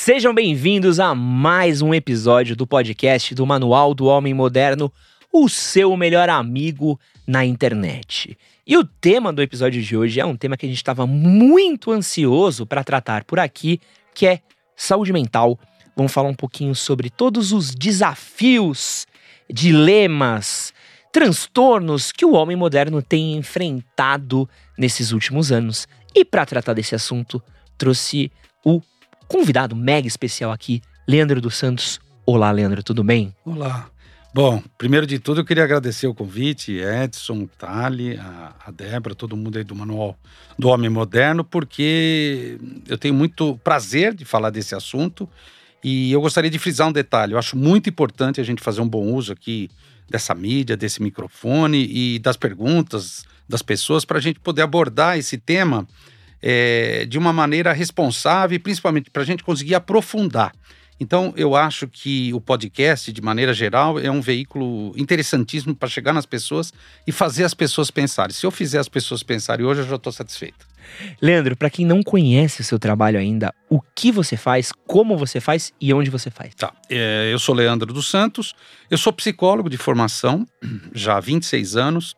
Sejam bem-vindos a mais um episódio do podcast do Manual do Homem Moderno, o seu melhor amigo na internet. E o tema do episódio de hoje é um tema que a gente estava muito ansioso para tratar por aqui, que é saúde mental. Vamos falar um pouquinho sobre todos os desafios, dilemas, transtornos que o homem moderno tem enfrentado nesses últimos anos. E para tratar desse assunto, trouxe o convidado mega especial aqui, Leandro dos Santos. Olá, Leandro, tudo bem? Olá. Bom, primeiro de tudo eu queria agradecer o convite, Edson, Thali, a Débora, todo mundo aí do Manual do Homem Moderno, porque eu tenho muito prazer de falar desse assunto e eu gostaria de frisar um detalhe. Eu acho muito importante a gente fazer um bom uso aqui dessa mídia, desse microfone e das perguntas das pessoas para a gente poder abordar esse tema de uma maneira responsável e principalmente para a gente conseguir aprofundar. Então, eu acho que o podcast, de maneira geral, é um veículo interessantíssimo para chegar nas pessoas e fazer as pessoas pensarem. Se eu fizer as pessoas pensarem hoje, eu já estou satisfeito. Leandro, para quem não conhece o seu trabalho ainda, o que você faz, como você faz e onde você faz? Tá, eu sou Leandro dos Santos, eu sou psicólogo de formação, já há 26 anos,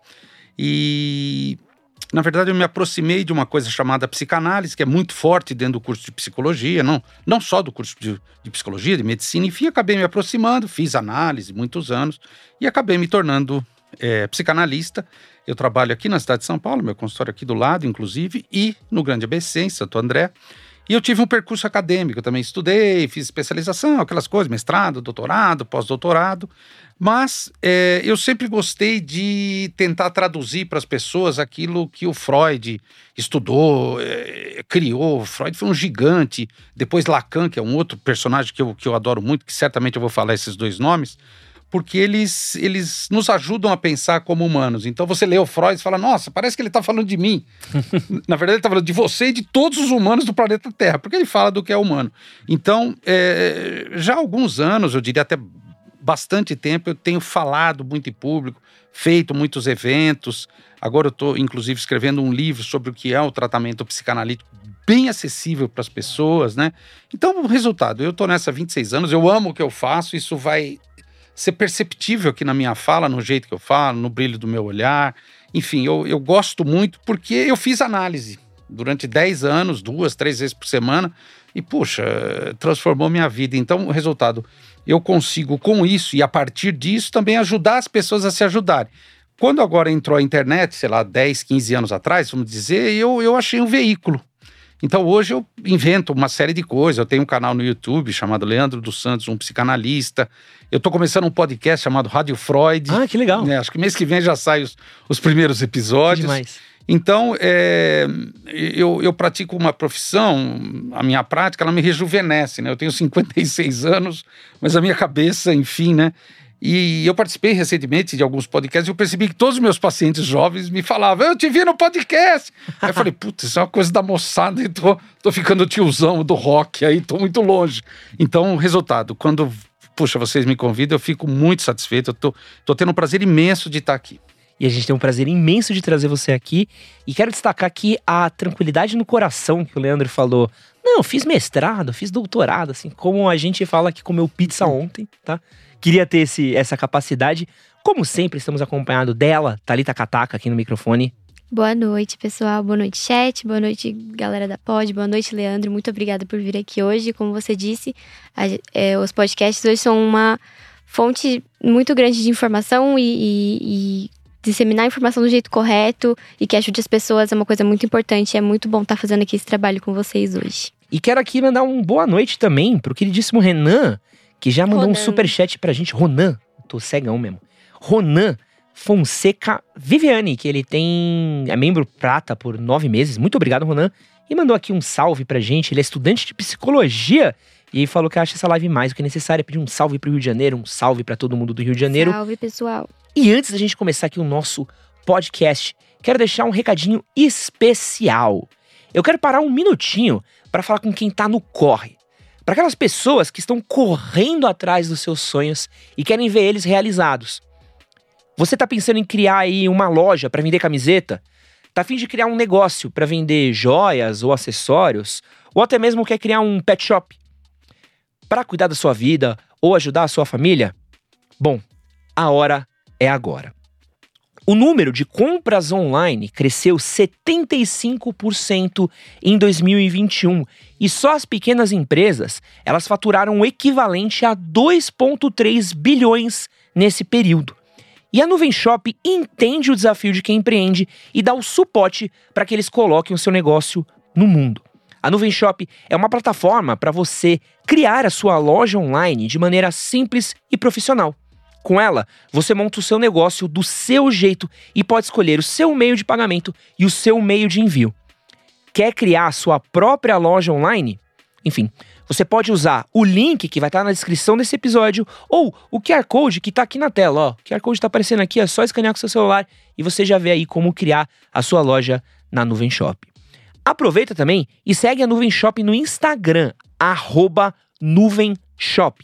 e na verdade eu me aproximei de uma coisa chamada psicanálise, que é muito forte dentro do curso de psicologia, não só do curso de psicologia, de medicina, enfim, acabei me aproximando, fiz análise muitos anos e acabei me tornando psicanalista. Eu trabalho aqui na cidade de São Paulo, meu consultório aqui do lado, inclusive, e no Grande ABC, em Santo André. E eu tive um percurso acadêmico, eu também estudei, fiz especialização, aquelas coisas, mestrado, doutorado, pós-doutorado, mas eu sempre gostei de tentar traduzir para as pessoas aquilo que o Freud estudou, criou. Freud foi um gigante, depois Lacan, que é um outro personagem que eu adoro muito, que certamente eu vou falar esses dois nomes, porque eles nos ajudam a pensar como humanos. Então você lê o Freud e fala, nossa, parece que ele está falando de mim. Na verdade ele está falando de você e de todos os humanos do planeta Terra, porque ele fala do que é humano. Então, já há alguns anos, eu diria até bastante tempo, eu tenho falado muito em público, feito muitos eventos. Agora eu estou, inclusive, escrevendo um livro sobre o que é o tratamento psicanalítico, bem acessível para as pessoas, né? Então, o resultado, eu estou nessa há 26 anos, eu amo o que eu faço, isso vai ser perceptível aqui na minha fala, no jeito que eu falo, no brilho do meu olhar. Enfim, eu gosto muito porque eu fiz análise durante 10 anos, 2, 3 vezes por semana, e, puxa, transformou minha vida. Então, o resultado, eu consigo com isso e a partir disso também ajudar as pessoas a se ajudarem. Quando agora entrou a internet, sei lá, 10, 15 anos atrás, vamos dizer, eu achei um veículo. Então hoje eu invento uma série de coisas, eu tenho um canal no YouTube chamado Leandro dos Santos, um psicanalista, eu tô começando um podcast chamado Rádio Freud. Ah, que legal. Acho que mês que vem já saem os primeiros episódios. Que demais. Então, eu pratico uma profissão, a minha prática, ela me rejuvenesce, né? Eu tenho 56 anos, mas a minha cabeça, enfim, né? E eu participei recentemente de alguns podcasts e eu percebi que todos os meus pacientes jovens me falavam, eu te vi no podcast. Aí eu falei, putz, isso é uma coisa da moçada e tô ficando tiozão do rock, aí tô muito longe. Então, o resultado, quando, vocês me convidam, eu fico muito satisfeito, eu tô tendo um prazer imenso de estar aqui. E a gente tem um prazer imenso de trazer você aqui. E quero destacar aqui a tranquilidade no coração que o Leandro falou. Não, fiz mestrado, fiz doutorado, assim, como a gente fala que comeu pizza ontem, tá? Queria ter essa capacidade. Como sempre, estamos acompanhados dela, Thalita Kataka, aqui no microfone. Boa noite, pessoal. Boa noite, chat. Boa noite, galera da Pod. Boa noite, Leandro. Muito obrigada por vir aqui hoje. Como você disse, os podcasts hoje são uma fonte muito grande de informação e disseminar a informação do jeito correto e que ajude as pessoas é uma coisa muito importante. É muito bom estar fazendo aqui esse trabalho com vocês hoje. E quero aqui mandar uma boa noite também pro queridíssimo Renan, que já mandou um superchat pra gente. Ronan, tô cegão mesmo. Ronan Fonseca Viviane, que ele é membro prata por 9 meses. Muito obrigado, Ronan. E mandou aqui um salve pra gente. Ele é estudante de psicologia e falou que acha essa live mais do que necessária. Pediu um salve pro Rio de Janeiro, um salve pra todo mundo do Rio de Janeiro. Salve, pessoal. E antes da gente começar aqui o nosso podcast, quero deixar um recadinho especial. Eu quero parar um minutinho pra falar com quem tá no corre. Para aquelas pessoas que estão correndo atrás dos seus sonhos e querem ver eles realizados. Você tá pensando em criar aí uma loja para vender camiseta? Tá a fim de criar um negócio para vender joias ou acessórios? Ou até mesmo quer criar um pet shop? para cuidar da sua vida ou ajudar a sua família? Bom, a hora é agora. O número de compras online cresceu 75% em 2021 e só as pequenas empresas, elas faturaram o equivalente a 2,3 bilhões nesse período. E a Nuvem Shop entende o desafio de quem empreende e dá o suporte para que eles coloquem o seu negócio no mundo. A Nuvem Shop é uma plataforma para você criar a sua loja online de maneira simples e profissional. Com ela, você monta o seu negócio do seu jeito e pode escolher o seu meio de pagamento e o seu meio de envio. Quer criar a sua própria loja online? Enfim, você pode usar o link que vai estar na descrição desse episódio ou o QR Code que está aqui na tela. Ó. O QR Code está aparecendo aqui, é só escanear com o seu celular e você já vê aí como criar a sua loja na Nuvem Shop. Aproveita também e segue a Nuvem Shop no Instagram, @NuvemShop,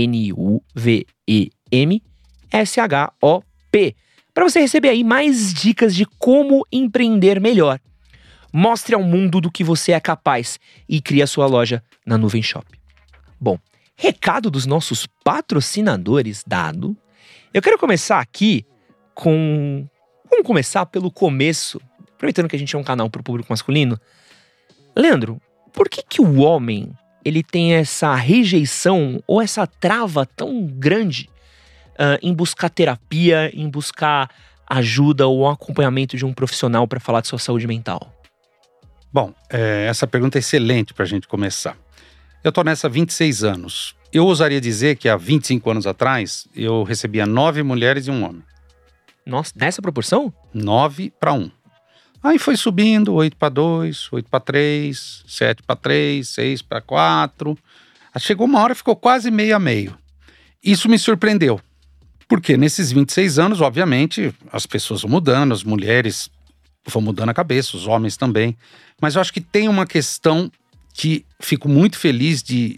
NUVEMSHOP, para você receber aí mais dicas de como empreender melhor. Mostre ao mundo do que você é capaz e crie a sua loja na Nuvem Shop. Bom, recado dos nossos patrocinadores dado, eu quero começar aqui com... Vamos começar pelo começo, aproveitando que a gente é um canal para o público masculino. Leandro, por que o homem ele tem essa rejeição ou essa trava tão grande em buscar terapia, em buscar ajuda ou acompanhamento de um profissional para falar de sua saúde mental? Bom, essa pergunta é excelente para a gente começar. Eu estou nessa há 26 anos. Eu ousaria dizer que há 25 anos atrás, eu recebia 9 mulheres e um homem. Nossa, nessa proporção? 9 para 1. Aí foi subindo, 8 para 2, 8 para 3, 7 para 3, 6 para 4. Chegou uma hora, ficou quase meio a meio. Isso me surpreendeu. Porque nesses 26 anos, obviamente, as pessoas vão mudando, as mulheres vão mudando a cabeça, os homens também. Mas eu acho que tem uma questão que fico muito feliz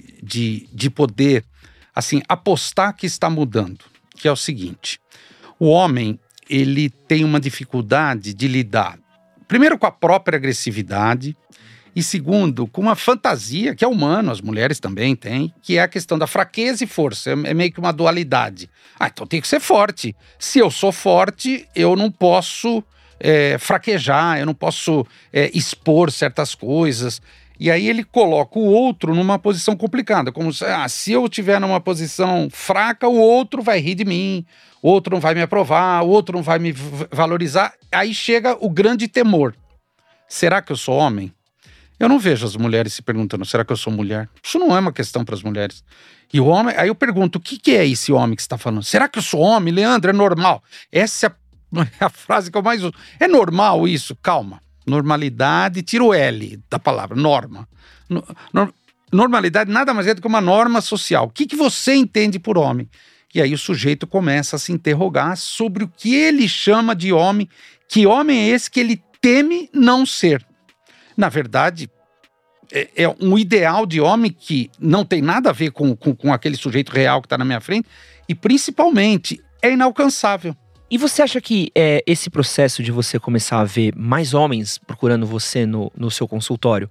de poder, assim, apostar que está mudando. Que é o seguinte, o homem, ele tem uma dificuldade de lidar, primeiro, com a própria agressividade e, segundo, com uma fantasia que é humano, as mulheres também têm, que é a questão da fraqueza e força. É meio que uma dualidade. Então tem que ser forte. Se eu sou forte, eu não posso fraquejar, eu não posso expor certas coisas. E aí ele coloca o outro numa posição complicada, como se eu estiver numa posição fraca, o outro vai rir de mim, o outro não vai me aprovar, o outro não vai me valorizar. Aí chega o grande temor. Será que eu sou homem? Eu não vejo as mulheres se perguntando, será que eu sou mulher? Isso não é uma questão para as mulheres. E o homem, aí eu pergunto, o que é esse homem que você está falando? Será que eu sou homem, Leandro? É normal? Essa é a frase que eu mais uso. É normal isso? Calma. Normalidade, tira o L da palavra, norma. Normalidade nada mais é do que uma norma social. O que você entende por homem? E aí o sujeito começa a se interrogar sobre o que ele chama de homem. Que homem é esse que ele teme não ser? Na verdade, é um ideal de homem que não tem nada a ver com aquele sujeito real que está na minha frente e, principalmente, é inalcançável. E você acha que esse processo de você começar a ver mais homens procurando você no seu consultório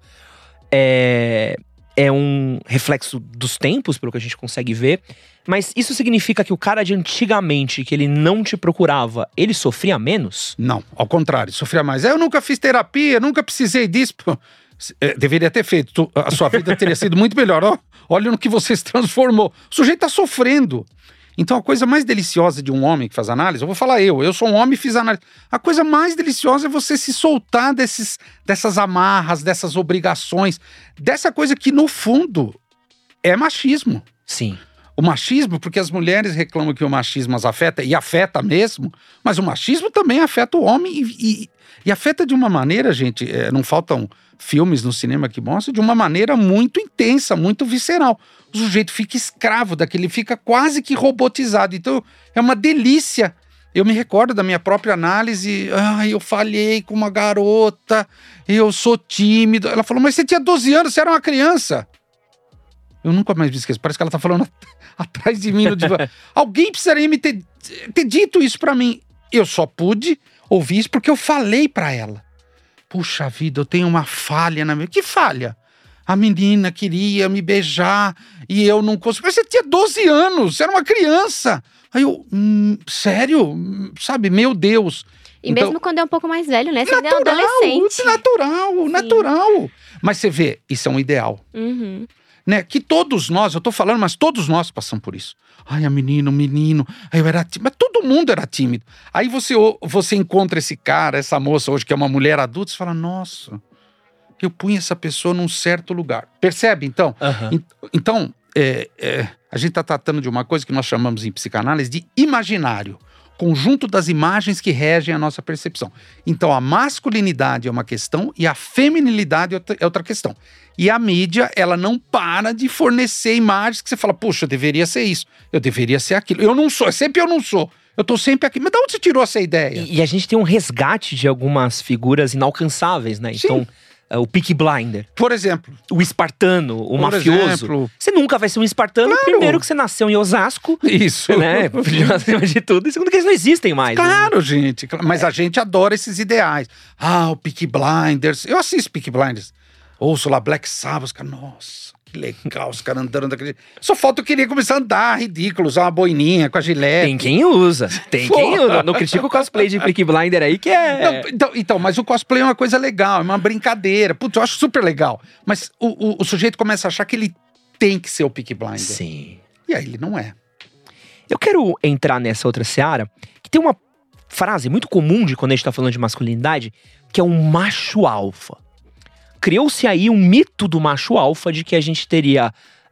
é um reflexo dos tempos, pelo que a gente consegue ver, mas isso significa que o cara de antigamente, que ele não te procurava, ele sofria menos? Não, ao contrário, sofria mais. Eu nunca fiz terapia, nunca precisei disso. Deveria ter feito, a sua vida teria sido muito melhor. Olha no que você se transformou. O sujeito está sofrendo. Então a coisa mais deliciosa de um homem que faz análise, eu vou falar eu sou um homem e fiz análise. A coisa mais deliciosa é você se soltar dessas amarras, dessas obrigações, dessa coisa que no fundo é machismo. Sim. O machismo, porque as mulheres reclamam que o machismo as afeta, e afeta mesmo, mas o machismo também afeta o homem e afeta de uma maneira, gente, não faltam filmes no cinema que mostram, de uma maneira muito intensa, muito visceral. O sujeito fica escravo daquele, fica quase que robotizado. Então é uma delícia. Eu me recordo da minha própria análise, eu falhei com uma garota, eu sou tímido. Ela falou, mas você tinha 12 anos, você era uma criança. Eu nunca mais me esqueço, parece que ela tá falando atrás de mim no divã. Alguém precisaria me ter dito isso pra mim. Eu só pude ouvir isso porque eu falei pra ela. Puxa vida, eu tenho uma falha na minha... Que falha? a menina queria me beijar e eu não consegui. Mas você tinha 12 anos, você era uma criança. Aí eu, sério? Sabe, meu Deus. E então, mesmo quando é um pouco mais velho, né? Você é um adolescente. Natural. Mas você vê, isso é um ideal. Uhum. Né? Que todos nós, eu tô falando, mas todos nós passamos por isso. Ai, o menino, aí eu era tímido. Mas todo mundo era tímido. Aí você encontra esse cara, essa moça hoje, que é uma mulher adulta, você fala, nossa, eu punha essa pessoa num certo lugar. Percebe, então? Uhum. Então, a gente está tratando de uma coisa que nós chamamos em psicanálise de imaginário. Conjunto das imagens que regem a nossa percepção. Então, a masculinidade é uma questão e a feminilidade é outra questão. E a mídia, ela não para de fornecer imagens que você fala, puxa, eu deveria ser isso, eu deveria ser aquilo. Eu não sou, sempre eu não sou. Eu tô sempre aqui. Mas de onde você tirou essa ideia? E a gente tem um resgate de algumas figuras inalcançáveis, né? Sim. Então, o Peaky Blinder. Por exemplo. O espartano, o mafioso. Exemplo. Você nunca vai ser um espartano. Claro. Primeiro que você nasceu em Osasco. Isso. Né? Acima de tudo. E segundo que eles não existem mais. Claro, né? gente. Mas a gente adora esses ideais. O Peaky Blinders. Eu assisto Peaky Blinders. Ouço lá Black Sabbath. Cara, nossa, que legal os caras andando daquele... Só falta eu querer começar a andar, ridículo, usar uma boininha com a gilete. Tem quem usa. Tem quem usa. Não critica o cosplay de Peaky Blinder aí, que é... Então, mas o cosplay é uma coisa legal, é uma brincadeira. Putz, eu acho super legal. Mas o sujeito começa a achar que ele tem que ser o Peaky Blinder. Sim. E aí ele não é. Eu quero entrar nessa outra seara, que tem uma frase muito comum de quando a gente tá falando de masculinidade, que é um macho alfa. Criou-se aí um mito do macho alfa, de que a gente teria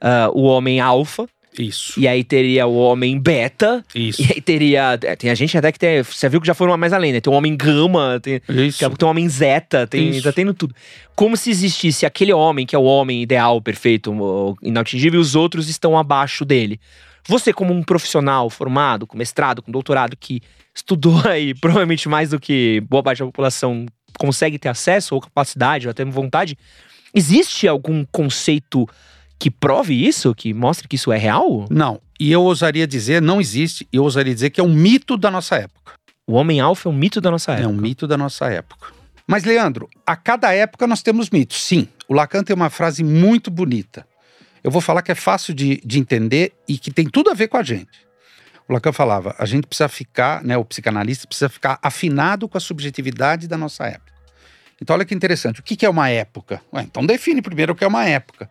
o homem alfa. Isso. E aí teria o homem beta. Isso. E aí teria... Tem a gente até que tem... Você viu que já foram mais além, né? Tem o homem gama, tem o homem zeta, tá tendo tudo. Como se existisse aquele homem que é o homem ideal, perfeito, inatingível, e os outros estão abaixo dele. Você, como um profissional formado, com mestrado, com doutorado, que estudou aí provavelmente mais do que boa parte da população consegue ter acesso, ou capacidade, ou até vontade, existe algum conceito que prove isso? Que mostre que isso é real? Não. E eu ousaria dizer, não existe, eu ousaria dizer que é um mito da nossa época. O homem alfa é um mito da nossa época. É um mito da nossa época. Mas, Leandro, a cada época nós temos mitos. Sim, o Lacan tem uma frase muito bonita. Eu vou falar que é fácil de entender e que tem tudo a ver com a gente. O Lacan falava, a gente precisa ficar, né, o psicanalista precisa ficar afinado com a subjetividade da nossa época. Então, olha que interessante. O que é uma época? Então define primeiro o que é uma época.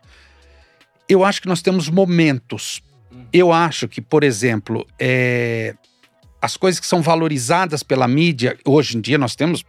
Eu acho que nós temos momentos. Eu acho que, por exemplo, as coisas que são valorizadas pela mídia, hoje em dia nós temos,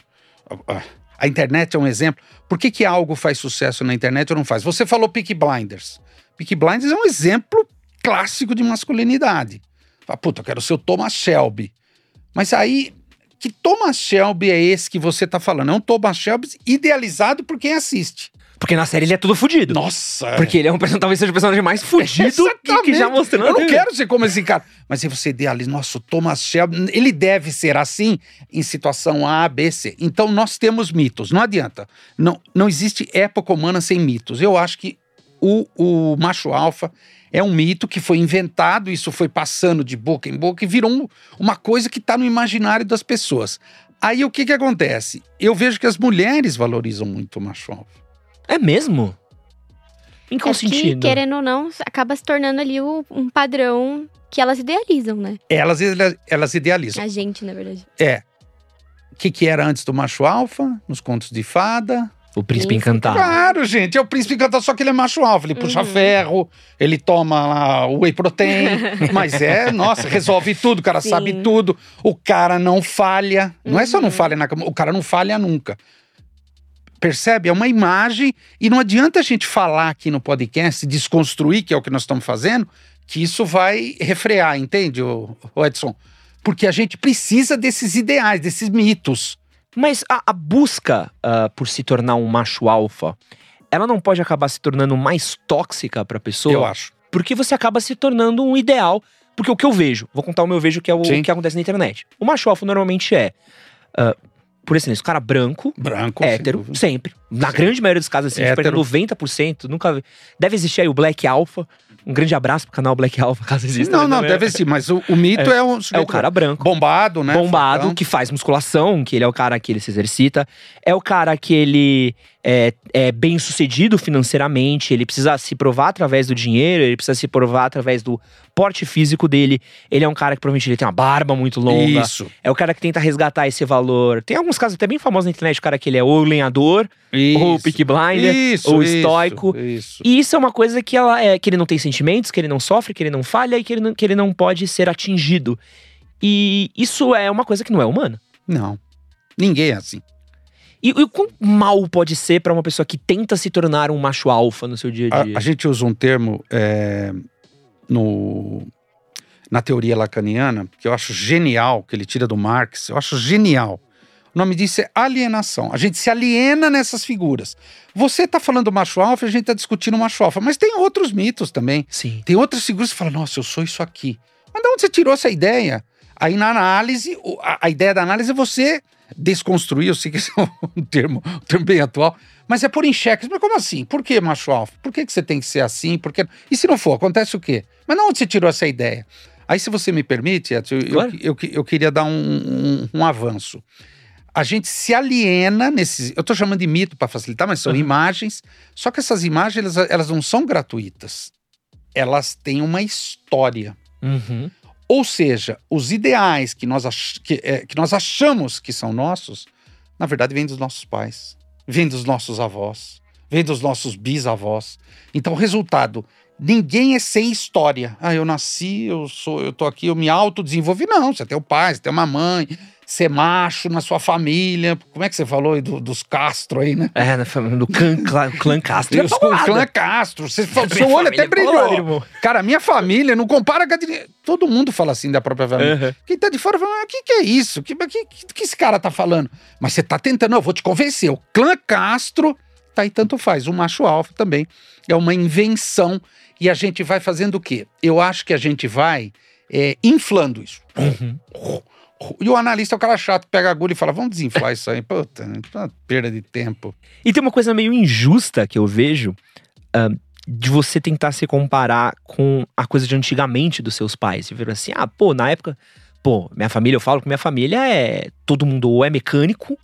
a internet é um exemplo. Por que algo faz sucesso na internet ou não faz? Você falou Peaky Blinders. Peaky Blinders é um exemplo clássico de masculinidade. Fala, eu quero ser o Thomas Shelby. Mas aí, que Thomas Shelby é esse que você tá falando? É um Thomas Shelby idealizado por quem assiste. Porque na série ele é tudo fudido. Nossa! Porque ele é talvez seja o personagem mais fudido que já mostrou. Eu não quero ser como esse cara. Mas aí você idealiza, nossa, o Thomas Shelby, ele deve ser assim em situação A, B, C. Então nós temos mitos, não adianta. Não existe época humana sem mitos. Eu acho que o macho alfa é um mito que foi inventado, isso foi passando de boca em boca e virou uma coisa que está no imaginário das pessoas. Aí o que acontece? Eu vejo que as mulheres valorizam muito o macho alfa. É mesmo? Em qual sentido? Que, querendo ou não, acaba se tornando ali um padrão que elas idealizam, né? Elas idealizam. A gente, na verdade. O que era antes do macho alfa? Nos contos de fada... O príncipe encantado. Claro, gente, é o príncipe encantado, só que ele é macho alfa, ele puxa ferro, ele toma lá o whey protein, mas nossa, resolve tudo, o cara sabe tudo, o cara não falha, não é só não falha na cama, o cara não falha nunca. Percebe? É uma imagem e não adianta a gente falar aqui no podcast, desconstruir, que é o que nós estamos fazendo, que isso vai refrear, entende, o Edson? Porque a gente precisa desses ideais, desses mitos. Mas a busca por se tornar um macho alfa, ela não pode acabar se tornando mais tóxica pra pessoa? Eu acho. Porque você acaba se tornando um ideal. Porque o que eu vejo, vou contar o meu vejo, que é o que acontece na internet. O macho alfa normalmente por excelência, o cara branco, hétero, sempre. Na grande maioria dos casos, assim, a gente perde 90%, nunca... Deve existir aí o black alpha, Um grande abraço pro canal Black Alpha, caso exista. Não, deve ser, mas o mito é um É o cara branco. bombado, né? Bombado, Fortão. que faz musculação, que ele é o cara que ele se exercita. É o cara que ele é bem sucedido financeiramente, ele precisa se provar através do dinheiro, ele precisa se provar através do porte físico dele. Ele é um cara que provavelmente ele tem uma barba muito longa. Isso. É o cara que tenta resgatar esse valor. Tem alguns casos até bem famosos na internet, o cara que ele é ou lenhador, ou Peaky Blinder, ou estoico. Isso. E isso é uma coisa que, que ele não tem sentimentos, que ele não sofre, que ele não falha e que ele não pode ser atingido. E isso é uma coisa que não é humana. Não. Ninguém é assim. E o quão mal pode ser pra uma pessoa que tenta se tornar um macho alfa no seu dia a dia? A gente usa um termo na teoria lacaniana, que eu acho genial, que ele tira do Marx, eu acho genial. O nome disso é alienação. A gente se aliena nessas figuras. Você tá falando macho alfa, a gente tá discutindo macho alfa, mas tem outros mitos também. Sim. Tem outras figuras que falam, nossa, eu sou isso aqui. Mas de onde você tirou essa ideia? Aí na análise, a ideia da análise é você desconstruir, eu sei que esse é um termo bem atual, mas é pôr em xeque. Mas como assim? Por que macho alfa? Por que você tem que ser assim? Por que... E se não for, acontece o quê? Mas de onde você tirou essa ideia? Aí, se você me permite, Edson, Claro. eu queria dar um avanço. A gente se aliena nesses... Eu estou chamando de mito para facilitar, mas são imagens. Só que essas imagens, elas não são gratuitas. Elas têm uma história. Uhum. Ou seja, os ideais que nós achamos que são nossos, na verdade, vêm dos nossos pais, vêm dos nossos avós, vêm dos nossos bisavós. Então, o resultado, ninguém é sem história. Ah, eu nasci, eu tô aqui, eu me autodesenvolvi. Não, você tem o pai, você tem uma mãe, ser macho na sua família. Como é que você falou aí dos Castro aí, né? Na família do clã Castro. Deus com o clã Castro. Seu olho até brilhou. Cara, minha família não compara com a de... Todo mundo fala assim da própria família. Uhum. Quem tá de fora fala, o que é isso? O que esse cara tá falando? Mas você tá tentando, eu vou te convencer. O clã Castro, tá aí, tanto faz. O macho alfa também é uma invenção. E a gente vai fazendo o quê? Eu acho que a gente vai inflando isso. Uhum. E o analista é o cara chato, pega a agulha e fala, vamos desinflar isso aí. Puta, é uma perda de tempo. E tem uma coisa meio injusta que eu vejo de você tentar se comparar com a coisa de antigamente dos seus pais. E ver assim, na época, minha família, eu falo que minha família todo mundo ou é mecânico,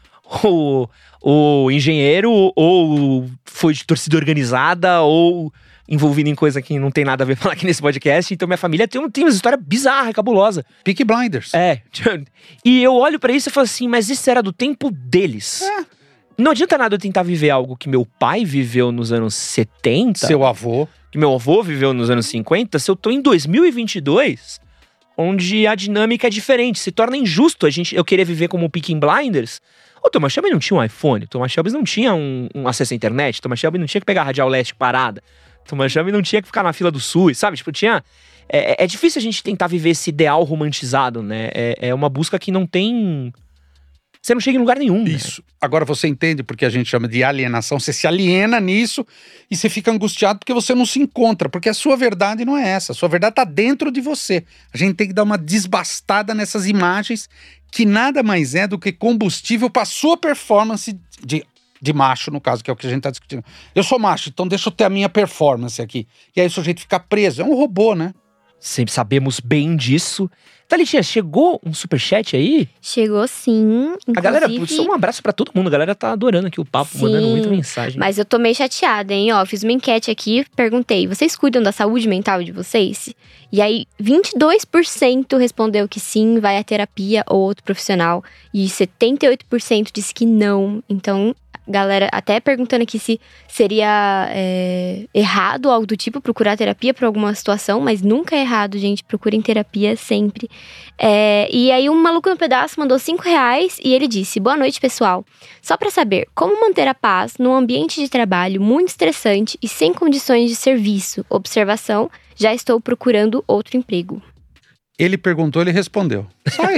ou engenheiro, ou foi de torcida organizada, ou envolvido em coisa que não tem nada a ver falar aqui nesse podcast. Então minha família tem uma história bizarra, cabulosa. Peaky Blinders. E eu olho pra isso e falo assim, mas isso era do tempo deles. Não adianta nada eu tentar viver algo que meu pai viveu nos anos 70. Seu avô. Que meu avô viveu nos anos 50. Se eu tô em 2022, onde a dinâmica é diferente. Se torna injusto eu querer viver como o Peaky Blinders. O Thomas Shelby não tinha um iPhone. O Thomas Shelby não tinha um acesso à internet. O Thomas Shelby não tinha que pegar a Radial Leste parada. O Thomas Shelby não tinha que ficar na fila do SUS, sabe? Tinha... É difícil a gente tentar viver esse ideal romantizado, né? É uma busca que não tem... Você não chega em lugar nenhum. Isso. Né? Agora você entende porque a gente chama de alienação. Você se aliena nisso e você fica angustiado porque você não se encontra. Porque a sua verdade não é essa. A sua verdade está dentro de você. A gente tem que dar uma desbastada nessas imagens que nada mais é do que combustível para a sua performance de macho, no caso, que é o que a gente está discutindo. Eu sou macho, então deixa eu ter a minha performance aqui. E aí o sujeito fica preso. É um robô, né? Sempre sabemos bem disso. Thalitinha, chegou um superchat aí? Chegou sim, inclusive... A galera, um abraço pra todo mundo. A galera tá adorando aqui o papo, sim, mandando muita mensagem. Mas eu tô meio chateada, hein? Fiz uma enquete aqui, perguntei, vocês cuidam da saúde mental de vocês? E aí, 22% respondeu que sim, vai à terapia ou outro profissional. E 78% disse que não. Então, galera até perguntando aqui se seria errado, algo do tipo, procurar terapia por alguma situação. Mas nunca é errado, gente. Procurem terapia sempre. E aí, um maluco no pedaço mandou R$5 e ele disse: boa noite, pessoal. Só pra saber, como manter a paz num ambiente de trabalho muito estressante e sem condições de serviço? Observação, já estou procurando outro emprego. Ele perguntou, ele respondeu. Sai.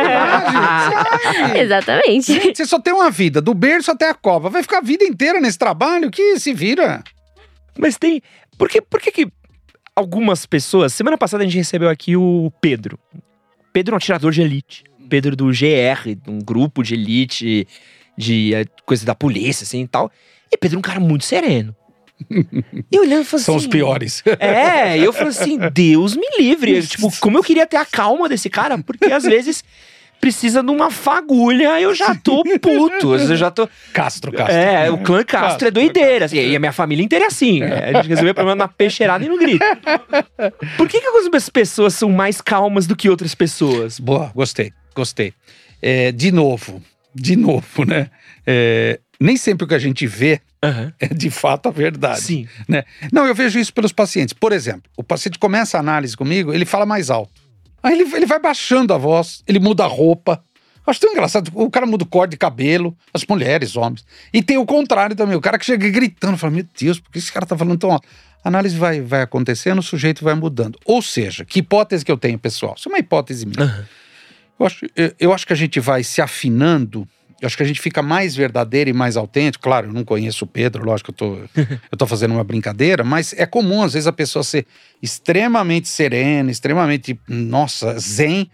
Exatamente. Gente, você só tem uma vida, do berço até a cova. Vai ficar a vida inteira nesse trabalho? Que se vira. Mas tem... Por que algumas pessoas... Semana passada a gente recebeu aqui o Pedro. Pedro é um atirador de elite. Pedro do GR, um grupo de elite, de coisa da polícia, assim, e tal. E Pedro é um cara muito sereno. E olhando, eu falei São assim, os piores. E eu falei assim, Deus me livre. Tipo, como eu queria ter a calma desse cara, porque às vezes precisa de uma fagulha, eu já tô puto. Eu já tô. Castro. O clã Castro é doideira. Assim, e a minha família inteira é assim. A gente resolveu o problema na peixeirada e no grito. Por que algumas pessoas são mais calmas do que outras pessoas? Boa, gostei. De novo, né? Nem sempre o que a gente vê é de fato a verdade. Sim. Né? Não, eu vejo isso pelos pacientes. Por exemplo, o paciente começa a análise comigo, ele fala mais alto. Aí ele vai baixando a voz, ele muda a roupa. Acho tão engraçado, o cara muda o corte de cabelo, as mulheres, homens. E tem o contrário também, o cara que chega gritando, fala, meu Deus, por que esse cara tá falando tão alto? A análise vai acontecendo, o sujeito vai mudando. Ou seja, que hipótese que eu tenho, pessoal? Isso é uma hipótese minha. Eu acho que a gente vai se afinando, eu acho que a gente fica mais verdadeiro e mais autêntico. Claro, eu não conheço o Pedro, lógico que eu tô fazendo uma brincadeira, mas é comum às vezes a pessoa ser extremamente serena, extremamente, zen,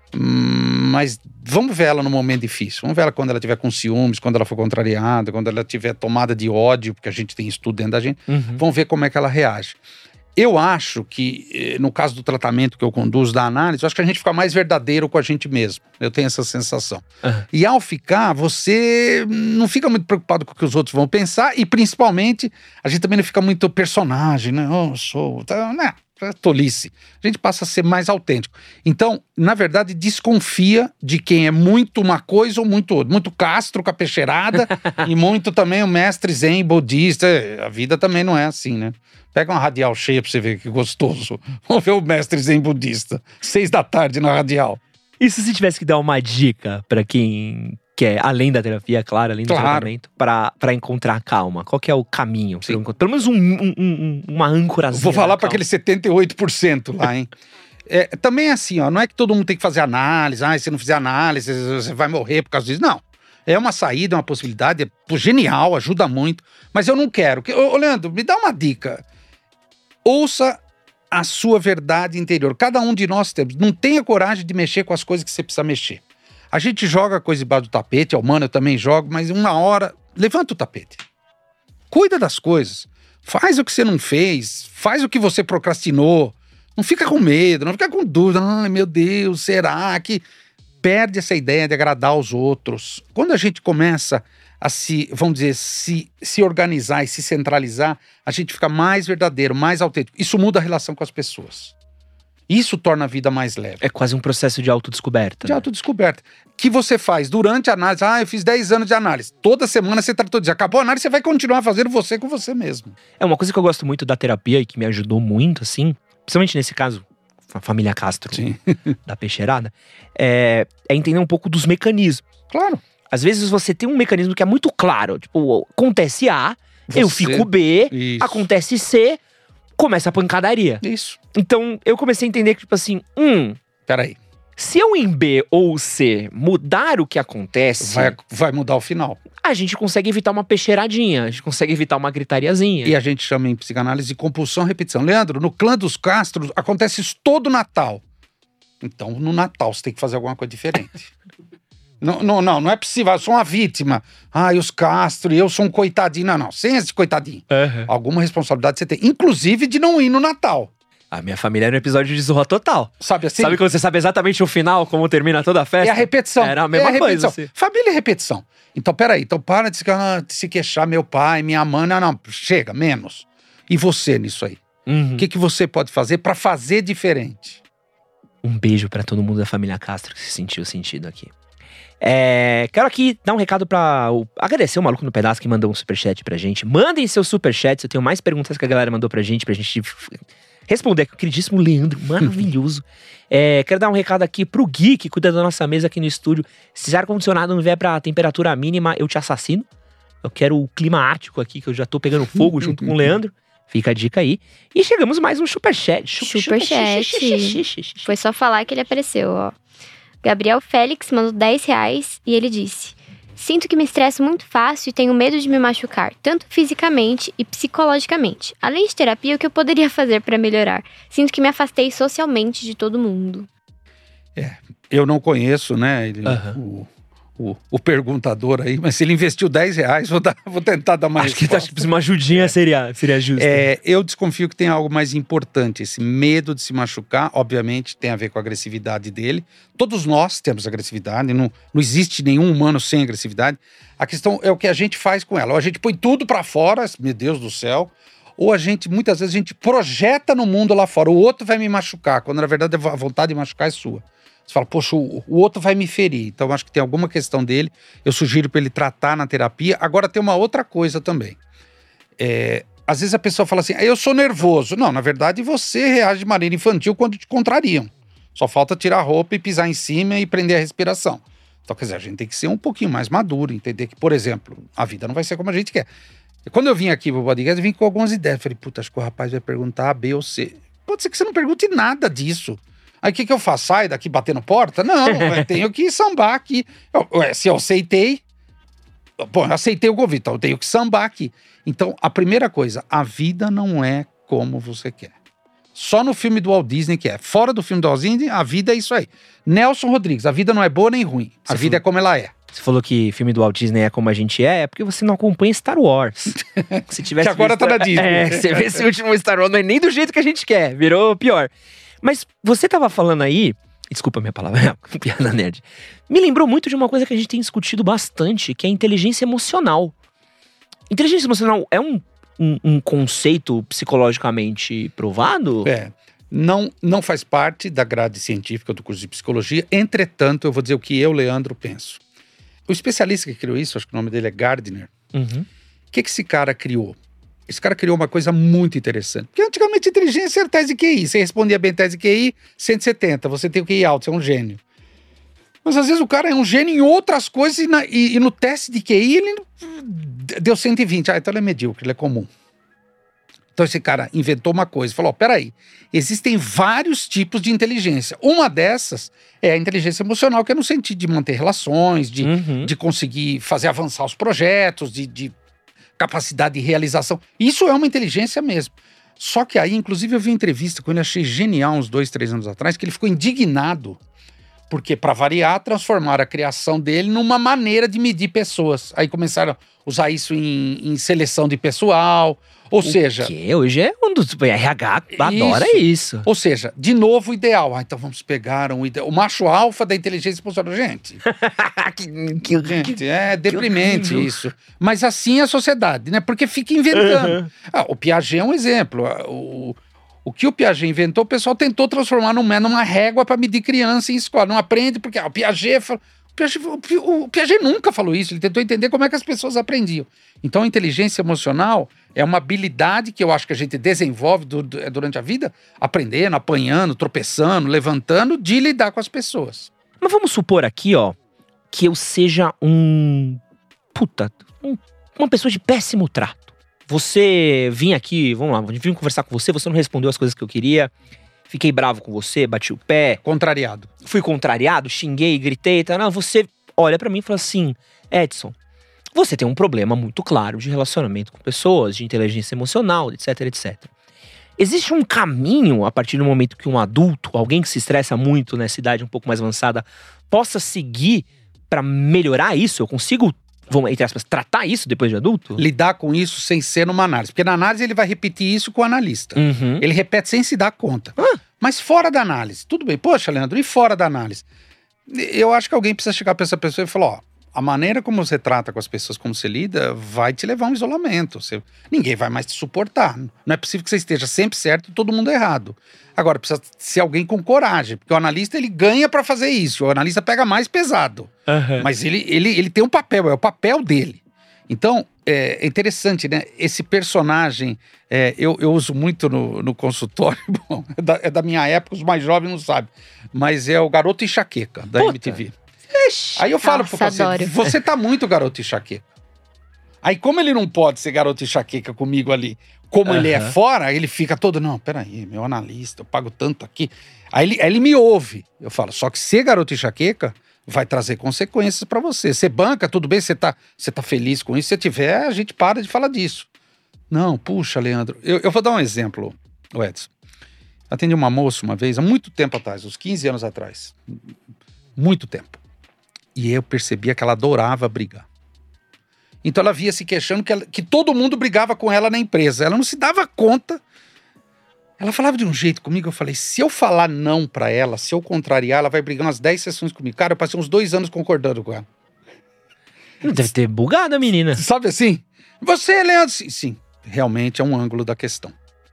mas vamos ver ela no momento difícil, vamos ver ela quando ela estiver com ciúmes, quando ela for contrariada, quando ela tiver tomada de ódio, porque a gente tem estudo dentro da gente, vamos ver como é que ela reage. Eu acho que, no caso do tratamento que eu conduzo, da análise, eu acho que a gente fica mais verdadeiro com a gente mesmo. Eu tenho essa sensação. E ao ficar, você não fica muito preocupado com o que os outros vão pensar e, principalmente, a gente também não fica muito personagem, né? Eu sou... né? Tolice. A gente passa a ser mais autêntico. Então, na verdade, desconfia de quem é muito uma coisa ou muito outra. Muito Castro com a peixeirada e muito também o mestre zen budista. A vida também não é assim, né? Pega uma radial cheia pra você ver que gostoso. Vamos ver o mestre zen budista. 6 da tarde na radial. E se você tivesse que dar uma dica pra quem quer, além da terapia, claro, além do tratamento, pra encontrar calma? Qual que é o caminho? Pelo menos uma âncorazinha. Vou falar pra aquele 78% lá, hein? Também é assim, ó, não é que todo mundo tem que fazer análise. Se não fizer análise, você vai morrer por causa disso. Não. É uma saída, é uma possibilidade, é genial, ajuda muito. Mas eu não quero. Ô, Leandro, me dá uma dica. Ouça a sua verdade interior. Cada um de nós não tenha coragem de mexer com as coisas que você precisa mexer. A gente joga coisa debaixo do tapete, humano, eu também jogo, mas uma hora, levanta o tapete. Cuida das coisas. Faz o que você não fez, faz o que você procrastinou. Não fica com medo, não fica com dúvida. Ai, meu Deus, será que... Perde essa ideia de agradar os outros. Quando a gente começa a se organizar e se centralizar, a gente fica mais verdadeiro, mais autêntico. Isso muda a relação com as pessoas. Isso torna a vida mais leve. É quase um processo de autodescoberta. De autodescoberta. Que você faz durante a análise. Eu fiz 10 anos de análise. Toda semana você tratou disso. Acabou a análise, você vai continuar fazendo você com você mesmo. É uma coisa que eu gosto muito da terapia e que me ajudou muito, assim, principalmente nesse caso, a família Castro, da peixeirada, é entender um pouco dos mecanismos. Claro. Às vezes você tem um mecanismo que é muito claro. Tipo, acontece A, eu fico B, acontece C, começa a pancadaria. Isso. Então, eu comecei a entender que, tipo assim, peraí. Se eu em B ou C mudar o que acontece... Vai mudar o final. A gente consegue evitar uma peixeiradinha, a gente consegue evitar uma gritariazinha. E a gente chama em psicanálise de compulsão e repetição. Leandro, no clã dos Castros acontece isso todo Natal. Então, no Natal você tem que fazer alguma coisa diferente. Não é possível, eu sou uma vítima. Os Castro e eu sou um coitadinho. Não, sem esse coitadinho. Alguma responsabilidade você tem, inclusive de não ir no Natal. A minha família era um episódio de Zorra Total. Sabe assim? Sabe quando você sabe exatamente o final, como termina toda a festa? É a repetição. Era a mesma coisa. Assim. Família é repetição. Então, peraí. Então, para de se queixar, meu pai, minha mãe. Não, chega, menos. E você nisso aí? O que você pode fazer para fazer diferente? Um beijo para todo mundo da família Castro que se sentiu sentido aqui. Quero aqui dar um recado pra agradecer o Maluco no Pedaço que mandou um superchat pra gente. Mandem seus superchats, eu tenho mais perguntas que a galera mandou pra gente responder, o queridíssimo Leandro, maravilhoso. Quero dar um recado aqui pro Gui, que cuida da nossa mesa aqui no estúdio. Se ar-condicionado não vier pra temperatura mínima, eu te assassino. Eu quero o clima ártico aqui, que eu já tô pegando fogo junto com o Leandro. Fica a dica aí. E chegamos mais um superchat. Superchat. Foi só falar que ele apareceu, ó. Gabriel Félix mandou R$10 e ele disse: sinto que me estresso muito fácil e tenho medo de me machucar, tanto fisicamente e psicologicamente. Além de terapia, o que eu poderia fazer para melhorar? Sinto que me afastei socialmente de todo mundo. Eu não conheço, né, o perguntador aí, mas se ele investiu R$10, vou tentar dar uma resposta. Acho que uma ajudinha seria justo. Eu desconfio que tem algo mais importante. Esse medo de se machucar, obviamente, tem a ver com a agressividade dele. Todos nós temos agressividade, não existe nenhum humano sem agressividade. A questão é o que a gente faz com ela. Ou a gente põe tudo pra fora, meu Deus do céu, ou muitas vezes a gente projeta no mundo lá fora, o outro vai me machucar, quando na verdade a vontade de machucar é sua. Você fala, poxa, o outro vai me ferir. Então, acho que tem alguma questão dele. Eu sugiro para ele tratar na terapia. Agora, tem uma outra coisa também. Às vezes a pessoa fala assim, eu sou nervoso. Não, na verdade, você reage de maneira infantil quando te contrariam. Só falta tirar a roupa e pisar em cima e prender a respiração. Então, quer dizer, a gente tem que ser um pouquinho mais maduro, entender que, por exemplo, a vida não vai ser como a gente quer. E quando eu vim aqui pro podcast, eu vim com algumas ideias. Falei, puta, acho que o rapaz vai perguntar A, B ou C. Pode ser que você não pergunte nada disso. Aí o que eu faço? Sai daqui batendo porta? Não, eu tenho que sambar aqui. Se eu aceitei, eu aceitei o convite, então eu tenho que sambar aqui. Então, a primeira coisa, a vida não é como você quer. Só no filme do Walt Disney que é. Fora do filme do Walt Disney, a vida é isso aí. Nelson Rodrigues, a vida não é boa nem ruim. A vida é como ela é. Você falou que filme do Walt Disney é como a gente é porque você não acompanha Star Wars. Se tivesse que agora visto... tá na Disney. Você vê esse último Star Wars, não é nem do jeito que a gente quer, virou pior. Mas você tava falando aí, desculpa a minha palavra, piada nerd, me lembrou muito de uma coisa que a gente tem discutido bastante, que é a inteligência emocional. Inteligência emocional é um conceito psicologicamente provado? Não faz parte da grade científica do curso de psicologia, entretanto, eu vou dizer o que eu, Leandro, penso. O especialista que criou isso, acho que o nome dele é Gardner, o que esse cara criou? Esse cara criou uma coisa muito interessante. Porque antigamente a inteligência era teste de QI. Você respondia bem teste de QI, 170. Você tem o QI alto, você é um gênio. Mas às vezes o cara é um gênio em outras coisas e no teste de QI ele deu 120. Então ele é medíocre, ele é comum. Então esse cara inventou uma coisa. Falou, peraí, existem vários tipos de inteligência. Uma dessas é a inteligência emocional, que é no sentido de manter relações, de conseguir fazer avançar os projetos, de capacidade de realização. Isso é uma inteligência mesmo. Só que aí, inclusive, eu vi uma entrevista com ele, achei genial uns 2, 3 anos atrás, que ele ficou indignado, porque, para variar, transformaram a criação dele numa maneira de medir pessoas. Aí começaram a usar isso em seleção de pessoal, ou seja... Que hoje é um dos... RH adora isso. Ou seja, de novo o ideal. Então vamos pegar o macho alfa da inteligência emocional. Gente, gente, é deprimente isso. Mas assim é a sociedade, né? Porque fica inventando. O Piaget é um exemplo. O que o Piaget inventou, o pessoal tentou transformar numa régua para medir criança em escola. Não aprende porque o Piaget... O Piaget nunca falou isso, ele tentou entender como é que as pessoas aprendiam. Então a inteligência emocional é uma habilidade que eu acho que a gente desenvolve durante a vida, aprendendo, apanhando, tropeçando, levantando, de lidar com as pessoas. Mas vamos supor aqui, que eu seja uma pessoa de péssimo trato. Você vinha aqui, vamos lá, vim conversar com você não respondeu as coisas que eu queria... Fiquei bravo com você, bati o pé. Contrariado. Fui contrariado, xinguei, gritei. Não, você olha pra mim e fala assim, Edson, você tem um problema muito claro de relacionamento com pessoas, de inteligência emocional, etc, etc. Existe um caminho, a partir do momento que um adulto, alguém que se estressa muito nessa idade um pouco mais avançada, possa seguir pra melhorar isso? Eu consigo, entre aspas, tratar isso depois de adulto? Lidar com isso sem ser numa análise. Porque na análise ele vai repetir isso com o analista. Ele repete sem se dar conta. Mas fora da análise, tudo bem. Poxa, Leandro, e fora da análise? Eu acho que alguém precisa chegar para essa pessoa e falar, a maneira como você trata com as pessoas, como você lida, vai te levar a um isolamento. Ninguém vai mais te suportar. Não é possível que você esteja sempre certo e todo mundo errado. Agora, precisa ser alguém com coragem, porque o analista ele ganha para fazer isso. O analista pega mais pesado. Mas ele tem um papel, é o papel dele. Então, é interessante, né? Esse personagem, eu uso muito no consultório, bom, é da minha época, os mais jovens não sabem, mas é o Garoto Enxaqueca, da MTV. Ixi, aí eu falo pro paciente, você tá muito garoto enxaqueca. Aí como ele não pode ser garoto enxaqueca comigo ali, como ele é fora, ele fica todo, não, peraí, meu analista, eu pago tanto aqui. Aí ele me ouve. Eu falo, só que ser garoto enxaqueca vai trazer consequências pra você. Você banca, tudo bem, você tá feliz com isso. Se tiver, a gente para de falar disso. Não, puxa, Leandro. Eu vou dar um exemplo, Edson. Atendi uma moça uma vez, há muito tempo atrás, uns 15 anos atrás. Muito tempo. E eu percebia que ela adorava brigar. Então ela via se queixando que todo mundo brigava com ela na empresa. Ela não se dava conta. Ela falava de um jeito comigo, eu falei, se eu falar não pra ela, se eu contrariar, ela vai brigar umas 10 sessões comigo. Cara, eu passei uns 2 anos concordando com ela. Deve ter bugado a menina. Sabe assim? Você, Leandro? Sim, realmente é um ângulo da questão.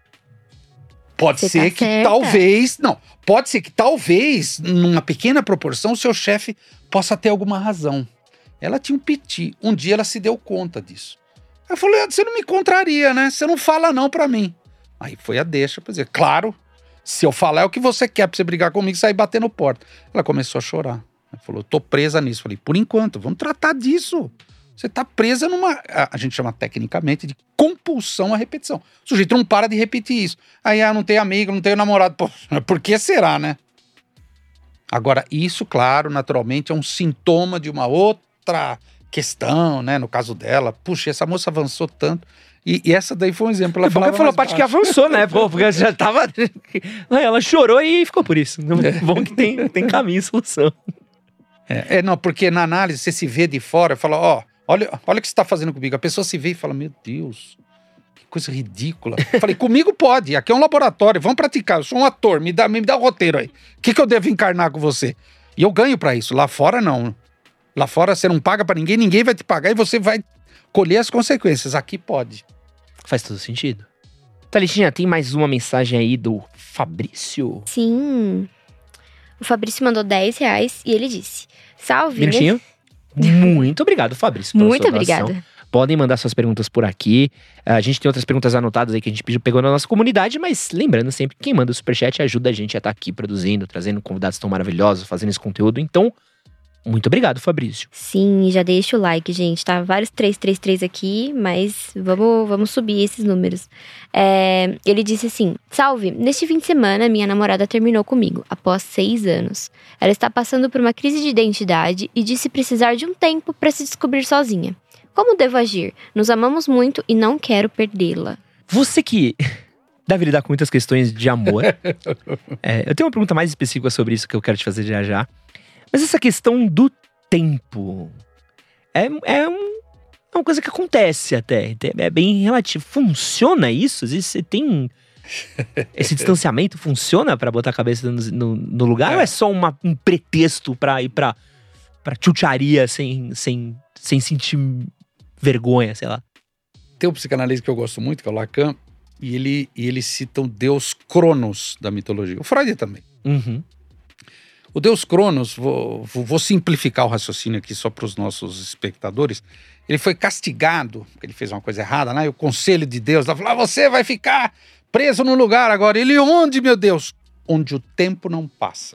Pode Você ser tá que certa. talvez... Não, pode ser que talvez, numa pequena proporção, o seu chefe possa ter alguma razão. Ela tinha um piti. Um dia ela se deu conta disso. Aí eu falei, Leandro, você não me contraria, né? Você não fala não pra mim. Aí foi a deixa pra dizer, claro, se eu falar é o que você quer pra você brigar comigo e sair batendo porta. Ela começou a chorar. Ela falou, eu tô presa nisso. Eu falei, por enquanto, vamos tratar disso. Você tá presa numa... A gente chama tecnicamente de compulsão à repetição. O sujeito não para de repetir isso. Aí, não tem amigo, não tem namorado. Pô, por que será, né? Agora, isso, claro, naturalmente, é um sintoma de uma outra questão, né? No caso dela. Puxa, essa moça avançou tanto. E essa daí foi um exemplo. Ela Falou a parte que avançou, né? Pô, porque já tava... Ela chorou e ficou por isso. Bom que tem caminho e solução. Não, porque na análise você se vê de fora e fala, olha o que você está fazendo comigo. A pessoa se vê e fala, meu Deus, que coisa ridícula. Falei, comigo pode, aqui é um laboratório, vamos praticar, eu sou um ator, me dá o roteiro aí. O que eu devo encarnar com você? E eu ganho pra isso, lá fora não. Lá fora você não paga pra ninguém, ninguém vai te pagar e você vai colher as consequências. Aqui pode. Faz todo sentido. Thalitinha, tem mais uma mensagem aí do Fabrício? Sim. O Fabrício mandou R$10 e ele disse, salve, Minutinho. Muito obrigado, Fabrício, pela Muito sua doação. obrigada. Podem mandar suas perguntas por aqui. A gente tem outras perguntas anotadas aí que a gente pegou na nossa comunidade, mas lembrando sempre que quem manda o superchat ajuda a gente a estar aqui produzindo, trazendo convidados tão maravilhosos, fazendo esse conteúdo. Então, muito obrigado, Fabrício. Sim, já deixa o like, gente. Tá vários 333 aqui, mas vamos subir esses números. Ele disse assim, salve, neste fim de semana minha namorada terminou comigo, após 6 anos. Ela está passando por uma crise de identidade e disse precisar de um tempo para se descobrir sozinha. Como devo agir? Nos amamos muito e não quero perdê-la. Você que deve lidar com muitas questões de amor. Eu tenho uma pergunta mais específica sobre isso que eu quero te fazer já. Mas essa questão do tempo é uma coisa que acontece até. É bem relativo. Funciona isso? Às vezes você tem... Esse distanciamento funciona pra botar a cabeça no lugar? Ou é só um pretexto pra ir pra chucharia sem sentir vergonha, sei lá? Tem um psicanalista que eu gosto muito, que é o Lacan, e ele cita o deus Cronos da mitologia. O Freud também. Uhum. O deus Cronos, vou simplificar o raciocínio aqui só para os nossos espectadores, ele foi castigado, porque ele fez uma coisa errada, né? E o conselho de Deus lá falou, você vai ficar preso num lugar agora. Ele, onde, meu Deus? Onde o tempo não passa.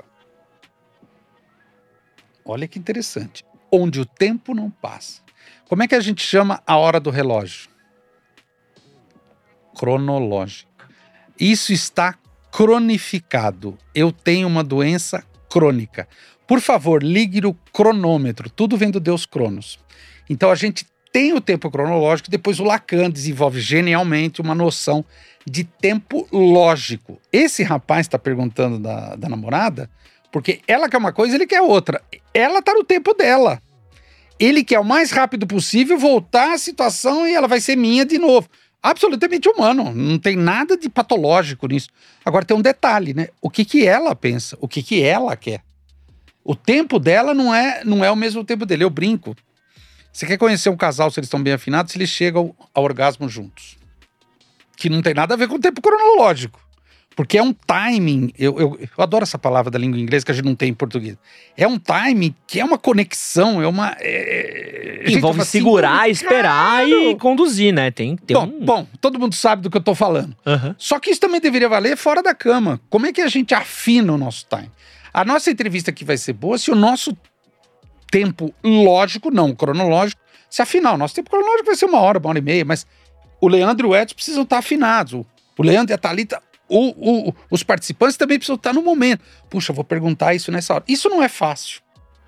Olha que interessante. Onde o tempo não passa. Como é que a gente chama a hora do relógio? Cronológico. Isso está cronificado. Eu tenho uma doença crônica. Por favor, ligue o cronômetro. Tudo vem do deus Cronos. Então a gente tem o tempo cronológico, depois o Lacan desenvolve genialmente uma noção de tempo lógico. Esse rapaz está perguntando da namorada, porque ela quer uma coisa, ele quer outra. Ela está no tempo dela. Ele quer o mais rápido possível voltar à situação e ela vai ser minha de novo. Absolutamente humano, não tem nada de patológico nisso. Agora tem um detalhe, né? O que ela pensa, o que ela quer. O tempo dela não é o mesmo tempo dele. Eu brinco. Você quer conhecer um casal, se eles estão bem afinados, se eles chegam ao orgasmo juntos. Que não tem nada a ver com o tempo cronológico. Porque é um timing, eu adoro essa palavra da língua inglesa que a gente não tem em português. É um timing que é uma conexão, envolve segurar, esperar e conduzir, né? Bom, todo mundo sabe do que eu tô falando. Uhum. Só que isso também deveria valer fora da cama. Como é que a gente afina o nosso time? A nossa entrevista aqui vai ser boa se o nosso tempo lógico, não cronológico, se afinar. O nosso tempo cronológico vai ser 1 hora, 1h30, mas o Leandro e o Edson precisam estar afinados. O Leandro e a Thalita... Os participantes também precisam estar no momento. Puxa, vou perguntar isso nessa hora. Isso não é fácil.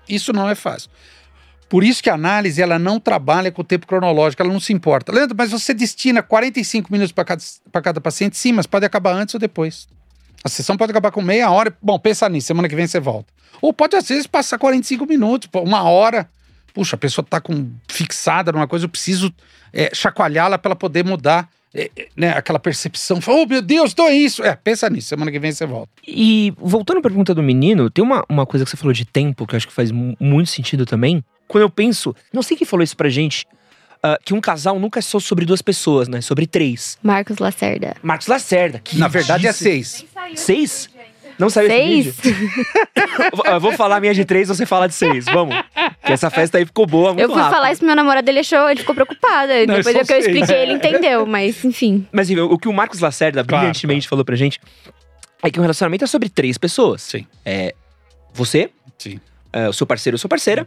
Por isso que a análise ela não trabalha com o tempo cronológico, ela não se importa. Leandro, mas você destina 45 minutos para cada paciente? Sim, mas pode acabar antes ou depois. A sessão pode acabar com meia hora. Bom, pensa nisso, semana que vem você volta. Ou pode, às vezes, passar 45 minutos, uma hora. Puxa, a pessoa tá fixada numa coisa, eu preciso chacoalhá-la para ela poder mudar né, aquela percepção. Fala, oh, meu Deus, tô isso. Pensa nisso, semana que vem você volta. E voltando à pergunta do menino, tem uma coisa que você falou de tempo, que eu acho que faz muito sentido também. Quando eu penso, não sei quem falou isso pra gente, que um casal nunca é só sobre 2 pessoas, né? Sobre 3. Marcos Lacerda. Marcos Lacerda. Na verdade é 6. 6? Não saiu esse vídeo? Eu vou falar a minha de 3, você fala de 6. Vamos. Que essa festa aí ficou boa, muito rápido. Eu fui falar isso pro meu namorado, ele ficou preocupado. Não, depois que eu expliquei, ele entendeu, mas enfim. Mas o que o Marcos Lacerda brilhantemente falou pra gente é que um relacionamento é sobre 3 pessoas. Sim. Você, sim. O seu parceiro ou sua parceira,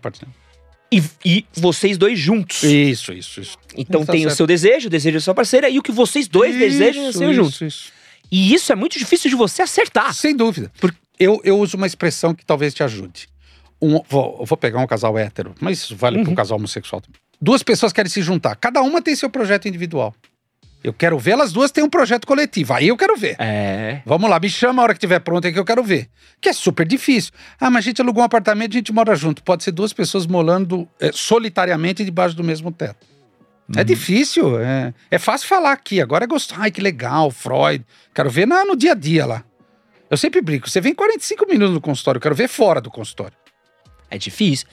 e vocês 2 juntos. Isso. Então tem o seu desejo, o desejo da sua parceira, e o que vocês 2 desejam ser juntos. Isso. E isso é muito difícil de você acertar. Sem dúvida. Eu uso uma expressão que talvez te ajude. Eu vou pegar um casal hétero, mas isso vale para um casal homossexual também. 2 pessoas querem se juntar. Cada uma tem seu projeto individual. Eu quero ver, elas 2 têm um projeto coletivo. Aí eu quero ver. Vamos lá, me chama a hora que estiver pronto aí que eu quero ver. Que é super difícil. Mas a gente alugou um apartamento e a gente mora junto. Pode ser 2 pessoas morando solitariamente debaixo do mesmo teto. É difícil, é fácil falar aqui, agora é gostoso. Ai, que legal, Freud. Quero ver no dia a dia lá. Eu sempre brinco, você vem 45 minutos no consultório, eu quero ver fora do consultório. É difícil.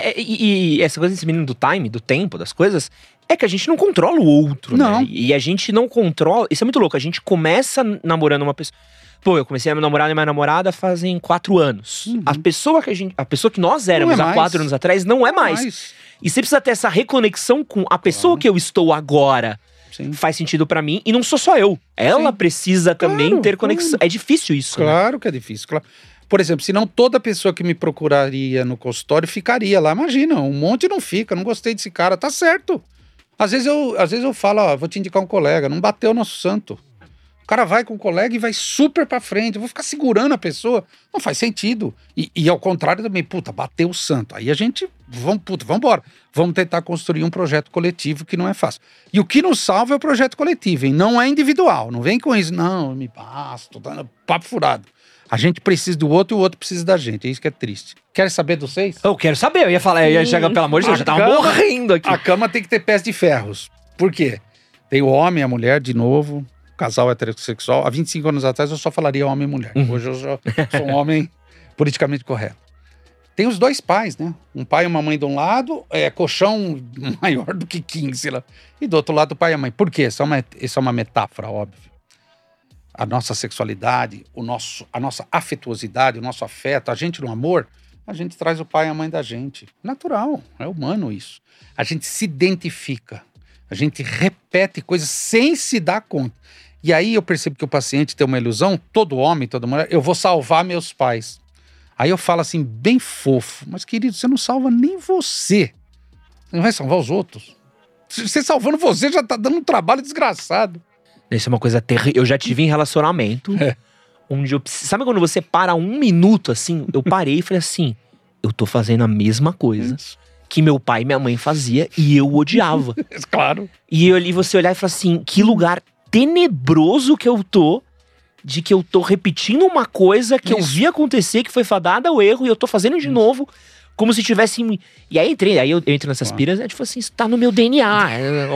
E essa coisa desse menino do time, do tempo, das coisas, é que a gente não controla o outro, não. Né? E a gente não controla, isso é muito louco, a gente começa namorando uma pessoa. Pô, eu comecei a namorar minha namorada fazem 4 anos. A pessoa que nós éramos há 4 anos atrás não é mais. E você precisa ter essa reconexão com a pessoa que eu estou agora. Sim. Faz sentido pra mim. E não sou só eu. Ela precisa também ter conexão. É difícil isso, Claro que é difícil, claro. Por exemplo, se não toda pessoa que me procuraria no consultório ficaria lá. Imagina, um monte não fica. Não gostei desse cara, tá certo. Às vezes eu falo, vou te indicar um colega. Não bateu o nosso santo. O cara vai com o colega e vai super pra frente. Eu vou ficar segurando a pessoa. Não faz sentido. E ao contrário também, bateu o santo. Aí a gente, vamos embora. Vamos tentar construir um projeto coletivo que não é fácil. E o que nos salva é o projeto coletivo, hein? Não é individual. Não vem com isso, não, eu me basto, tá papo furado. A gente precisa do outro e o outro precisa da gente. É isso que é triste. Quer saber dos 6? Eu quero saber. Eu ia falar, eu ia chegar, pelo amor de Deus, eu já tava morrendo aqui. A cama tem que ter pés de ferros. Por quê? Tem o homem e a mulher, de novo. Casal heterossexual. Há 25 anos atrás eu só falaria homem e mulher. Hoje eu sou um homem politicamente correto. Tem os 2 pais, né? Um pai e uma mãe de um lado, colchão maior do que 15 lá. E do outro lado o pai e a mãe. Por quê? Isso é uma metáfora, óbvio. A nossa sexualidade, a nossa afetuosidade, o nosso afeto, a gente no amor, a gente traz o pai e a mãe da gente. Natural, é humano isso. A gente se identifica. A gente repete coisas sem se dar conta. E aí eu percebo que o paciente tem uma ilusão, todo homem, toda mulher, eu vou salvar meus pais. Aí eu falo assim, bem fofo, mas querido, você não salva nem você. Você não vai salvar os outros. Você salvando você já tá dando um trabalho desgraçado. Isso é uma coisa terrível. Eu já tive em relacionamento, onde eu... Sabe quando você para 1 minuto, assim? Eu parei e falei assim, eu tô fazendo a mesma coisa que meu pai e minha mãe fazia e eu odiava. Claro. E você olhar e falar assim, que lugar tenebroso que eu tô, de que eu tô repetindo uma coisa que eu vi acontecer, que foi fadada ao erro, e eu tô fazendo de novo, como se tivesse... E aí eu entro nessas piras, tipo assim, isso tá no meu DNA.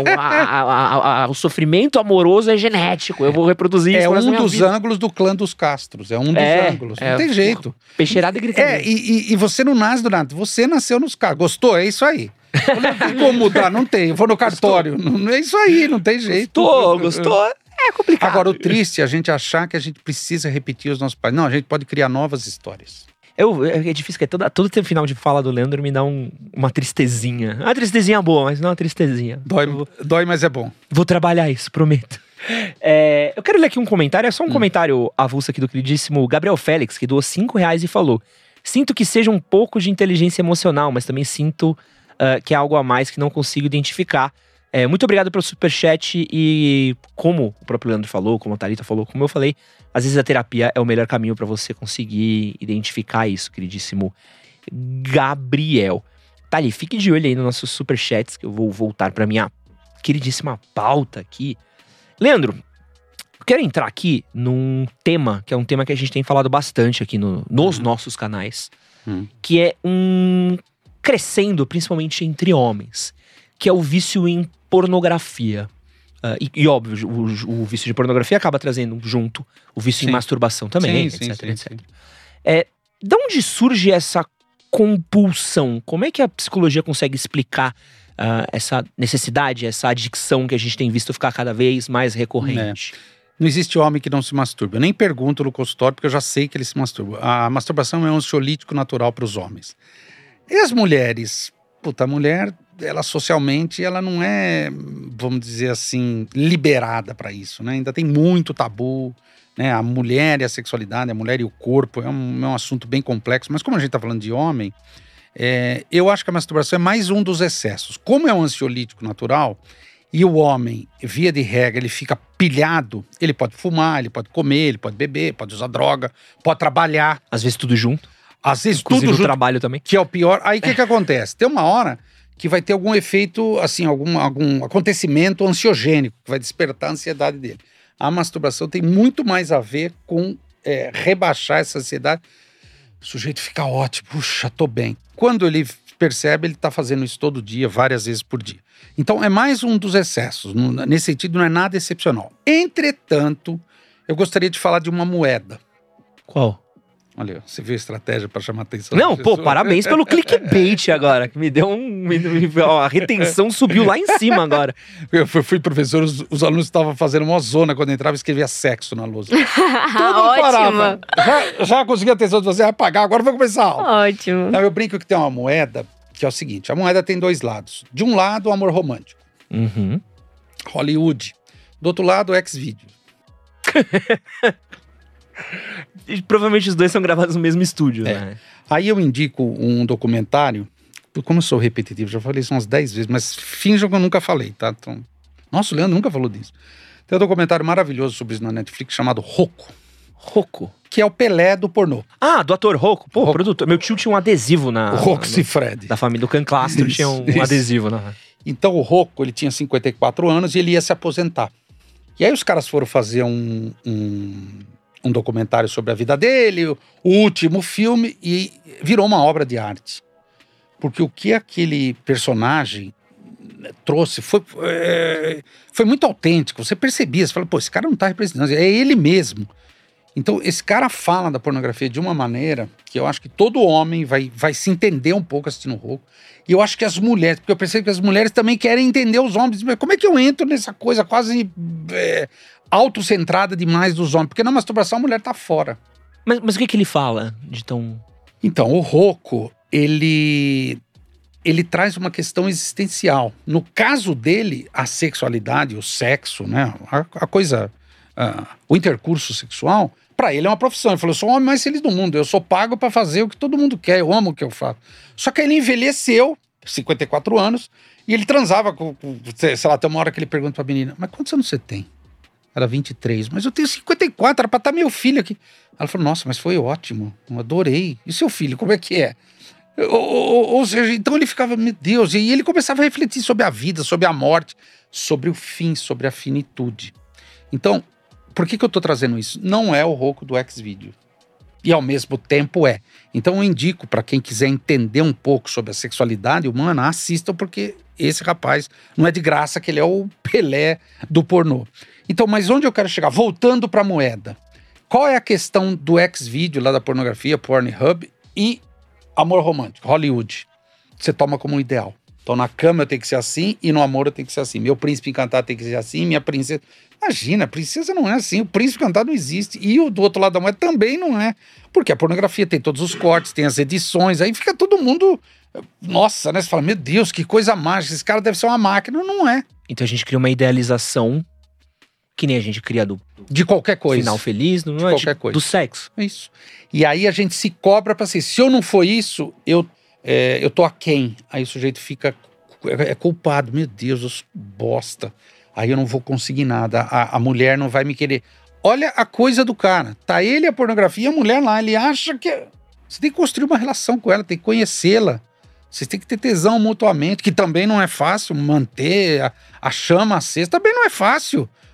O sofrimento amoroso é genético, eu vou reproduzir isso. É um dos ângulos do clã dos Castros, é um dos ângulos, não tem jeito. Peixeirada e gritadeira. E você não nasce do nada, você nasceu nos caras, gostou? É isso aí. Não tem como mudar, não tem, eu vou no cartório, não é isso aí, não tem jeito. Gostou? É complicado. Agora, o triste é a gente achar que a gente precisa repetir os nossos pais. Não, a gente pode criar novas histórias. É difícil, porque todo tempo final de fala do Leandro me dá uma tristezinha. Uma tristezinha boa, mas não uma tristezinha. Dói, mas é bom. Vou trabalhar isso, prometo. Eu quero ler aqui um comentário, é só um comentário avulso aqui do queridíssimo Gabriel Félix, que doou R$5 e falou: sinto que seja um pouco de inteligência emocional, mas também sinto que é algo a mais que não consigo identificar. Muito obrigado pelo superchat e como o próprio Leandro falou, como a Thalita falou, como eu falei, às vezes a terapia é o melhor caminho para você conseguir identificar isso, queridíssimo Gabriel. Thali, fique de olho aí nos nossos superchats, que eu vou voltar para minha queridíssima pauta aqui. Leandro, Eu quero entrar aqui num tema, que é um tema que a gente tem falado bastante aqui nos nossos canais, que é crescendo, principalmente entre homens, que é o vício em pornografia. E óbvio, o vício de pornografia acaba trazendo junto o vício em masturbação também, etc. De onde surge essa compulsão? Como é que a psicologia consegue explicar essa necessidade, essa adicção que a gente tem visto ficar cada vez mais recorrente? Não existe homem que não se masturba. Eu nem pergunto no consultório, porque eu já sei que ele se masturba. A masturbação é um ansiolítico natural para os homens. E as mulheres? A mulher, ela socialmente, ela não é, vamos dizer assim, liberada para isso, né? Ainda tem muito tabu, né? A mulher e a sexualidade, a mulher e o corpo, é um assunto bem complexo. Mas como a gente está falando de homem, eu acho que a masturbação é mais um dos excessos. Como é um ansiolítico natural, e o homem, via de regra, ele fica pilhado, ele pode fumar, ele pode comer, ele pode beber, pode usar droga, pode trabalhar. Às vezes tudo junto. Às vezes inclusive tudo junto, trabalho também. Que é o pior. Aí o que acontece? Tem uma hora que vai ter algum efeito, assim, algum acontecimento ansiogênico, que vai despertar a ansiedade dele. A masturbação tem muito mais a ver com rebaixar essa ansiedade. O sujeito fica ótimo, puxa, tô bem. Quando ele percebe, ele tá fazendo isso todo dia, várias vezes por dia. Então é mais um dos excessos. Nesse sentido, não é nada excepcional. Entretanto, eu gostaria de falar de uma moeda. Qual? Olha, você viu a estratégia para chamar a atenção? Não, parabéns pelo clickbait agora, que me deu a retenção subiu lá em cima agora. Eu fui professor, os alunos estavam fazendo uma zona quando entrava e escrevia sexo na lousa. Todo parava. Já consegui a atenção de você apagar, agora vou começar a aula. Ótimo. Então, eu brinco que tem uma moeda, que é o seguinte, a moeda tem dois lados. De um lado, o amor romântico. Hollywood. Do outro lado, o Xvideo. E provavelmente os dois são gravados no mesmo estúdio, né? Aí eu indico um documentário, como eu sou repetitivo, já falei isso umas 10 vezes, mas finjam que eu nunca falei, tá? Então, nossa, o Leandro nunca falou disso. Tem um documentário maravilhoso sobre isso na Netflix chamado Rocco. Rocco? Que é o Pelé do pornô. Ah, do ator Rocco. Pô, produtor. Meu tio tinha um adesivo o Rocco Siffredi. Da família do Canclastro tinha um adesivo. Né? Então o Rocco, ele tinha 54 anos e ele ia se aposentar. E aí os caras foram fazer um documentário sobre a vida dele, o último filme, e virou uma obra de arte. Porque o que aquele personagem trouxe foi muito autêntico. Você percebia, você fala, pô, esse cara não tá representando, é ele mesmo. Então, esse cara fala da pornografia de uma maneira que eu acho que todo homem vai se entender um pouco assistindo o Rocco. E eu acho que as mulheres, porque eu percebo que as mulheres também querem entender os homens. Mas como é que eu entro nessa coisa quase autocentrada demais dos homens? Porque na masturbação a mulher tá fora. Mas o que ele fala de tão... Então, o Rocco, ele traz uma questão existencial. No caso dele, a sexualidade, o sexo, né, a coisa... o intercurso sexual, pra ele é uma profissão. Ele falou, eu sou o homem mais feliz do mundo, eu sou pago pra fazer o que todo mundo quer, eu amo o que eu faço. Só que ele envelheceu, 54 anos, e ele transava com sei lá, tem uma hora que ele pergunta pra menina, mas quantos anos você tem? Ela, 23, mas eu tenho 54, era pra estar meu filho aqui. Ela falou, nossa, mas foi ótimo, eu adorei. E seu filho, como é que é? Ou seja, então ele ficava, meu Deus, e ele começava a refletir sobre a vida, sobre a morte, sobre o fim, sobre a finitude. Então, por que eu tô trazendo isso? Não é o Rocco do Xvideo. E ao mesmo tempo é. Então eu indico para quem quiser entender um pouco sobre a sexualidade humana, assistam, porque esse rapaz não é de graça que ele é o Pelé do pornô. Então, mas onde eu quero chegar? Voltando para a moeda. Qual é a questão do Xvideo, lá da pornografia, Pornhub, e amor romântico, Hollywood? Você toma como um ideal. Então na cama eu tenho que ser assim e no amor eu tenho que ser assim. Meu príncipe encantado tem que ser assim, minha princesa... Imagina, a princesa não é assim, o príncipe encantado não existe. E o do outro lado da moeda também não é. Porque a pornografia tem todos os cortes, tem as edições, aí fica todo mundo... Nossa, né? Você fala, meu Deus, que coisa mágica, esse cara deve ser uma máquina. Não é. Então a gente cria uma idealização que nem a gente cria de qualquer coisa. Final feliz, não é? Qualquer coisa. Do sexo. Isso. E aí a gente se cobra pra ser. Se eu não for isso, eu tô aquém. Aí o sujeito fica culpado. Meu Deus, eu sou bosta. Aí eu não vou conseguir nada. A mulher não vai me querer. Olha a coisa do cara. Tá ele, a pornografia, e a mulher lá. Ele acha que... Você tem que construir uma relação com ela, tem que conhecê-la. Vocês têm que ter tesão mutuamente, que também não é fácil manter a chama acesa. Também não é fácil.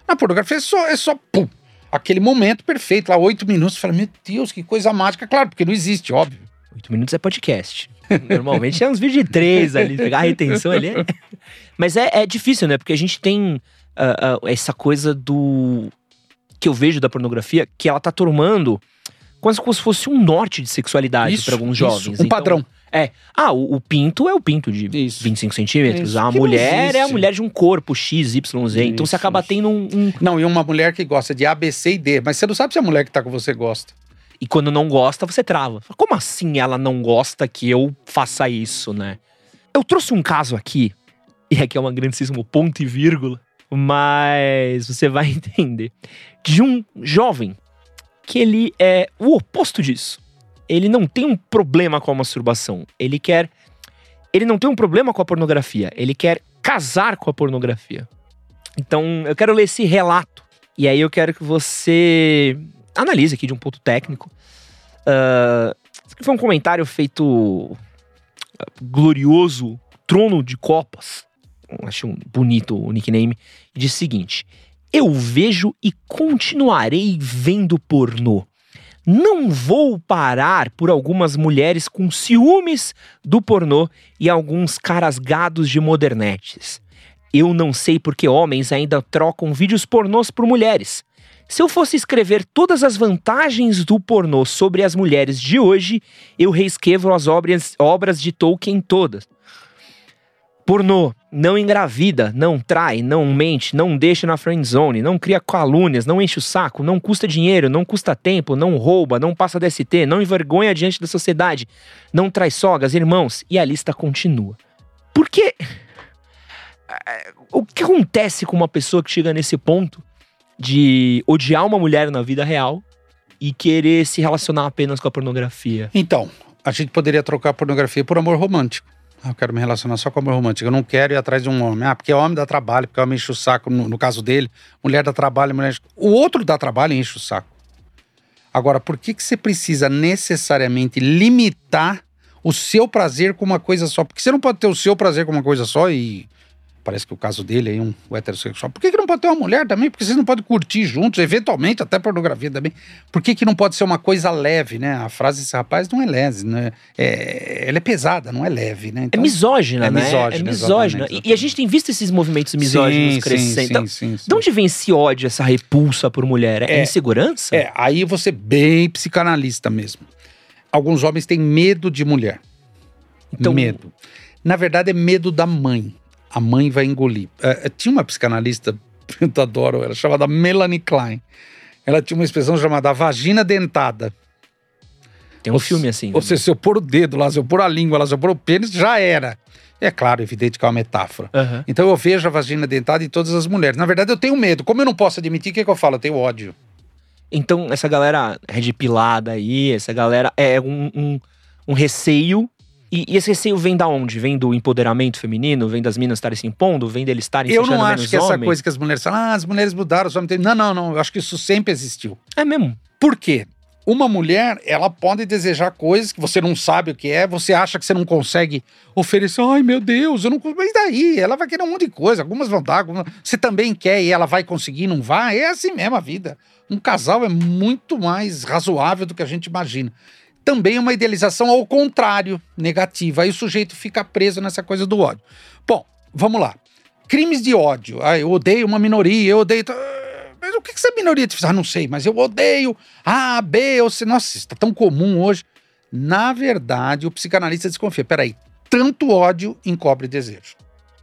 Na pornografia é só pum, aquele momento perfeito, lá 8 minutos. Você fala, meu Deus, que coisa mágica. Claro, porque não existe, óbvio. 8 minutos é podcast. Normalmente é uns vídeos de 3 ali, pegar a retenção ali. Mas é difícil, né? Porque a gente tem essa coisa do... que eu vejo da pornografia, que ela tá tomando quase como se fosse um norte de sexualidade para alguns jovens. Um padrão. O pinto é o pinto de 25 centímetros. Isso. A mulher é a mulher de um corpo X, Y, Z. Então você acaba tendo um... Não, e uma mulher que gosta de A, B, C e D. Mas você não sabe se a mulher que tá com você gosta. E quando não gosta, você trava. Como assim ela não gosta que eu faça isso, né? Eu trouxe um caso aqui, e aqui é um grandíssimo ponto e vírgula, mas você vai entender. De um jovem que ele é o oposto disso. Ele não tem um problema com a masturbação. Ele não tem um problema com a pornografia. Ele quer casar com a pornografia. Então, eu quero ler esse relato. E aí eu quero que você analise aqui de um ponto técnico. Isso aqui foi um comentário feito glorioso, Trono de Copas. Achei bonito o nickname. E diz o seguinte: eu vejo e continuarei vendo pornô. Não vou parar por algumas mulheres com ciúmes do pornô e alguns caras gados de modernetes. Eu não sei porque homens ainda trocam vídeos pornôs por mulheres. Se eu fosse escrever todas as vantagens do pornô sobre as mulheres de hoje, eu reescrevo as obras de Tolkien todas. Pornô não engravida, não trai, não mente, não deixa na friendzone, não cria calúnias, não enche o saco, não custa dinheiro, não custa tempo, não rouba, não passa DST, não envergonha diante da sociedade, não trai sogas, irmãos, e a lista continua. Por quê? O que acontece com uma pessoa que chega nesse ponto de odiar uma mulher na vida real e querer se relacionar apenas com a pornografia? Então, a gente poderia trocar a pornografia por amor romântico. Eu quero me relacionar só com amor romântico. Eu não quero ir atrás de um homem. Porque homem dá trabalho, porque homem enche o saco. No caso dele, mulher dá trabalho, mulher... O outro dá trabalho e enche o saco. Agora, por que você precisa necessariamente limitar o seu prazer com uma coisa só? Porque você não pode ter o seu prazer com uma coisa só e... Parece que o caso dele é um heterossexual. Por que não pode ter uma mulher também? Porque vocês não podem curtir juntos, eventualmente, até pornografia também. Por que não pode ser uma coisa leve, né? A frase desse rapaz não é leve, né? Ela é pesada, não é leve, né? Então, é misógina, né? É misógina. E a gente tem visto esses movimentos misóginos crescendo. Sim. De onde vem esse ódio, essa repulsa por mulher? É insegurança? Aí você bem psicanalista mesmo. Alguns homens têm medo de mulher. Então, medo. Na verdade, é medo da mãe. A mãe vai engolir. Tinha uma psicanalista, eu adoro ela, chamada Melanie Klein. Ela tinha uma expressão chamada vagina dentada. Tem um filme assim. Ou seja, se eu pôr o dedo lá, se eu pôr a língua lá, se eu pôr o pênis, já era. É claro, evidente que é uma metáfora. Uhum. Então eu vejo a vagina dentada em todas as mulheres. Na verdade, eu tenho medo. Como eu não posso admitir, o que eu falo? Eu tenho ódio. Então, essa galera red pilada aí, essa galera é um receio. E esse receio vem da onde? Vem do empoderamento feminino? Vem das minas estarem se impondo? Vem deles estarem se achando menos homem? Eu não acho que essa coisa que as mulheres falam, as mulheres mudaram, os homens têm... Não. Eu acho que isso sempre existiu. É mesmo? Por quê? Uma mulher, ela pode desejar coisas que você não sabe o que é, você acha que você não consegue oferecer. Ai, meu Deus, eu não consigo. Mas daí? Ela vai querer um monte de coisa. Algumas vão dar, você também quer e ela vai conseguir, não vai? É assim mesmo a vida. Um casal é muito mais razoável do que a gente imagina. Também uma idealização ao contrário, negativa. Aí o sujeito fica preso nessa coisa do ódio. Bom, vamos lá. Crimes de ódio. Eu odeio uma minoria, eu odeio... Mas o que essa minoria te fez? Não sei, mas eu odeio A, B, ou C. Nossa, isso tá tão comum hoje. Na verdade, o psicanalista desconfia. Peraí, tanto ódio encobre desejo.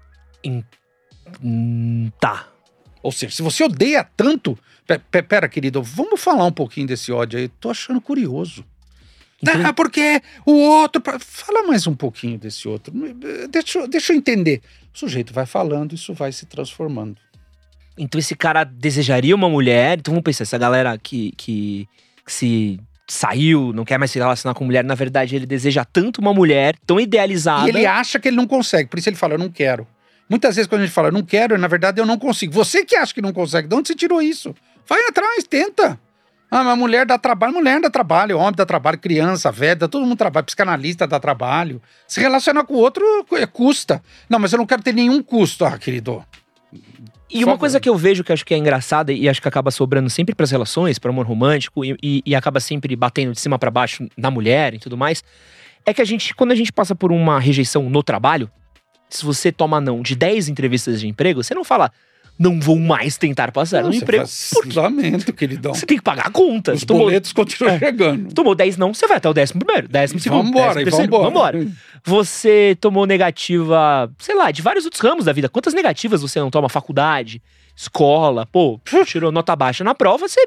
Tá. Ou seja, se você odeia tanto... Pera, querido, vamos falar um pouquinho desse ódio aí. Tô achando curioso. Então... porque o outro... Fala mais um pouquinho desse outro. Deixa eu entender. O sujeito vai falando, isso vai se transformando. Então esse cara desejaria uma mulher. Então vamos pensar, essa galera que se saiu, não quer mais se relacionar com mulher, na verdade ele deseja tanto uma mulher, tão idealizada. E ele acha que ele não consegue, por isso ele fala, eu não quero. Muitas vezes quando a gente fala, eu não quero, na verdade eu não consigo. Você que acha que não consegue, de onde você tirou isso? Vai atrás, tenta. Mas a mulher dá trabalho, homem dá trabalho, criança, velha, todo mundo trabalha, psicanalista dá trabalho. Se relacionar com o outro custa. Não, mas eu não quero ter nenhum custo, querido. E uma coisa que eu vejo que acho que é engraçada e acho que acaba sobrando sempre pras relações, pro amor romântico e acaba sempre batendo de cima pra baixo na mulher e tudo mais, é que quando a gente passa por uma rejeição no trabalho, se você toma não de 10 entrevistas de emprego, você não fala, não vou mais tentar passar no emprego. Lamento, queridão. Você tem que pagar a conta. Os boletos continuam chegando. Tomou 10 não, você vai até o 11º, 12º, vambora. Você tomou negativa, sei lá, de vários outros ramos da vida. Quantas negativas você não toma? Faculdade, escola, tirou nota baixa na prova, você,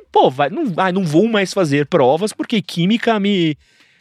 não vou mais fazer provas porque química me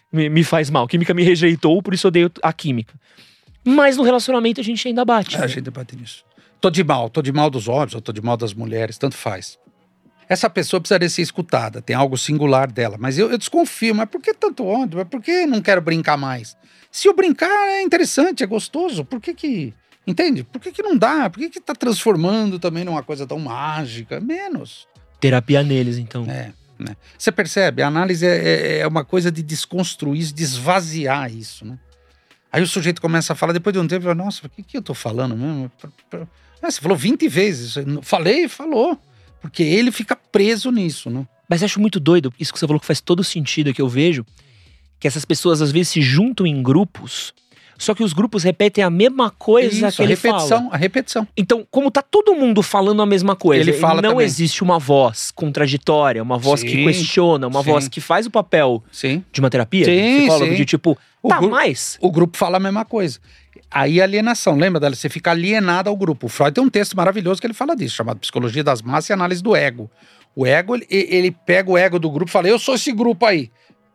faz mal. Química me rejeitou, por isso eu odeio a química. Mas no relacionamento a gente ainda bate. A gente bate nisso. Tô de mal dos homens, ou tô de mal das mulheres, tanto faz. Essa pessoa precisaria ser escutada, tem algo singular dela. Mas eu desconfio, mas por que tanto ódio? Mas por que não quero brincar mais? Se eu brincar é interessante, é gostoso, por que... Entende? Por que não dá? Por que tá transformando também numa coisa tão mágica? Menos. Terapia neles, então. Né? Você percebe? A análise é uma coisa de desconstruir, de esvaziar isso, né? Aí o sujeito começa a falar, depois de um tempo, nossa, o que eu tô falando mesmo? Você falou 20 vezes. Falou. Porque ele fica preso nisso, né? Mas eu acho muito doido, isso que você falou que faz todo sentido, que eu vejo, que essas pessoas às vezes se juntam em grupos, só que os grupos repetem a mesma coisa que ele fala. A repetição. Então, como tá todo mundo falando a mesma coisa, ele fala não também. Existe uma voz contraditória, uma voz que questiona, uma voz que faz o papel de uma terapia, psicólogo, de tipo, mais. O grupo fala a mesma coisa. Aí alienação, lembra dela? Você fica alienado ao grupo. O Freud tem um texto maravilhoso que ele fala disso, chamado Psicologia das Massas e Análise do Ego. O ego, ele pega o ego do grupo e fala, eu sou esse grupo aí.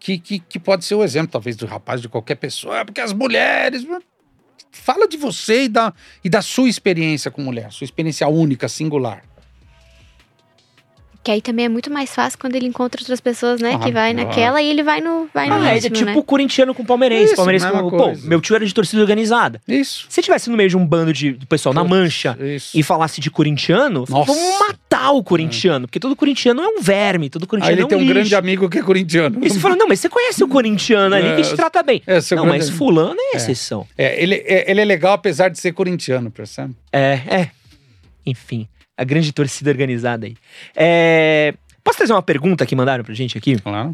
Que pode ser o exemplo, talvez, do rapaz, de qualquer pessoa. Porque as mulheres... Fala de você e da sua experiência com mulher. Sua experiência única, singular. Que aí também é muito mais fácil quando ele encontra outras pessoas, né? Que vai naquela e ele vai no ritmo, é tipo o corintiano com o palmeirense. Palmeirense meu tio era de torcida organizada. Isso. Se tivesse no meio de um bando de pessoal na mancha e falasse de corintiano, vamos matar o corintiano. Porque todo corintiano é um verme, todo corintiano é um lixo. Aí ele tem um grande amigo que é corintiano. E você fala, não, mas você conhece o corintiano ali que te trata bem. Não, mas fulano é exceção. Ele é legal apesar de ser corintiano, percebe? Enfim. A grande torcida organizada aí. Posso trazer uma pergunta que mandaram pra gente aqui? Claro.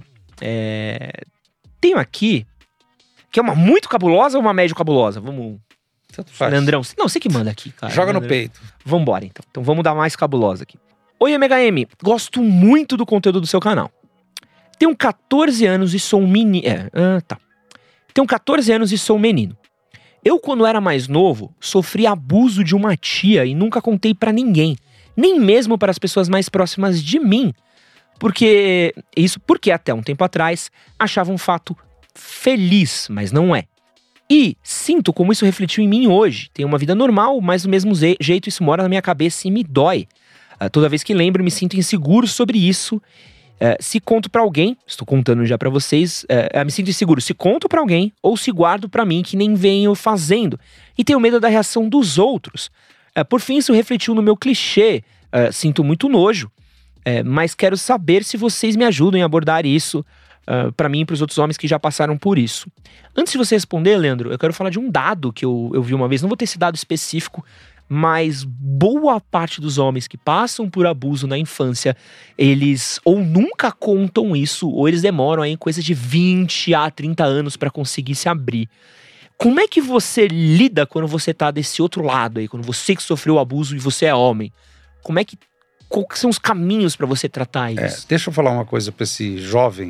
Tenho aqui, que é uma muito cabulosa ou uma médio cabulosa? Vamos... Tanto faz. Leandrão, não, você que manda aqui, cara. Joga no peito. Vambora, então. Então vamos dar mais cabulosa aqui. Oi, MHM. Gosto muito do conteúdo do seu canal. Tenho 14 anos e sou um menino... Tenho 14 anos e sou um menino. Eu, quando era mais novo, sofri abuso de uma tia e nunca contei pra ninguém. Nem mesmo para as pessoas mais próximas de mim. Porque até um tempo atrás achava um fato feliz, mas não é. E sinto como isso refletiu em mim hoje. Tenho uma vida normal, mas do mesmo jeito isso mora na minha cabeça e me dói. Toda vez que lembro, me sinto inseguro sobre isso. Se conto pra alguém, estou contando já pra vocês, me sinto inseguro se conto pra alguém ou se guardo pra mim que nem venho fazendo. E tenho medo da reação dos outros. Por fim, isso refletiu no meu clichê. Sinto muito nojo, mas quero saber se vocês me ajudam em abordar isso pra mim e pros outros homens que já passaram por isso. Antes de você responder, Leandro, eu quero falar de um dado que eu vi uma vez. Não vou ter esse dado específico, mas boa parte dos homens que passam por abuso na infância, eles ou nunca contam isso, ou eles demoram aí coisa de 20 a 30 anos pra conseguir se abrir. Como é que você lida quando você tá desse outro lado aí, quando você que sofreu abuso e você é homem? Quais são os caminhos pra você tratar isso? Deixa eu falar uma coisa pra esse jovem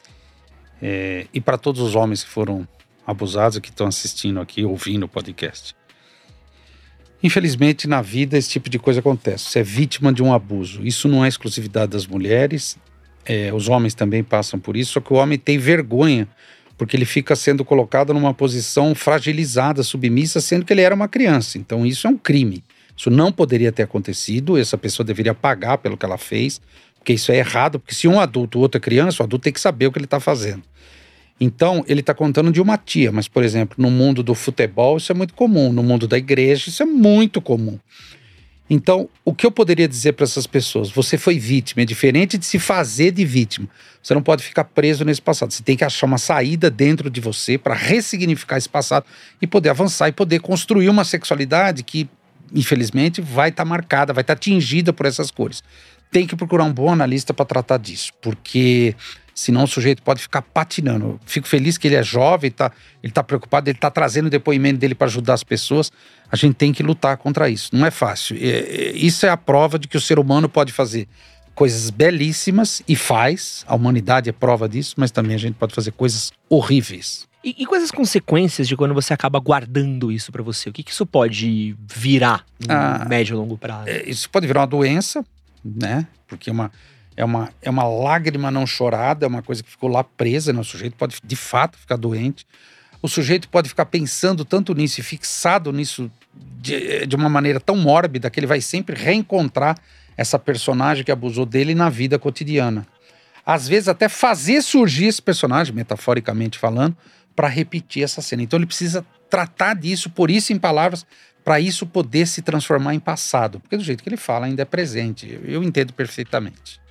e pra todos os homens que foram abusados e que estão assistindo aqui, ouvindo o podcast. Infelizmente, na vida, esse tipo de coisa acontece. Você é vítima de um abuso. Isso não é exclusividade das mulheres. Os homens também passam por isso. Só que o homem tem vergonha, porque ele fica sendo colocado numa posição fragilizada, submissa, sendo que ele era uma criança. Então, isso é um crime. Isso não poderia ter acontecido. Essa pessoa deveria pagar pelo que ela fez, porque isso é errado. Porque se um adulto, outra criança, o adulto tem que saber o que ele está fazendo. Então, ele está contando de uma tia, mas, por exemplo, no mundo do futebol isso é muito comum, no mundo da igreja isso é muito comum. Então, o que eu poderia dizer para essas pessoas? Você foi vítima, é diferente de se fazer de vítima. Você não pode ficar preso nesse passado, você tem que achar uma saída dentro de você para ressignificar esse passado e poder avançar e poder construir uma sexualidade que infelizmente, vai estar marcada, vai estar atingida por essas cores. Tem que procurar um bom analista para tratar disso, porque senão o sujeito pode ficar patinando. Eu fico feliz que ele é jovem, ele tá preocupado, ele está trazendo o depoimento dele para ajudar as pessoas. A gente tem que lutar contra isso. Não é fácil. Isso é a prova de que o ser humano pode fazer coisas belíssimas, e faz. A humanidade é prova disso, mas também a gente pode fazer coisas horríveis. E quais as consequências de quando você acaba guardando isso pra você? O que isso pode virar no médio e longo prazo? Isso pode virar uma doença, né? Porque é uma lágrima não chorada, é uma coisa que ficou lá presa, né? O sujeito pode, de fato, ficar doente. O sujeito pode ficar pensando tanto nisso e fixado nisso de uma maneira tão mórbida que ele vai sempre reencontrar essa personagem que abusou dele na vida cotidiana. Às vezes até fazer surgir esse personagem, metaforicamente falando, para repetir essa cena. Então ele precisa tratar disso, pôr isso em palavras, para isso poder se transformar em passado. Porque do jeito que ele fala ainda é presente. Eu entendo perfeitamente.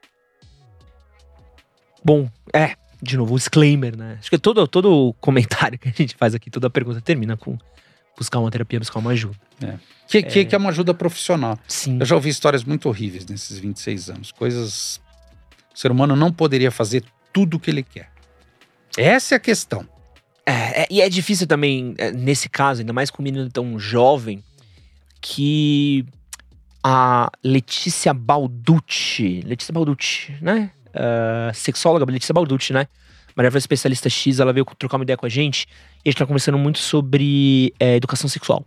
Bom, de novo, um disclaimer, né? Acho que todo comentário que a gente faz aqui, toda pergunta termina com buscar uma terapia, buscar uma ajuda. Que é uma ajuda profissional. Sim. Eu já ouvi histórias muito horríveis nesses 26 anos. Coisas... O ser humano não poderia fazer tudo o que ele quer. Essa é a questão. E é difícil também, nesse caso, ainda mais com um menino tão jovem, que a Letícia Balducci, né? Sexóloga Letícia Balducci, né? Maravilhosa especialista X, ela veio trocar uma ideia com a gente e a gente tá conversando muito sobre educação sexual.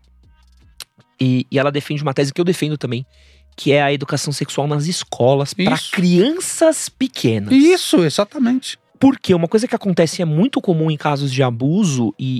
E ela defende uma tese que eu defendo também, que é a educação sexual nas escolas para crianças pequenas. Isso, exatamente. Porque uma coisa que acontece é muito comum em casos de abuso e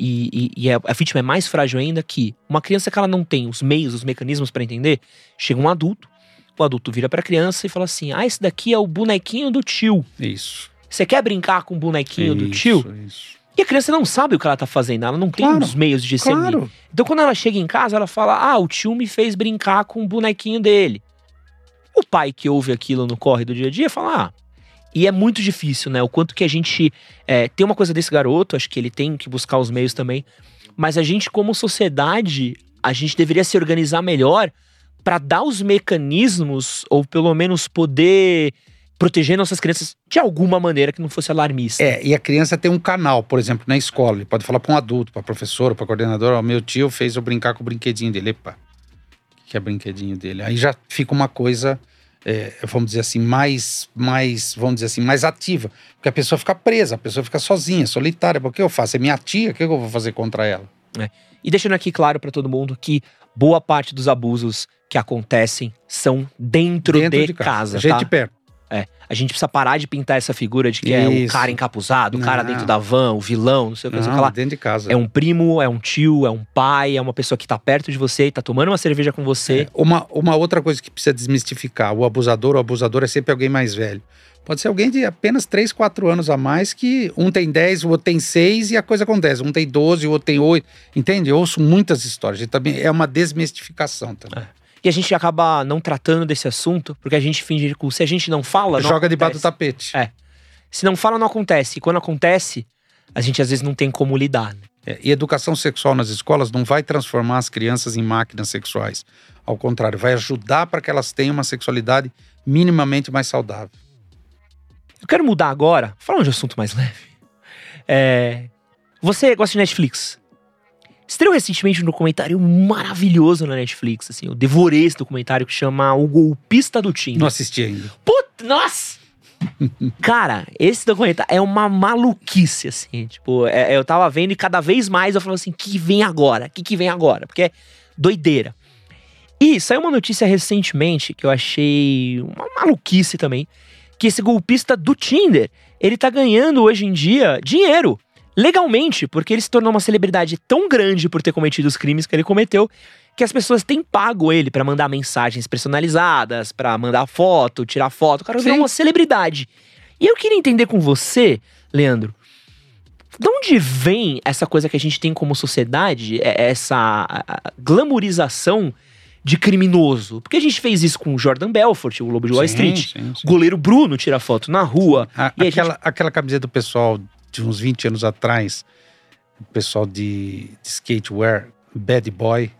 a vítima é mais frágil ainda, que uma criança que ela não tem os meios, os mecanismos para entender, chega um adulto, o adulto vira pra criança e fala assim, esse daqui é o bonequinho do tio. Isso. Você quer brincar com o bonequinho do tio? Isso. E a criança não sabe o que ela tá fazendo, ela não tem os meios de discernir. Claro. Então quando ela chega em casa, ela fala, o tio me fez brincar com o bonequinho dele. O pai que ouve aquilo no corre do dia a dia fala, e é muito difícil, né? O quanto que a gente tem uma coisa desse garoto, acho que ele tem que buscar os meios também, mas a gente como sociedade, a gente deveria se organizar melhor para dar os mecanismos, ou pelo menos poder proteger nossas crianças de alguma maneira que não fosse alarmista. E a criança tem um canal, por exemplo, na escola. Ele pode falar para um adulto, para professora, para coordenadora, meu tio fez eu brincar com o brinquedinho dele. Epa, o que é brinquedinho dele? Aí já fica uma coisa, vamos dizer assim, mais ativa. Porque a pessoa fica presa, a pessoa fica sozinha, solitária. O que eu faço? É minha tia, o que eu vou fazer contra ela? E deixando aqui claro para todo mundo que boa parte dos abusos que acontecem são dentro de casa, gente perto. A gente precisa parar de pintar essa figura de que é o cara encapuzado, o cara dentro da van, o vilão, não sei o que, lá. Dentro de casa. É um primo, é um tio, é um pai, é uma pessoa que tá perto de você e tá tomando uma cerveja com você. Uma outra coisa que precisa desmistificar, o abusador é sempre alguém mais velho. Pode ser alguém de apenas 3, 4 anos a mais, que um tem 10, o outro tem 6 e a coisa acontece. Um tem 12, o outro tem 8. Entende? Eu ouço muitas histórias. Também é uma desmistificação também. E a gente acaba não tratando desse assunto, porque a gente finge que se a gente não fala, não joga acontece. Debaixo do tapete. Se não fala, não acontece. E quando acontece, a gente às vezes não tem como lidar. Né? E educação sexual nas escolas não vai transformar as crianças em máquinas sexuais. Ao contrário, vai ajudar para que elas tenham uma sexualidade minimamente mais saudável. Eu quero mudar agora, falar de um assunto mais leve. Você gosta de Netflix? Estreou recentemente um documentário maravilhoso na Netflix, assim, eu devorei esse documentário que chama O Golpista do Tinder. Não assisti ainda. Puta, nossa! Cara, esse documentário é uma maluquice, assim, tipo, eu tava vendo e cada vez mais eu falava assim, que vem agora? Que vem agora? Porque é doideira. E saiu uma notícia recentemente que eu achei uma maluquice também, que esse golpista do Tinder, ele tá ganhando hoje em dia dinheiro. Legalmente, porque ele se tornou uma celebridade tão grande por ter cometido os crimes que ele cometeu, que as pessoas têm pago ele pra mandar mensagens personalizadas, pra mandar foto, tirar foto. O cara virou uma celebridade. E eu queria entender com você, Leandro, de onde vem essa coisa que a gente tem como sociedade, essa glamourização de criminoso? Porque a gente fez isso com o Jordan Belfort, o Lobo de Wall Street. Sim. Goleiro Bruno tira foto na rua. Aquela camiseta do pessoal de uns 20 anos atrás, o pessoal de skatewear, bad boy.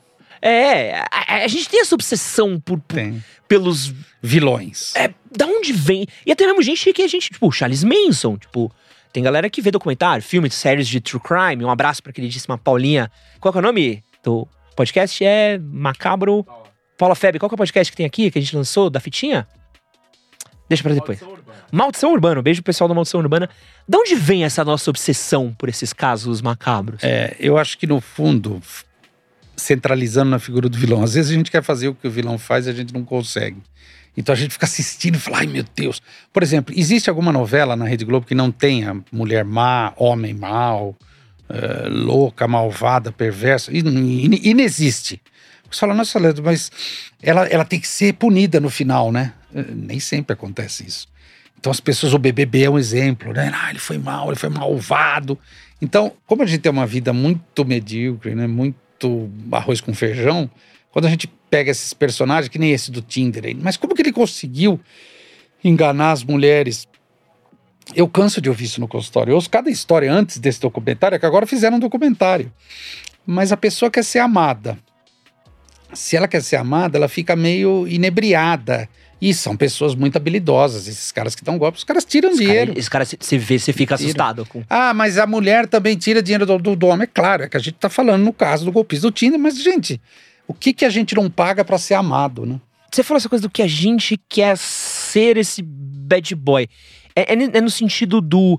A gente tem essa obsessão pelos vilões. Da onde vem? E até mesmo gente que a gente, tipo, Charles Manson, tipo, tem galera que vê documentário, filmes, séries de true crime. Um abraço pra queridíssima Paulinha. Qual que é o nome do podcast? É Macabro. Paula Febre, qual que é o podcast que tem aqui, que a gente lançou, da fitinha? Deixa pra depois. Maldição Urbana. Beijo pro pessoal da Maldição Urbana. De onde vem essa nossa obsessão por esses casos macabros? Eu acho que no fundo, centralizando na figura do vilão, às vezes a gente quer fazer o que o vilão faz e a gente não consegue. Então a gente fica assistindo e fala, ai meu Deus. Por exemplo, existe alguma novela na Rede Globo que não tenha mulher má, homem mau, louca, malvada, perversa? Inexiste. Você fala, nossa, Leandro, mas ela tem que ser punida no final, né? Nem sempre acontece isso. Então as pessoas, o BBB é um exemplo, né? Ele foi mal, ele foi malvado. Então, como a gente tem uma vida muito medíocre, né? Muito arroz com feijão, quando a gente pega esses personagens, que nem esse do Tinder aí, mas como que ele conseguiu enganar as mulheres? Eu canso de ouvir isso no consultório. Eu ouço cada história antes desse documentário, que agora fizeram um documentário. Mas a pessoa quer ser amada. Se ela quer ser amada, ela fica meio inebriada. E são pessoas muito habilidosas. Esses caras que dão golpe, os caras tiram dinheiro. Esse cara, você vê, você fica assustado. Mas a mulher também tira dinheiro do homem. É claro, é que a gente tá falando no caso do golpista do Tinder. Mas, gente, o que a gente não paga pra ser amado, né? Você falou essa coisa do que a gente quer ser esse bad boy. É no sentido do...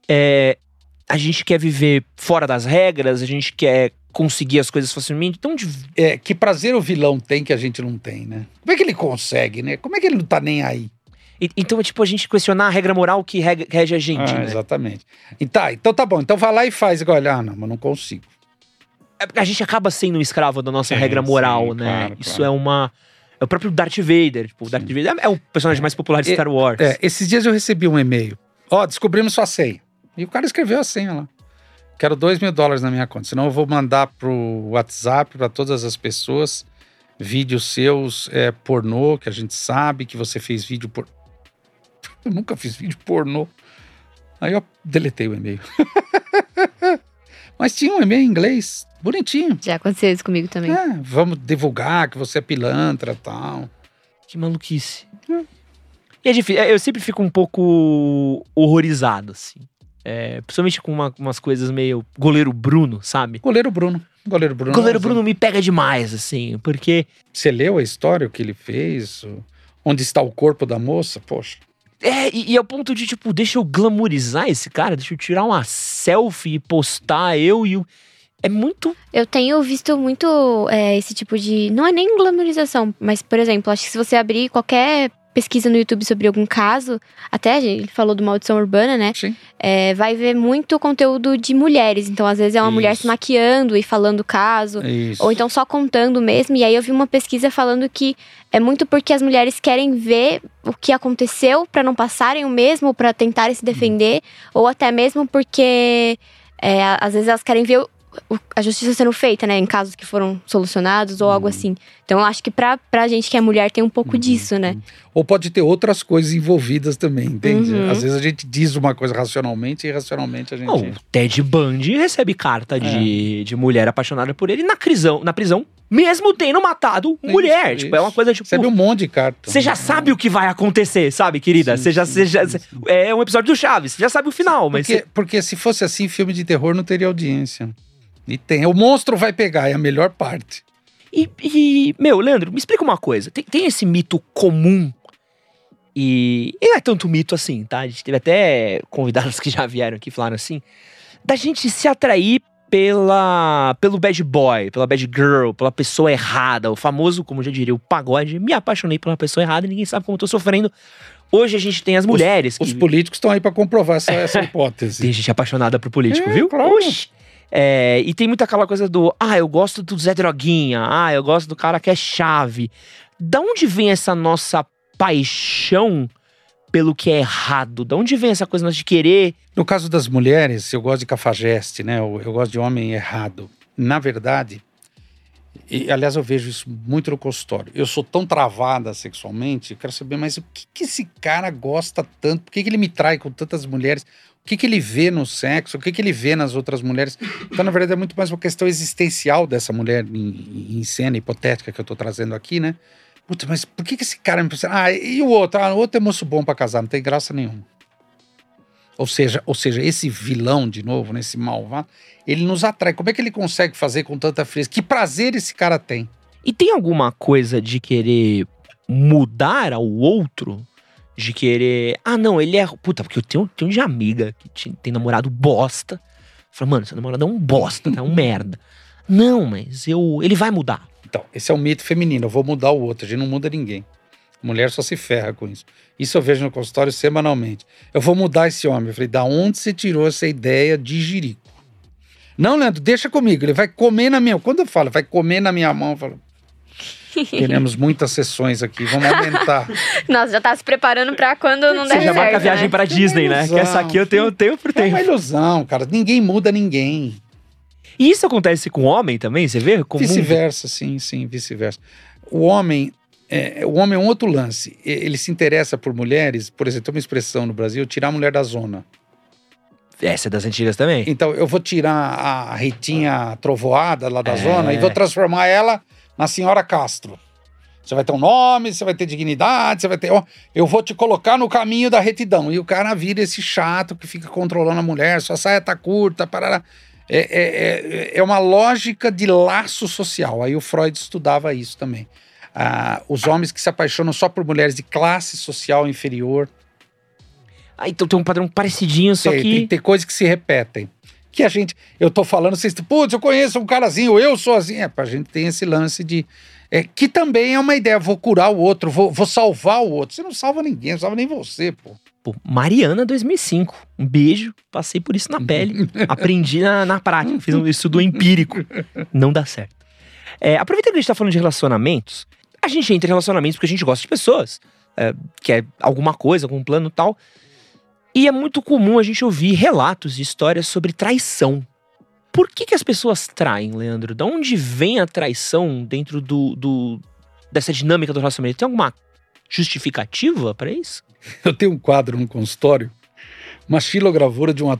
a gente quer viver fora das regras, a gente quer conseguir as coisas facilmente. Então, que prazer o vilão tem que a gente não tem, né? Como é que ele consegue, né? Como é que ele não tá nem aí? Então é tipo a gente questionar a regra moral que rege a gente, né? Exatamente. Então tá bom. Então vai lá e faz igual. Não, mas não consigo. A gente acaba sendo um escravo da nossa regra moral, né? Claro, Isso claro. É o próprio Darth Vader. Tipo, o Darth Vader é o personagem mais popular de Star Wars. Esses dias eu recebi um e-mail. Descobrimos sua senha. E o cara escreveu a senha lá. Quero $2.000 na minha conta, senão eu vou mandar pro WhatsApp para todas as pessoas vídeos seus pornô, que a gente sabe que você fez vídeo pornô. Eu nunca fiz vídeo pornô. Aí eu deletei o e-mail. Mas tinha um e-mail em inglês, bonitinho. Já aconteceu isso comigo também. Vamos divulgar que você é pilantra e tal. Que maluquice. E é difícil, eu sempre fico um pouco horrorizado, assim. Principalmente com umas coisas meio Goleiro Bruno, sabe? Goleiro Bruno me pega demais, assim, porque... Você leu a história, o que ele fez? Onde está o corpo da moça? Poxa. E ao ponto de, tipo, deixa eu glamourizar esse cara, deixa eu tirar uma selfie e postar é muito... Eu tenho visto muito esse tipo de... Não é nem glamourização, mas, por exemplo, acho que se você abrir qualquer pesquisa no YouTube sobre algum caso, até ele falou do Maldição Urbana, né? Sim. Vai ver muito conteúdo de mulheres. Então, às vezes, é uma mulher se maquiando e falando o caso. Isso. Ou então só contando mesmo. E aí eu vi uma pesquisa falando que é muito porque as mulheres querem ver o que aconteceu pra não passarem o mesmo, pra tentarem se defender. Ou até mesmo porque às vezes elas querem ver a justiça sendo feita, né? Em casos que foram solucionados ou algo assim. Então eu acho que pra gente que é mulher tem um pouco disso, né? Ou pode ter outras coisas envolvidas também, entende? Às vezes a gente diz uma coisa racionalmente e irracionalmente a gente... O Ted Bundy recebe carta de mulher apaixonada por ele na prisão, mesmo tendo matado mulher. Tipo, é uma coisa tipo... Recebe um monte de carta. Você já sabe o que vai acontecer, sabe, querida? Sim. É um episódio do Chaves, você já sabe o final, mas... Porque se fosse assim, filme de terror não teria audiência. E tem. O monstro vai pegar, é a melhor parte. Meu, Leandro, me explica uma coisa. Tem esse mito comum e não é tanto mito assim, tá? A gente teve até convidados que já vieram aqui e falaram assim, da gente se atrair pelo bad boy, pela bad girl, pela pessoa errada, o famoso, como já diria, o pagode, me apaixonei por uma pessoa errada e ninguém sabe como eu tô sofrendo. Hoje a gente tem as mulheres Os políticos estão aí pra comprovar essa hipótese. Tem gente apaixonada por político, viu? Claro. Oxi. E tem muita aquela coisa do, eu gosto do Zé Droguinha, eu gosto do cara que é chave. Da onde vem essa nossa paixão pelo que é errado? Da onde vem essa coisa de querer? No caso das mulheres, eu gosto de cafajeste, né? Eu gosto de homem errado. Na verdade, aliás, eu vejo isso muito no consultório. Eu sou tão travada sexualmente, eu quero saber, mas o que esse cara gosta tanto? Por que ele me trai com tantas mulheres? O que ele vê no sexo, o que ele vê nas outras mulheres. Então, na verdade, é muito mais uma questão existencial dessa mulher em cena hipotética que eu tô trazendo aqui, né? Puta, mas por que esse cara me pensa? E o outro? O outro é moço bom pra casar, não tem graça nenhuma. Ou seja, esse vilão, de novo, né, esse malvado, ele nos atrai. Como é que ele consegue fazer com tanta frieza? Que prazer esse cara tem? E tem alguma coisa de querer mudar ao outro? De querer... não, ele é... Puta, porque eu tenho de amiga que tem namorado bosta. Fala, mano, seu namorado é um bosta, é um merda. Não, mas ele vai mudar. Então, esse é o mito feminino. Eu vou mudar o outro. A gente não muda ninguém. Mulher só se ferra com isso. Isso eu vejo no consultório semanalmente. Eu vou mudar esse homem. Eu falei, da onde você tirou essa ideia de jirico? Não, Leandro, deixa comigo. Ele vai comer na minha... Quando eu falo, vai comer na minha mão, eu falo... Teremos muitas sessões aqui, vamos aumentar. Nossa, já tá se preparando pra quando não der certo. Você já marca a viagem pra Disney, né? Que essa aqui eu tenho por tempo. É uma ilusão, cara. Ninguém muda ninguém. E isso acontece com o homem também, você vê? Vice-versa, sim, vice-versa. O homem é um outro lance. Ele se interessa por mulheres, por exemplo, tem uma expressão no Brasil, tirar a mulher da zona. Essa é das antigas também. Então, eu vou tirar a Ritinha trovoada lá da zona e vou transformar ela na senhora Castro. Você vai ter um nome, você vai ter dignidade, você vai ter... eu vou te colocar no caminho da retidão. E o cara vira esse chato que fica controlando a mulher, sua saia tá curta, parará. É uma lógica de laço social. Aí o Freud estudava isso também. Os homens que se apaixonam só por mulheres de classe social inferior. Então tem um padrão parecidinho, só que... Tem coisas que se repetem. Que eu tô falando, vocês, putz, eu conheço um cara assim, ou eu sou assim. Pra gente tem esse lance de... que também é uma ideia, vou curar o outro, vou salvar o outro. Você não salva ninguém, não salva nem você, pô. Pô, Mariana 2005, um beijo, passei por isso na pele, aprendi na prática, fiz um estudo empírico, não dá certo. Aproveitando que a gente tá falando de relacionamentos, a gente entra em relacionamentos porque a gente gosta de pessoas, quer alguma coisa, algum plano e tal, e é muito comum a gente ouvir relatos e histórias sobre traição. Por que as pessoas traem, Leandro? De onde vem a traição dentro dessa dinâmica do relacionamento? Tem alguma justificativa para isso? Eu tenho um quadro no consultório, uma xilogravura de um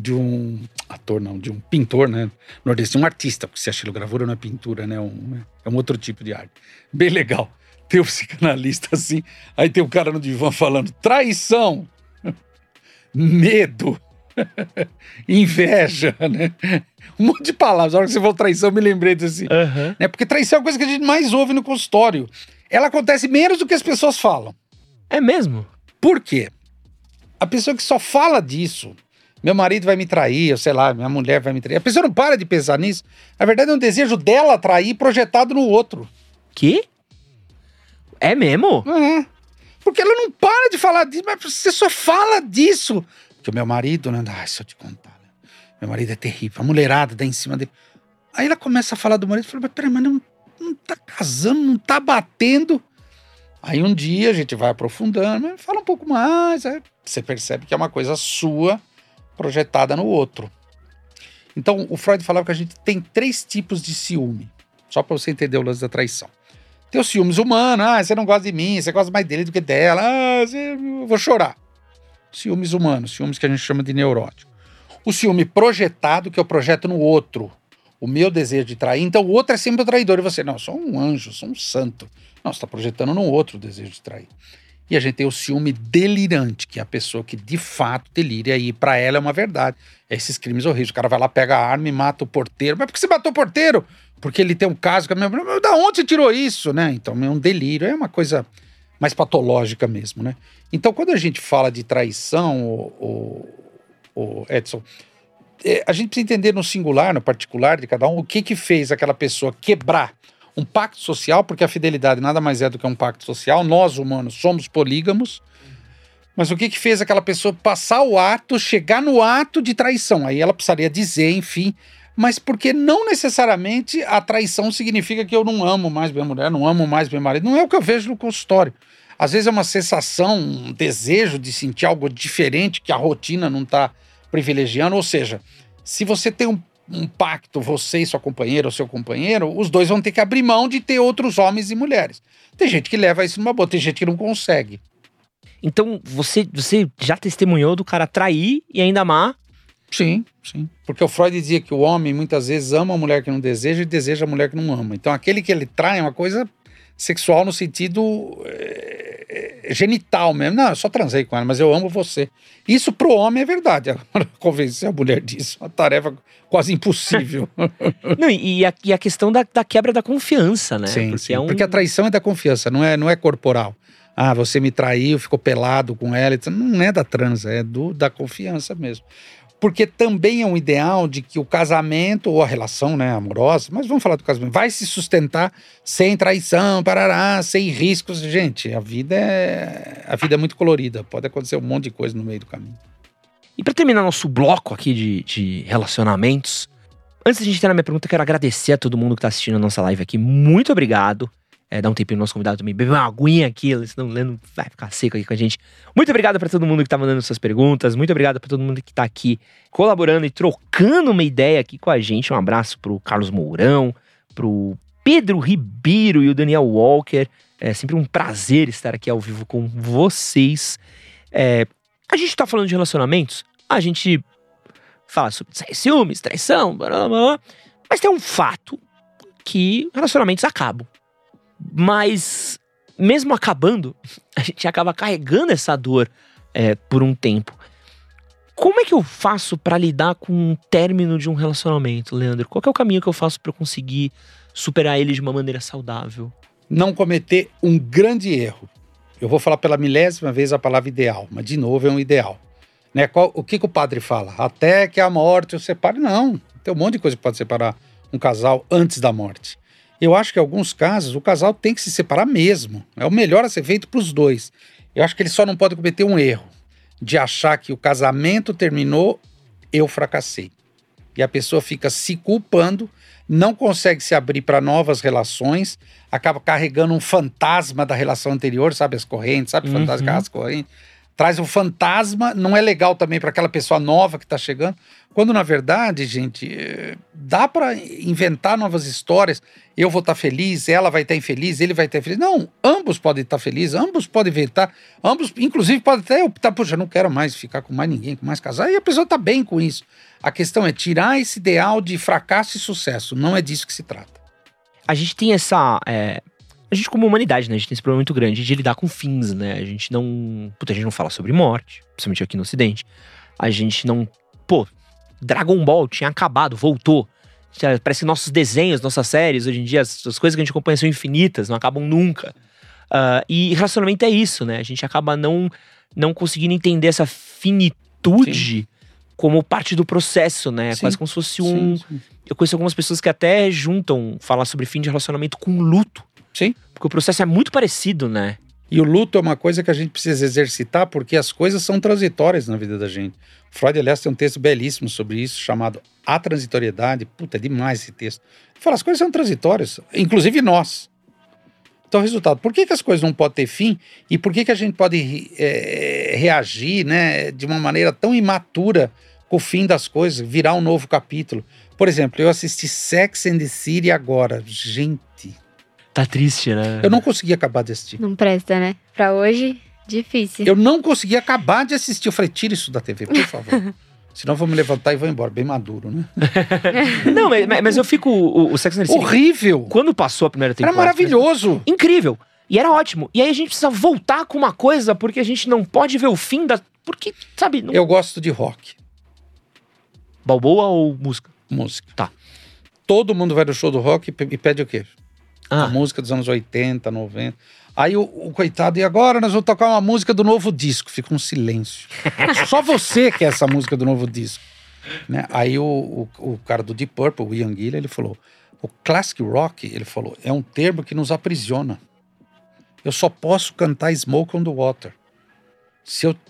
pintor, né? Nordestino, um artista, porque se a xilogravura não é pintura, né? É um outro tipo de arte. Bem legal. Tem o psicanalista assim, aí tem o cara no divã falando traição, medo, inveja, né? Um monte de palavras. A hora que você falou traição, eu me lembrei disso assim. Né? Porque traição é a coisa que a gente mais ouve no consultório. Ela acontece menos do que as pessoas falam. É mesmo? Por quê? A pessoa que só fala disso, meu marido vai me trair, ou sei lá, minha mulher vai me trair. A pessoa não para de pensar nisso. Na verdade, é um desejo dela trair projetado no outro. Que? É mesmo? É. Porque ela não para de falar disso, mas você só fala disso. Porque o meu marido, né? Se eu te contar, né? Meu marido é terrível. A mulherada dá em cima dele. Aí ela começa a falar do marido e fala, mas peraí, mas não tá casando, não tá batendo. Aí um dia a gente vai aprofundando, fala um pouco mais, aí você percebe que é uma coisa sua projetada no outro. Então o Freud falava que a gente tem 3 tipos de ciúme, só para você entender o lance da traição. Tem os ciúmes humanos, você não gosta de mim, você gosta mais dele do que dela, eu vou chorar. Ciúmes humanos, ciúmes que a gente chama de neurótico. O ciúme projetado, que eu projeto no outro, o meu desejo de trair, então o outro é sempre o traidor, e você, não, eu sou um anjo, sou um santo. Não, você está projetando no outro o desejo de trair. E a gente tem o ciúme delirante, que é a pessoa que de fato delira, e para ela é uma verdade. É esses crimes horríveis. O cara vai lá, pega a arma e mata o porteiro. Mas por que você matou o porteiro? Porque ele tem um caso com a minha mulher. Da onde você tirou isso, né? Então é um delírio, é uma coisa mais patológica mesmo, né? Então quando a gente fala de traição, o Edson, a gente precisa entender no singular, no particular de cada um, o que fez aquela pessoa quebrar um pacto social, porque a fidelidade nada mais é do que um pacto social. Nós, humanos, somos polígamos. Mas o que fez aquela pessoa passar o ato, chegar no ato de traição? Aí ela precisaria dizer, enfim, mas porque não necessariamente a traição significa que eu não amo mais minha mulher, não amo mais meu marido. Não é o que eu vejo no consultório. Às vezes é uma sensação, um desejo de sentir algo diferente que a rotina não está privilegiando. Ou seja, se você tem um pacto, você e sua companheira ou seu companheiro, os dois vão ter que abrir mão de ter outros homens e mulheres. Tem gente que leva isso numa boa, tem gente que não consegue. Então, você já testemunhou do cara trair e ainda amar? Sim. Porque o Freud dizia que o homem muitas vezes ama a mulher que não deseja e deseja a mulher que não ama. Então aquele que ele trai é uma coisa sexual no sentido genital mesmo. Não, eu só transei com ela, mas eu amo você. Isso pro homem é verdade. Agora, convencer a mulher disso é uma tarefa quase impossível. Não, e a questão da quebra da confiança, né? Sim, Porque porque a traição é da confiança, não é corporal. Ah, você me traiu, ficou pelado com ela. Não é da transa, é da confiança mesmo. Porque também é um ideal de que o casamento, ou a relação, né, amorosa, mas vamos falar do casamento, vai se sustentar sem traição, parará, sem riscos. Gente, a vida é muito colorida, pode acontecer um monte de coisa no meio do caminho. E para terminar nosso bloco aqui de relacionamentos, antes de a gente ter na minha pergunta, eu quero agradecer a todo mundo que tá assistindo a nossa live aqui. Muito obrigado. Dá um tempinho no nosso convidado também, beber uma aguinha aqui, senão o Leandro vai ficar seco aqui com a gente. Muito obrigado para todo mundo que tá mandando suas perguntas, muito obrigado para todo mundo que tá aqui colaborando e trocando uma ideia aqui com a gente. Um abraço pro Carlos Mourão, pro Pedro Ribeiro e o Daniel Walker. É sempre um prazer estar aqui ao vivo com vocês. A gente tá falando de relacionamentos, a gente fala sobre ciúmes, traição, blá, blá, blá, mas tem um fato que relacionamentos acabam. Mas, mesmo acabando, a gente acaba carregando essa dor por um tempo. Como é que eu faço pra lidar com o término de um relacionamento, Leandro? Qual que é o caminho que eu faço pra conseguir superar ele de uma maneira saudável? Não cometer um grande erro. Eu vou falar pela 1000ª vez a palavra ideal, mas de novo é um ideal. Né? O que o padre fala? Até que a morte o separe? Não. Tem um monte de coisa que pode separar um casal antes da morte. Eu acho que em alguns casos o casal tem que se separar mesmo. É o melhor a ser feito para os dois. Eu acho que ele só não pode cometer um erro de achar que o casamento terminou, eu fracassei. E a pessoa fica se culpando, não consegue se abrir para novas relações, acaba carregando um fantasma da relação anterior, sabe as correntes, sabe fantasma, as correntes. Traz um fantasma, não é legal também para aquela pessoa nova que está chegando. Quando, na verdade, gente, dá para inventar novas histórias. Eu vou estar feliz, ela vai estar infeliz, ele vai estar infeliz. Não, ambos podem estar felizes, ambos podem inventar, ambos, inclusive, podem até optar, puxa, eu não quero mais ficar com mais ninguém, com mais casar, e a pessoa está bem com isso. A questão é tirar esse ideal de fracasso e sucesso, não é disso que se trata. A gente tem essa... A gente, como humanidade, né? A gente tem esse problema muito grande de lidar com fins, né? A gente não fala sobre morte, principalmente aqui no Ocidente. A gente não... Dragon Ball tinha acabado, voltou. Parece que nossos desenhos, nossas séries, hoje em dia, as coisas que a gente acompanha são infinitas, não acabam nunca. E relacionamento é isso, né? A gente acaba não conseguindo entender essa finitude Sim. como parte do processo, né? Sim. Quase como se fosse Sim. Eu conheço algumas pessoas que até juntam falar sobre fim de relacionamento com luto. Sim. Porque o processo é muito parecido, né? E o luto é uma coisa que a gente precisa exercitar porque as coisas são transitórias na vida da gente. Freud, aliás, tem um texto belíssimo sobre isso, chamado A Transitoriedade. Puta, é demais esse texto. Ele fala, as coisas são transitórias, inclusive nós. Então, resultado, por que as coisas não podem ter fim? E por que a gente pode reagir, né, de uma maneira tão imatura com o fim das coisas, virar um novo capítulo? Por exemplo, eu assisti Sex and the City agora. Gente... Tá triste, né? Eu não consegui acabar de assistir. Não presta, né? Pra hoje, difícil. Eu não consegui acabar de assistir. Eu falei, tira isso da TV, por favor. Senão eu vou me levantar e vou embora. Bem maduro, né? Não, mas eu fico... O Sex and the City... Horrível! Quando passou a primeira temporada... Era maravilhoso! Incrível! E era ótimo. E aí a gente precisa voltar com uma coisa porque a gente não pode ver o fim da... Porque, sabe... Não... Eu gosto de rock. Balboa ou música? Música. Tá. Todo mundo vai no show do rock e pede o quê? A música dos anos 80, 90. Aí o coitado, e agora nós vamos tocar uma música do novo disco. Fica um silêncio. Só você quer essa música do novo disco. Né? Aí o cara do Deep Purple, o Ian Gillan, ele falou, o classic rock, ele falou, é um termo que nos aprisiona. Eu só posso cantar Smoke on the Water. Se eu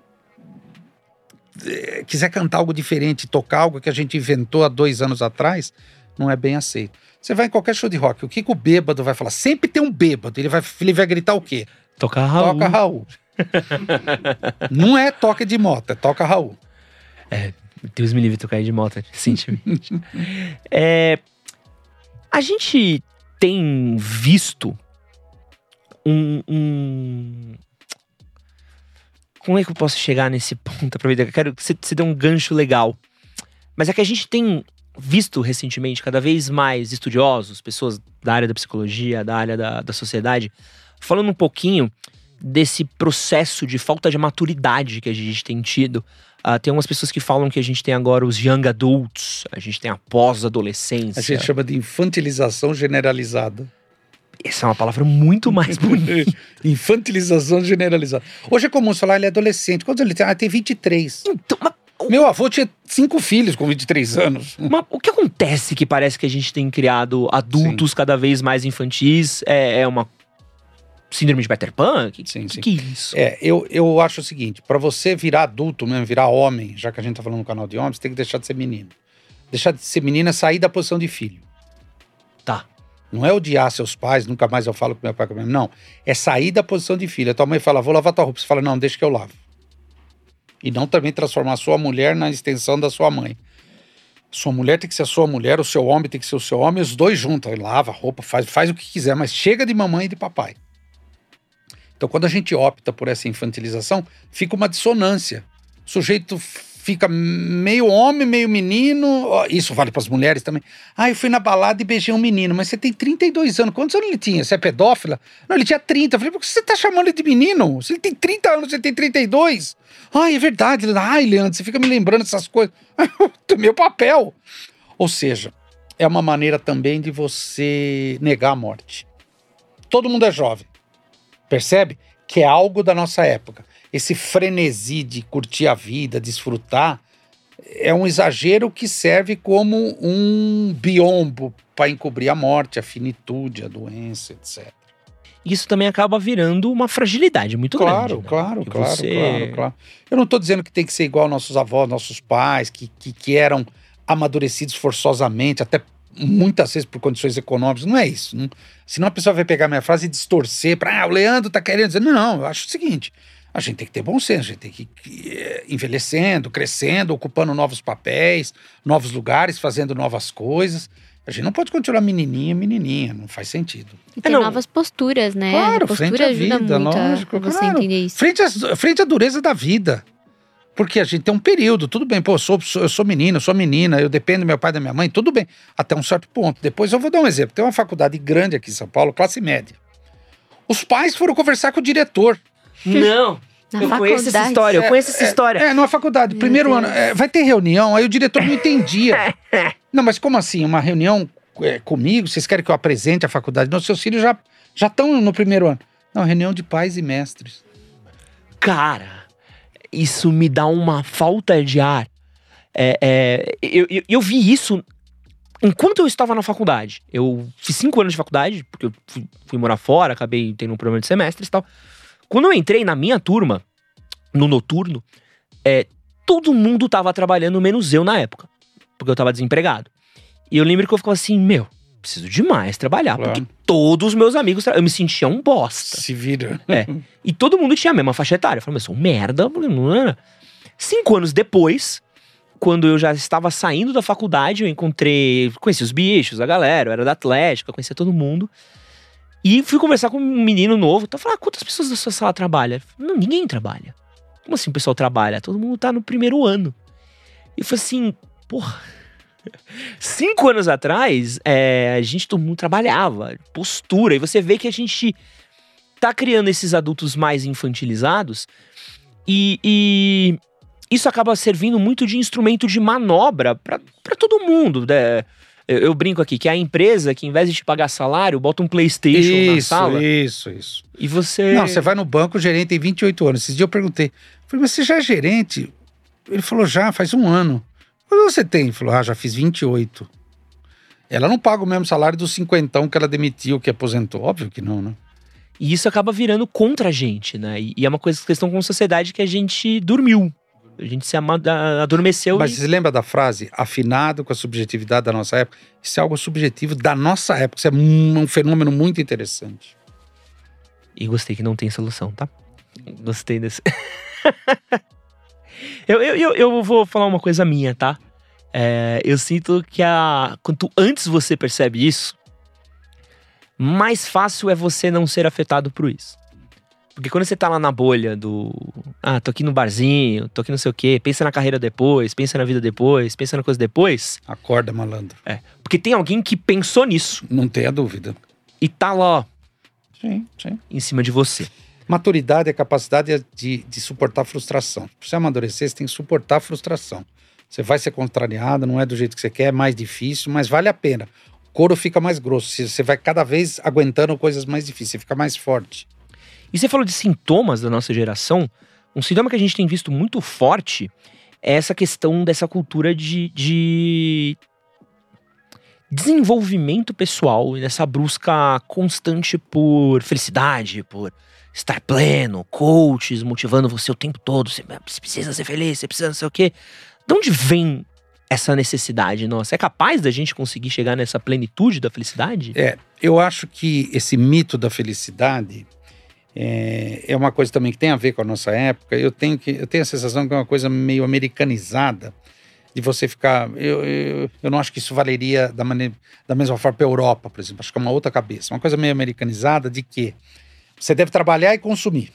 quiser cantar algo diferente, tocar algo que a gente inventou há 2 anos atrás, não é bem aceito. Você vai em qualquer show de rock, o que o bêbado vai falar? Sempre tem um bêbado, ele vai gritar o quê? Toca Raul. Toca Raul. Não é toque de moto, é toca Raul. Deus me livre tocar de moto, recentemente. A gente tem visto Como é que eu posso chegar nesse ponto? Aproveitar que eu quero que você dê um gancho legal. Mas é que a gente tem visto recentemente cada vez mais estudiosos, pessoas da área da psicologia, da área da sociedade, falando um pouquinho desse processo de falta de maturidade que a gente tem tido. Tem umas pessoas que falam que a gente tem agora os young adults, a gente tem a pós-adolescência. A gente chama de infantilização generalizada. Essa é uma palavra muito mais bonita. Infantilização generalizada. Hoje é comum falar, ele é adolescente. Quantos ele tem? Tem 23. Então, Meu avô tinha 5 filhos com 23 anos. Mas o que acontece que parece que a gente tem criado adultos cada vez mais infantis? É uma síndrome de Peter Pan? Que é isso? Eu acho o seguinte, para você virar adulto mesmo, virar homem, já que a gente tá falando no canal de homens, você tem que deixar de ser menino. Deixar de ser menino é sair da posição de filho. Tá. Não é odiar seus pais, nunca mais eu falo com meu pai, com meu... Não, é sair da posição de filho. A tua mãe fala, vou lavar tua roupa. Você fala, não, deixa que eu lavo. E não também transformar a sua mulher na extensão da sua mãe. Sua mulher tem que ser a sua mulher, o seu homem tem que ser o seu homem, os dois juntos. Aí lava a roupa, faz o que quiser, mas chega de mamãe e de papai. Então, quando a gente opta por essa infantilização, fica uma dissonância. O sujeito fica meio homem, meio menino. Isso vale para as mulheres também. Eu fui na balada e beijei um menino, mas você tem 32 anos. Quantos anos ele tinha? Você é pedófila? Não, ele tinha 30. Eu falei, por que você tá chamando ele de menino? Se ele tem 30 anos, você tem 32. É verdade. Leandro, você fica me lembrando dessas coisas. É meu papel. Ou seja, é uma maneira também de você negar a morte. Todo mundo é jovem. Percebe? Que é algo da nossa época. Esse frenesi de curtir a vida, desfrutar, é um exagero que serve como um biombo para encobrir a morte, a finitude, a doença, etc. Isso também acaba virando uma fragilidade muito grande. Claro. Eu não estou dizendo que tem que ser igual nossos avós, nossos pais, que eram amadurecidos forçosamente, até muitas vezes por condições econômicas. Não é isso. Senão a pessoa vai pegar minha frase e distorcer para o Leandro tá querendo dizer. Não, eu acho o seguinte, a gente tem que ter bom senso, a gente tem que ir envelhecendo, crescendo, ocupando novos papéis, novos lugares, fazendo novas coisas. A gente não pode continuar menininha, não faz sentido. E tem novas posturas, né? Claro, a postura frente à ajuda vida, muito lógico, a você claro. entender isso. Frente à dureza da vida. Porque a gente tem um período, tudo bem, eu sou menino, eu sou menina, eu dependo do meu pai e da minha mãe, tudo bem, até um certo ponto. Depois eu vou dar um exemplo, tem uma faculdade grande aqui em São Paulo, classe média. Os pais foram conversar com o diretor. Não, eu conheço essa história, numa faculdade, primeiro ano, vai ter reunião, aí o diretor não entendia. Não, mas como assim, uma reunião comigo, vocês querem que eu apresente a faculdade? Não, seus filhos já estão no primeiro ano. Não, reunião de pais e mestres. Cara, isso me dá uma falta de ar. Eu vi isso enquanto eu estava na faculdade. Eu fiz 5 anos de faculdade, porque eu fui morar fora, acabei tendo um problema de semestres e tal. Quando eu entrei na minha turma, no noturno, todo mundo tava trabalhando, menos eu na época. Porque eu tava desempregado. E eu lembro que eu ficava assim, preciso demais trabalhar. Claro. Porque todos os meus amigos, eu me sentia um bosta. Se vira. E todo mundo tinha a mesma faixa etária. Eu falei, mas eu sou um merda. 5 anos depois, quando eu já estava saindo da faculdade, eu conheci os bichos, a galera, eu era da Atlética, conhecia todo mundo. E fui conversar com um menino novo. Então eu falei, quantas pessoas da sua sala trabalham? Falei, não, ninguém trabalha. Como assim o pessoal trabalha? Todo mundo tá no primeiro ano. E eu falei assim, porra. 5 anos atrás, todo mundo trabalhava, postura, e você vê que a gente tá criando esses adultos mais infantilizados e isso acaba servindo muito de instrumento de manobra pra todo mundo, né? Eu brinco aqui que é a empresa que, em vez de te pagar salário, bota um PlayStation na sala. Isso. E você... Não, você vai no banco, o gerente tem 28 anos. Esses dias eu perguntei, falei, mas você já é gerente? Ele falou, já, faz 1 ano. Quanto você tem? Ele falou, já fiz 28. Ela não paga o mesmo salário dos 50 que ela demitiu, que aposentou. Óbvio que não, né? E isso acaba virando contra a gente, né? E é uma questão com a sociedade que a gente dormiu. A gente se adormeceu. Mas você lembra da frase, afinado com a subjetividade da nossa época? Isso é algo subjetivo da nossa época. Isso é um fenômeno muito interessante. E gostei que não tem solução, tá? Gostei desse... Eu vou falar uma coisa minha, tá? Eu sinto que quanto antes você percebe isso, mais fácil é você não ser afetado por isso. Porque quando você tá lá na bolha do... tô aqui no barzinho, tô aqui não sei o quê. Pensa na carreira depois, pensa na vida depois, pensa na coisa depois. Acorda, malandro. Porque tem alguém que pensou nisso. Não tenha dúvida. E tá lá, ó, Sim. em cima de você. Maturidade é a capacidade de suportar frustração. Pra você amadurecer, você tem que suportar a frustração. Você vai ser contrariado, não é do jeito que você quer, é mais difícil, mas vale a pena. O couro fica mais grosso, você vai cada vez aguentando coisas mais difíceis, você fica mais forte. E você falou de sintomas da nossa geração. Um sintoma que a gente tem visto muito forte é essa questão dessa cultura de desenvolvimento pessoal e dessa busca constante por felicidade, por estar pleno, coaches motivando você o tempo todo. Você precisa ser feliz, você precisa não sei o quê. De onde vem essa necessidade nossa? É capaz da gente conseguir chegar nessa plenitude da felicidade? Eu acho que esse mito da felicidade é uma coisa também que tem a ver com a nossa época. Eu tenho a sensação que é uma coisa meio americanizada, de você ficar... Eu não acho que isso valeria da mesma forma para a Europa, por exemplo. Acho que é uma outra cabeça. Uma coisa meio americanizada de que você deve trabalhar e consumir.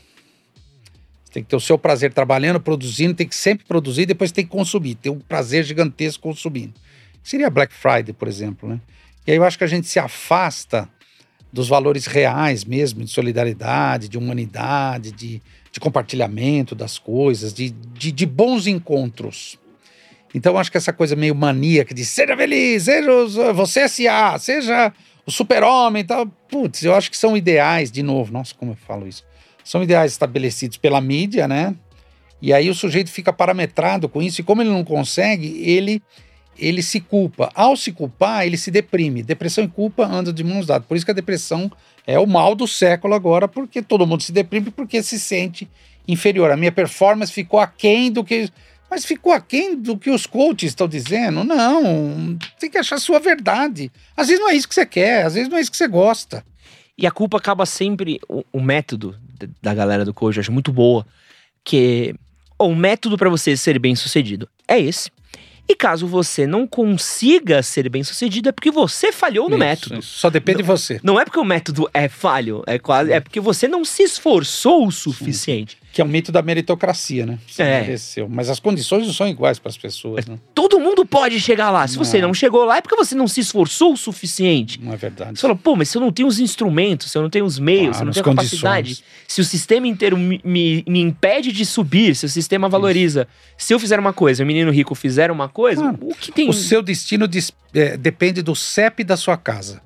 Você tem que ter o seu prazer trabalhando, produzindo, tem que sempre produzir, depois tem que consumir. Ter um prazer gigantesco consumindo. Seria Black Friday, por exemplo, né? E aí eu acho que a gente se afasta dos valores reais mesmo, de solidariedade, de humanidade, de compartilhamento das coisas, de bons encontros. Então eu acho que essa coisa meio maníaca de seja feliz, você S.A., seja o super-homem e tal. Putz, eu acho que são ideais, de novo, nossa, como eu falo isso. São ideais estabelecidos pela mídia, né? E aí o sujeito fica parametrado com isso, e como ele não consegue, ele se culpa. Ao se culpar, ele se deprime. Depressão e culpa andam de mãos dadas. Por isso que a depressão é o mal do século agora, porque todo mundo se deprime porque se sente inferior. A minha performance ficou aquém do que... Mas ficou aquém do que os coaches estão dizendo? Não, tem que achar a sua verdade. Às vezes não é isso que você quer, às vezes não é isso que você gosta. E a culpa acaba sempre... O método da galera do coach eu acho muito boa, que o método para você ser bem sucedido é esse. E caso você não consiga ser bem sucedido, é porque você falhou no método. Isso. Só depende de você. Não é porque o método é falho, é porque você não se esforçou o suficiente. Que é um mito da meritocracia, né? Você mereceu. Mas as condições não são iguais para as pessoas, né? Todo mundo pode chegar lá. Se você não chegou lá, é porque você não se esforçou o suficiente. Não é verdade. Você falou, mas se eu não tenho os instrumentos, se eu não tenho os meios, se eu não tenho a capacidade, se o sistema inteiro me impede de subir, se o sistema valoriza. Se eu fizer uma coisa, o menino rico fizer uma coisa, o que tem... O seu destino depende do CEP da sua casa.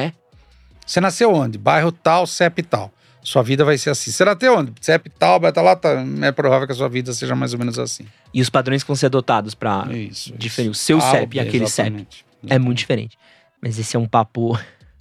Você nasceu onde? Bairro tal, CEP tal. Sua vida vai ser assim. Será até onde? CEP tal, vai estar lá, é provável que a sua vida seja mais ou menos assim. E os padrões que vão ser adotados pra diferir o seu CEP e aquele CEP. É muito diferente. Mas esse é um papo...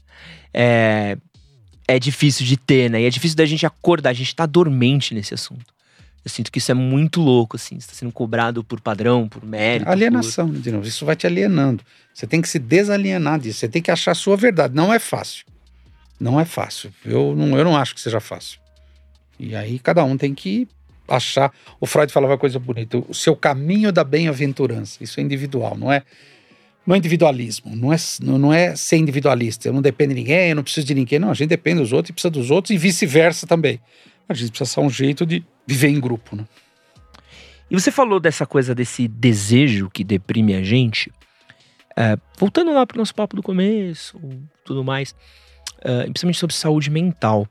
É difícil de ter, né? E é difícil da gente acordar. A gente tá dormente nesse assunto. Eu sinto que isso é muito louco, assim. Você tá sendo cobrado por padrão, por mérito. Alienação, de novo. Isso vai te alienando. Você tem que se desalienar disso. Você tem que achar a sua verdade. Não é fácil. Não é fácil. Eu não acho que seja fácil. E aí cada um tem que achar... O Freud falava uma coisa bonita. O seu caminho da bem-aventurança. Isso é individual, não é individualismo. Não é ser individualista. Eu não dependo de ninguém, eu não preciso de ninguém. Não, a gente depende dos outros e precisa dos outros e vice-versa também. A gente precisa achar um jeito de viver em grupo, né? E você falou dessa coisa, desse desejo que deprime a gente. Voltando lá pro nosso papo do começo, tudo mais... principalmente sobre saúde mental.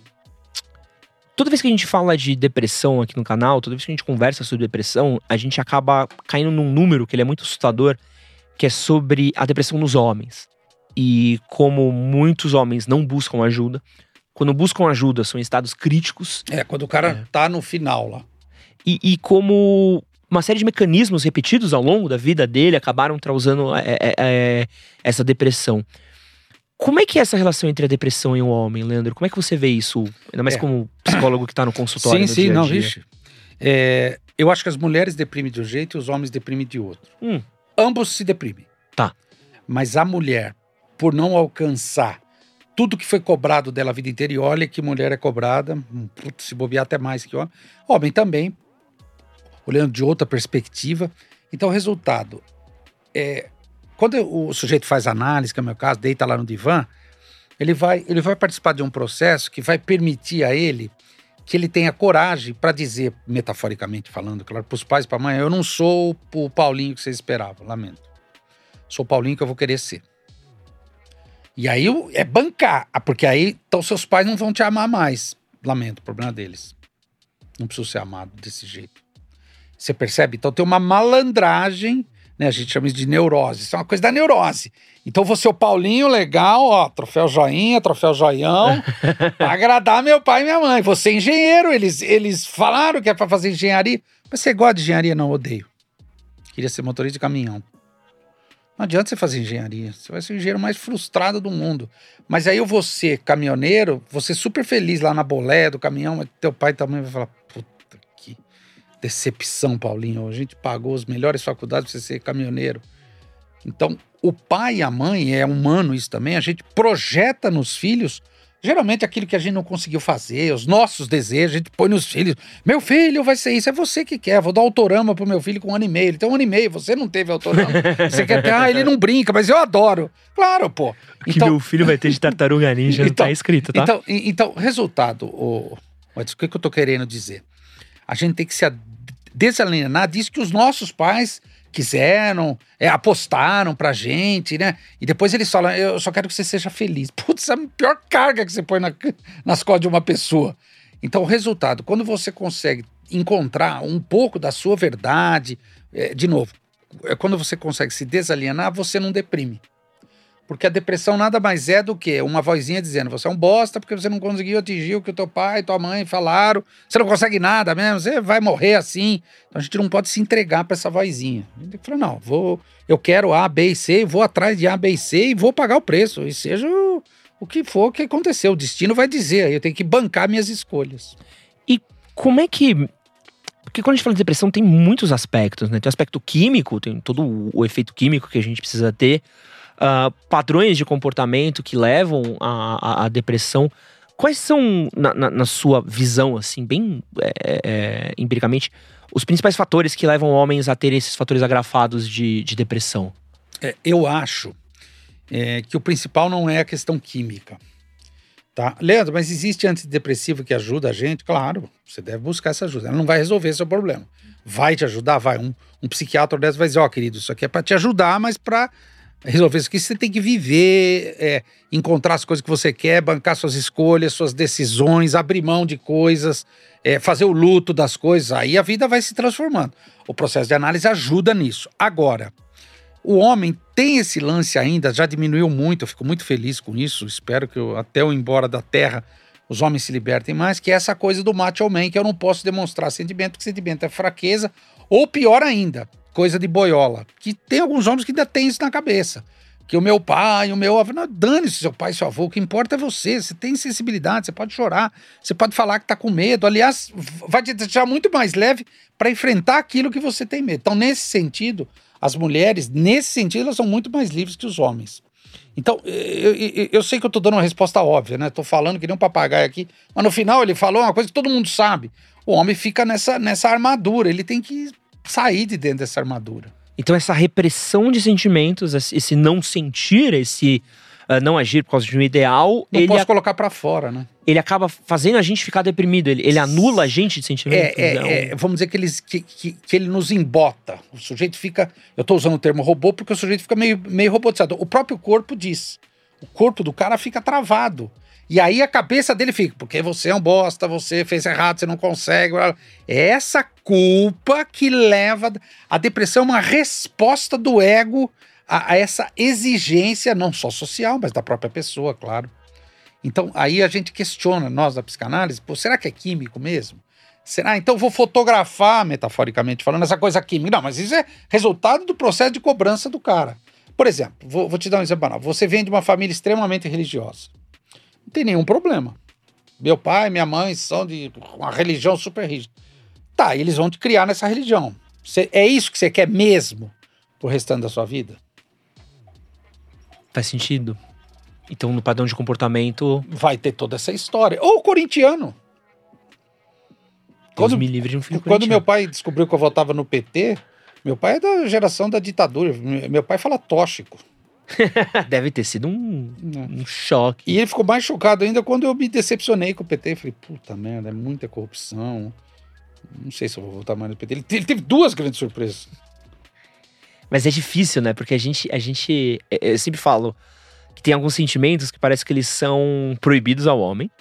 Toda vez que a gente fala de depressão aqui no canal, toda vez que a gente conversa sobre depressão, a gente acaba caindo num número que ele é muito assustador, que é sobre a depressão nos homens. E como muitos homens não buscam ajuda, quando buscam ajuda são em estados críticos. Quando o cara tá no final lá. E como uma série de mecanismos repetidos ao longo da vida dele acabaram causando essa depressão. Como é que é essa relação entre a depressão e o homem, Leandro? Como é que você vê isso? Ainda mais como psicólogo que está no consultório. Sim, no dia a dia. Vixe. Eu acho que as mulheres deprimem de um jeito e os homens deprimem de outro. Ambos se deprimem. Tá. Mas a mulher, por não alcançar tudo que foi cobrado dela a vida inteira, e olha que mulher é cobrada, se bobear até mais que homem. Homem também, olhando de outra perspectiva. Então o resultado quando o sujeito faz análise, que é o meu caso, deita lá no divã, ele vai participar de um processo que vai permitir a ele que ele tenha coragem para dizer, metaforicamente falando, claro, para os pais e para a mãe, eu não sou o Paulinho que vocês esperavam, lamento. Sou o Paulinho que eu vou querer ser. E aí é bancar, porque aí então seus pais não vão te amar mais. Lamento, problema deles. Não preciso ser amado desse jeito. Você percebe? Então tem uma malandragem, né? A gente chama isso de neurose. Isso é uma coisa da neurose. Então você é o Paulinho legal, ó, troféu joinha, troféu joião, pra agradar meu pai e minha mãe. Você é engenheiro, eles falaram que é pra fazer engenharia. Mas você gosta de engenharia? Não, odeio. Queria ser motorista de caminhão. Não adianta você fazer engenharia. Você vai ser o engenheiro mais frustrado do mundo. Mas aí eu vou ser caminhoneiro, vou ser super feliz lá na boleia do caminhão, mas teu pai também vai falar, puta que decepção, Paulinho. A gente pagou as melhores faculdades pra você ser caminhoneiro. Então, o pai e a mãe, é humano isso também, a gente projeta nos filhos, geralmente aquilo que a gente não conseguiu fazer, os nossos desejos, a gente põe nos filhos. Meu filho vai ser isso, é você que quer. Vou dar autorama pro meu filho com 1 ano e meio. Ele tem 1 ano e meio, você não teve autorama. Você quer ter, ele não brinca, mas eu adoro. Claro, pô. Que meu filho vai ter de tartaruga ninja, não tá escrito, tá? Então resultado, o que eu tô querendo dizer? A gente tem que se desalienar disso que os nossos pais quiseram, apostaram pra gente, né? E depois eles falam, eu só quero que você seja feliz. Putz, é a pior carga que você põe nas costas de uma pessoa. Então, o resultado, quando você consegue encontrar um pouco da sua verdade, de novo, quando você consegue se desalienar, você não deprime. Porque a depressão nada mais é do que uma vozinha dizendo, você é um bosta porque você não conseguiu atingir o que o teu pai e tua mãe falaram, você não consegue nada mesmo, você vai morrer assim. Então a gente não pode se entregar para essa vozinha. A gente tem que falar, não, eu quero A, B e C, vou atrás de A, B e C e vou pagar o preço. E seja o que for que aconteceu, o destino vai dizer, aí eu tenho que bancar minhas escolhas. E como é que... Porque quando a gente fala de depressão tem muitos aspectos, né? Tem o aspecto químico, tem todo o efeito químico que a gente precisa ter, padrões de comportamento que levam à depressão. Quais são, na sua visão, assim, bem empiricamente, os principais fatores que levam homens a ter esses fatores agrafados de depressão? Eu acho que o principal não é a questão química. Tá? Leandro, mas existe antidepressivo que ajuda a gente? Claro, você deve buscar essa ajuda. Ela não vai resolver seu problema. Vai te ajudar? Vai. Um psiquiatra dessa vai dizer, querido, isso aqui é para te ajudar, mas para resolver isso aqui você tem que viver, encontrar as coisas que você quer, bancar suas escolhas, suas decisões, abrir mão de coisas, fazer o luto das coisas. Aí a vida vai se transformando. O processo de análise ajuda nisso. Agora, o homem tem esse lance ainda, já diminuiu muito, eu fico muito feliz com isso, espero que até eu ir embora da terra os homens se libertem mais, que é essa coisa do macho man, que eu não posso demonstrar sentimento, porque sentimento é fraqueza, ou pior ainda, coisa de boiola, que tem alguns homens que ainda tem isso na cabeça, que o meu pai, o meu avô, não, dane-se seu pai e seu avô, o que importa é você tem sensibilidade, você pode chorar, você pode falar que tá com medo, aliás, vai te deixar muito mais leve para enfrentar aquilo que você tem medo. Então, nesse sentido, as mulheres, elas são muito mais livres que os homens. Então, eu sei que eu tô dando uma resposta óbvia, né? Tô falando que nem um papagaio aqui, mas no final ele falou uma coisa que todo mundo sabe. O homem fica nessa armadura, ele tem que sair de dentro dessa armadura. Então essa repressão de sentimentos, esse não sentir, esse não agir por causa de um ideal... Não posso colocar pra fora, né? Ele acaba fazendo a gente ficar deprimido, ele anula a gente de sentimentos. Vamos dizer que ele nos embota. O sujeito fica... Eu tô usando o termo robô porque o sujeito fica meio robotizado. O próprio corpo diz. O corpo do cara fica travado. E aí a cabeça dele fica, porque você é um bosta, você fez errado, você não consegue. É essa culpa que leva... A depressão é uma resposta do ego a essa exigência, não só social, mas da própria pessoa, claro. Então, aí a gente questiona, nós da psicanálise, será que é químico mesmo? Será? Então vou fotografar, metaforicamente falando, essa coisa química. Não, mas isso é resultado do processo de cobrança do cara. Por exemplo, vou te dar um exemplo banal. Você vem de uma família extremamente religiosa. Não tem nenhum problema. Meu pai e minha mãe são de uma religião super rígida. Tá, eles vão te criar nessa religião. É isso que você quer mesmo pro restante da sua vida? Faz sentido. Então, no padrão de comportamento... Vai ter toda essa história. Ou o corintiano. Deus me livre de um filho Quando corintiano. meu pai descobriu que eu votava no PT, meu pai é da geração da ditadura. Meu pai fala tóxico. Deve ter sido um choque. E ele ficou mais chocado ainda quando eu me decepcionei com o PT. Falei, puta merda, é muita corrupção. Não sei se eu vou votar mais no PT. Ele teve 2 grandes surpresas. Mas é difícil, né? Porque a gente, eu sempre falo que tem alguns sentimentos que parece que eles são proibidos ao homem.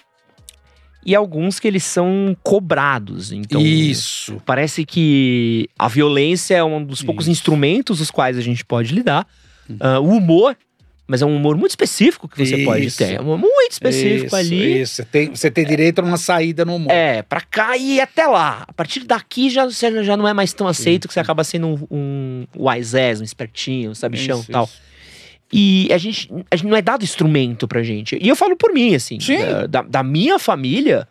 E alguns que eles são cobrados. Então, isso. Parece que a violência é um dos poucos instrumentos os quais a gente pode lidar. O humor, mas é um humor muito específico que você pode ter. É um humor muito específico ali. Isso, você tem direito a uma saída no humor. Pra cá e até lá. A partir daqui você já não é mais tão aceito, que você acaba sendo um wise, um espertinho, um sabichão e tal. E a gente não é dado instrumento pra gente. E eu falo por mim, assim. Da minha família,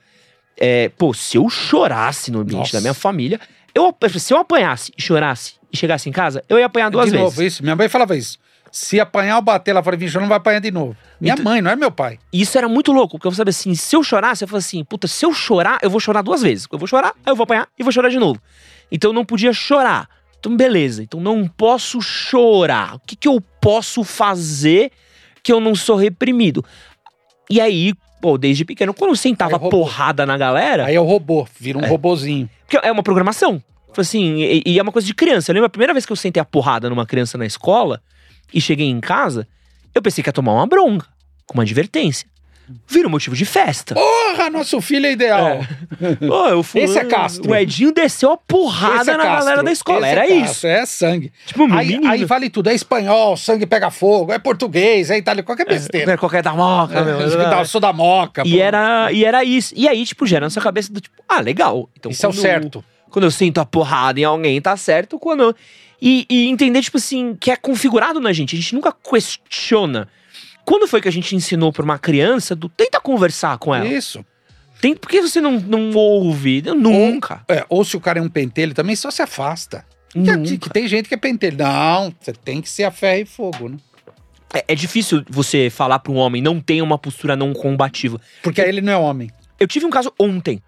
se eu chorasse no ambiente da minha família, se eu apanhasse e chorasse e chegasse em casa, eu ia apanhar 2 vezes. De novo, isso. Minha mãe falava isso. Se apanhar ou bater, ela falava, não vai apanhar de novo. Minha mãe, não é meu pai. Isso era muito louco, porque eu sabia assim, se eu chorasse, eu falava assim, puta, se eu chorar, eu vou chorar 2 vezes. Eu vou chorar, aí eu vou apanhar e vou chorar de novo. Então eu não podia chorar. Então beleza, então não posso chorar. O que eu posso fazer que eu não sou reprimido? E aí, desde pequeno, quando eu sentava porrada na galera... Aí é o robô, vira um robozinho. Porque é uma programação. Assim, e é uma coisa de criança. Eu lembro a primeira vez que eu sentei a porrada numa criança na escola e cheguei em casa, eu pensei que ia tomar uma bronca, com uma advertência. Vira um motivo de festa. Porra, nosso filho é ideal. Esse é Castro. O Edinho desceu a porrada na galera da escola. Era isso. É sangue. Tipo, aí vale tudo. É espanhol, sangue pega fogo. É português, é italiano, qualquer besteira. Qualquer da moca, meu. Eu sou da moca. E era isso. E aí, tipo, gera na sua cabeça do tipo, legal. Então, isso é o certo. Quando eu sinto a porrada em alguém, tá certo. E entender, tipo assim, que é configurado na gente. A gente nunca questiona. Quando foi que a gente ensinou pra uma criança tenta conversar com ela? Isso. Por que você não ouve? Nunca. Ou se o cara é um pentelho também, só se afasta. Que tem gente que é pentelho. Não, você tem que ser a ferro e fogo, né? É difícil você falar pra um homem, não tenha uma postura não combativa. Porque aí ele não é homem. Eu tive um caso ontem,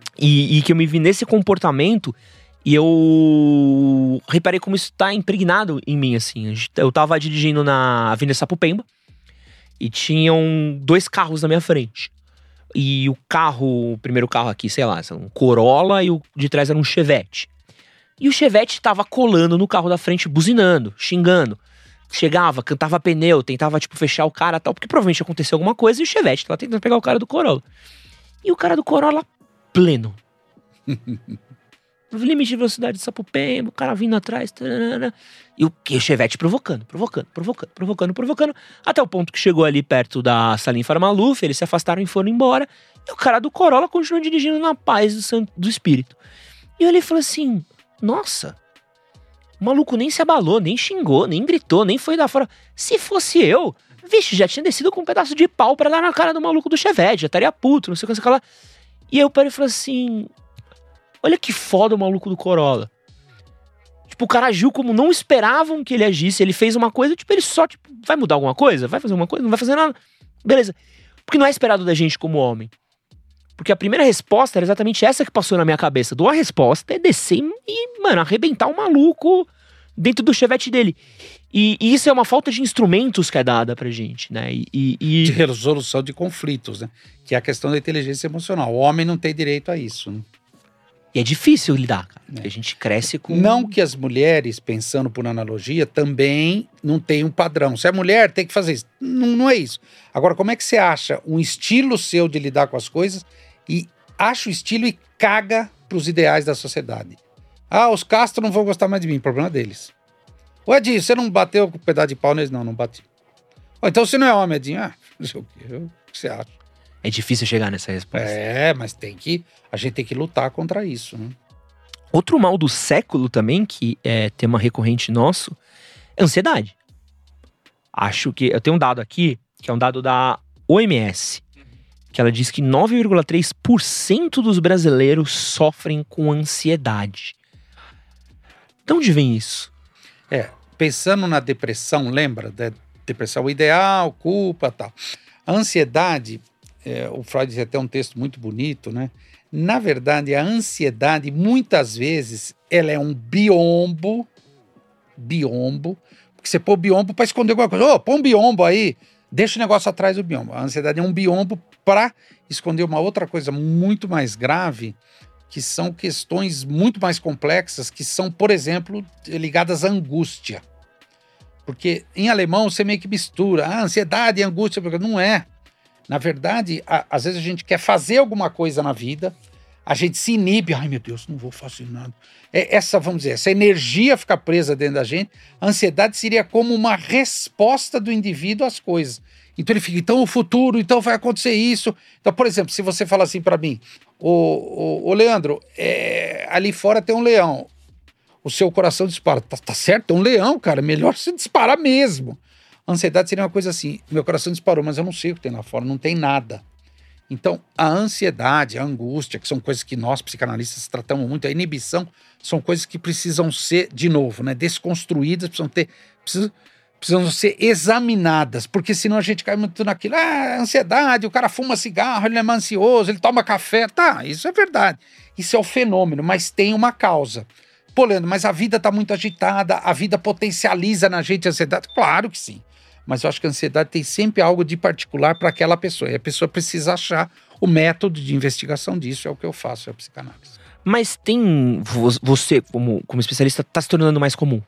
e que eu me vi nesse comportamento, e eu reparei como isso tá impregnado em mim, assim. Eu tava dirigindo na Avenida Sapopemba, e tinham 2 carros na minha frente. E o primeiro carro aqui, sei lá, um Corolla, e o de trás era um Chevette. E o Chevette tava colando no carro da frente, buzinando, xingando. Chegava, cantava pneu, tentava, fechar o cara e tal, porque provavelmente aconteceu alguma coisa, e o Chevette tava tentando pegar o cara do Corolla. E o cara do Corolla, pleno. Limite de velocidade de Sapopemba, o cara vindo atrás, tararara, e o Chevette provocando, até o ponto que chegou ali perto da Salim Farmaluf, eles se afastaram e foram embora, e o cara do Corolla continuou dirigindo na paz do espírito. E eu olhei e falei assim, nossa, o maluco nem se abalou, nem xingou, nem gritou, nem foi dar fora. Se fosse eu, vixe, já tinha descido com um pedaço de pau pra dar na cara do maluco do Chevette, já estaria puto, não sei o que, sei lá. E aí eu parei e falei assim, olha que foda o maluco do Corolla. O cara agiu como não esperavam que ele agisse. Ele fez uma coisa, ele só, vai mudar alguma coisa? Vai fazer uma coisa? Não vai fazer nada? Beleza. Porque não é esperado da gente como homem. Porque a primeira resposta era exatamente essa que passou na minha cabeça. A resposta é descer e, arrebentar o maluco dentro do Chevette dele. E isso é uma falta de instrumentos que é dada pra gente, né? De resolução de conflitos, né? Que é a questão da inteligência emocional. O homem não tem direito a isso, né? E é difícil lidar, cara. Porque a gente cresce com... Não que as mulheres, pensando por analogia, também não tem um padrão. Se é mulher, tem que fazer isso. Não é isso. Agora, como é que você acha um estilo seu de lidar com as coisas e acha o estilo e caga pros ideais da sociedade? Os Castro não vão gostar mais de mim. Problema deles. Ô, Edinho, você não bateu com um pedaço de pau neles? Não bati. Então você não é homem, Edinho? Não sei o que você acha? É difícil chegar nessa resposta. Mas a gente tem que lutar contra isso, né? Outro mal do século também, que é tema recorrente nosso, é ansiedade. Acho que... Eu tenho um dado aqui, que é um dado da OMS, que ela diz que 9,3% dos brasileiros sofrem com ansiedade. De onde vem isso? Pensando na depressão, lembra? Da depressão ideal, culpa e tal. A ansiedade... o Freud tem até um texto muito bonito, né? Na verdade, a ansiedade, muitas vezes, ela é um biombo, porque Porque você põe o biombo para esconder alguma coisa. Ô, põe um biombo aí, deixa o negócio atrás do biombo. A ansiedade é um biombo para esconder uma outra coisa muito mais grave, que são questões muito mais complexas, que são, por exemplo, ligadas à angústia. Porque em alemão você meio que mistura ansiedade e angústia, porque não é. Na verdade, às vezes a gente quer fazer alguma coisa na vida, a gente se inibe, ai meu Deus, não vou fazer nada. Vamos dizer, essa energia fica presa dentro da gente. A ansiedade seria como uma resposta do indivíduo às coisas. Então ele fica, então o futuro, então vai acontecer isso. Então, por exemplo, se você fala assim para mim, ô Leandro, ali fora tem um leão, o seu coração dispara. Tá certo, tem um leão, cara, melhor você disparar mesmo. A ansiedade seria uma coisa assim, meu coração disparou, mas eu não sei o que tem lá fora, não tem nada. Então, a ansiedade, a angústia, que são coisas que nós psicanalistas tratamos muito, a inibição, são coisas que precisam ser, de novo, né, desconstruídas, precisam ser examinadas, porque senão a gente cai muito naquilo, ansiedade, o cara fuma cigarro, ele é mais ansioso, ele toma café, tá, isso é verdade, isso é o fenômeno, mas tem uma causa. Pô, Leandro, mas a vida tá muito agitada, a vida potencializa na gente a ansiedade? Claro que sim, mas eu acho que a ansiedade tem sempre algo de particular para aquela pessoa, e a pessoa precisa achar o método de investigação disso, é o que eu faço, é a psicanálise. Mas você, como especialista, tá se tornando mais comum?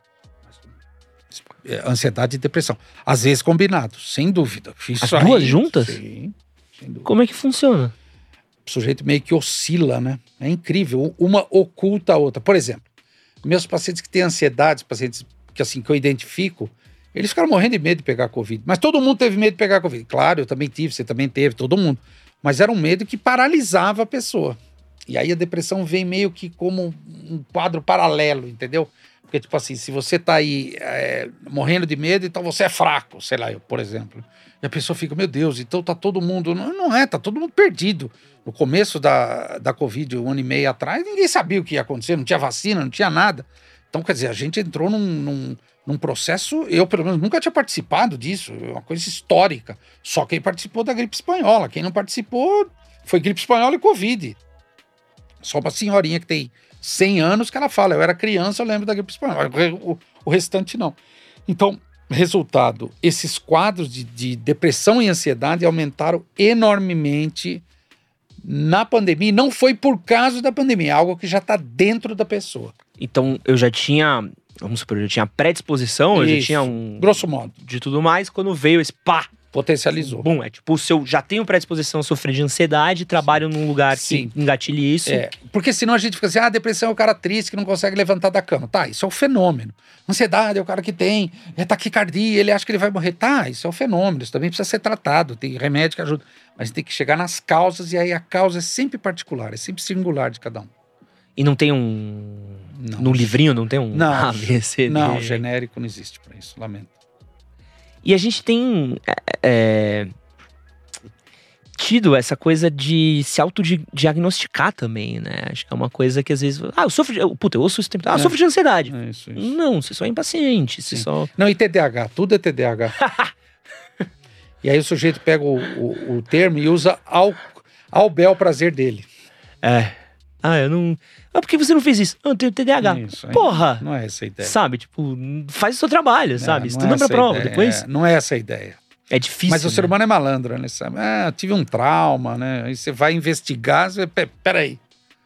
Ansiedade e depressão. Às vezes combinados, sem dúvida. As duas juntas? Sim, sem dúvida. Como é que funciona? O sujeito meio que oscila, né? É incrível. Uma oculta a outra. Por exemplo, meus pacientes que têm ansiedade, pacientes que eu identifico, eles ficaram morrendo de medo de pegar Covid. Mas todo mundo teve medo de pegar Covid. Claro, eu também tive, você também teve, todo mundo. Mas era um medo que paralisava a pessoa. E aí a depressão vem meio que como um quadro paralelo, entendeu? Porque, tipo assim, se você tá aí morrendo de medo, então você é fraco, sei lá, eu, por exemplo. E a pessoa fica, meu Deus, então tá todo mundo... Não é, tá todo mundo perdido. No começo da Covid, 1 ano e meio atrás, ninguém sabia o que ia acontecer, não tinha vacina, não tinha nada. Então, quer dizer, a gente entrou num processo, eu pelo menos nunca tinha participado disso, é uma coisa histórica. Só quem participou da gripe espanhola, quem não participou foi gripe espanhola e Covid. Só uma senhorinha que tem 100 anos que ela fala, eu era criança, eu lembro da gripe espanhola, o restante não. Então, resultado, esses quadros de depressão e ansiedade aumentaram enormemente na pandemia, e não foi por causa da pandemia, é algo que já está dentro da pessoa. Então, eu já tinha, vamos supor, eu já tinha predisposição, eu já tinha grosso modo. De tudo mais, quando veio esse pá, potencializou. Bom, é tipo, se eu já tenho predisposição a sofrer de ansiedade, trabalho num lugar que engatilhe isso. Porque senão a gente fica assim, depressão é o cara triste que não consegue levantar da cama. Tá, isso é o fenômeno. Ansiedade é o cara que tem taquicardia, ele acha que ele vai morrer. Tá, isso é o fenômeno, isso também precisa ser tratado, tem remédio que ajuda. Mas tem que chegar nas causas, e aí a causa é sempre particular, é sempre singular de cada um. E não tem no livrinho não tem um não, ABCD? Não, genérico não existe para isso, lamento. E a gente tem tido essa coisa de se autodiagnosticar também, né? Acho que é uma coisa que às vezes... eu sofro de... eu ouço isso o tempo todo. Eu sofro de ansiedade. Isso. Não, você só é impaciente. Você só... Não, e TDAH. Tudo é TDAH. E aí o sujeito pega o termo e usa ao bel prazer dele. Eu não... por que você não fez isso? Eu tenho TDAH. Isso, porra! Não é essa a ideia. Sabe, tipo, faz o seu trabalho, sabe? Estuda pra prova, depois... Não é essa a ideia. É difícil, mas o ser humano é malandro, né? Sabe? Tive um trauma, né? Aí você vai investigar, você... Peraí.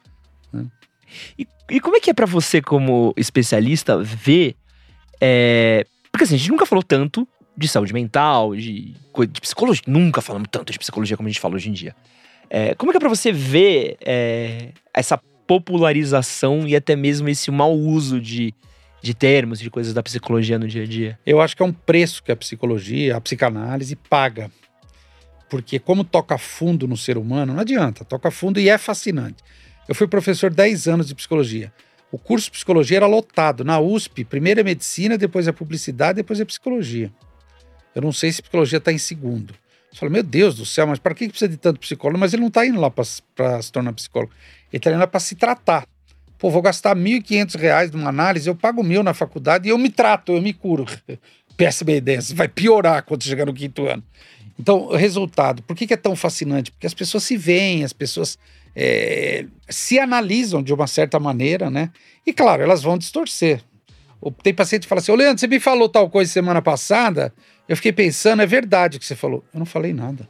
E como é que é pra você, como especialista, ver... Porque assim, a gente nunca falou tanto de saúde mental, de psicologia. Nunca falamos tanto de psicologia como a gente fala hoje em dia. Como é que é pra você ver essa popularização e até mesmo esse mau uso de termos, de coisas da psicologia no dia a dia? Eu acho que é um preço que a psicologia, a psicanálise paga. Porque como toca fundo no ser humano, não adianta, toca fundo e é fascinante. Eu fui professor 10 anos de psicologia. O curso de psicologia era lotado. Na USP, primeiro é medicina, depois é publicidade, depois é psicologia. Eu não sei se psicologia está em segundo. Você fala, meu Deus do céu, mas para que precisa de tanto psicólogo? Mas ele não está indo lá para se tornar psicólogo. Ele está indo lá para se tratar. Pô, vou gastar R$1.500 numa análise, eu pago 1.000 na faculdade e eu me trato, eu me curo. Péssima ideia, você vai piorar quando chegar no 5º ano. Então, o resultado, por que é tão fascinante? Porque as pessoas se veem, as pessoas se analisam de uma certa maneira, né? E claro, elas vão distorcer. Tem paciente que fala assim, ô Leandro, você me falou tal coisa semana passada, eu fiquei pensando, é verdade o que você falou. Eu não falei nada.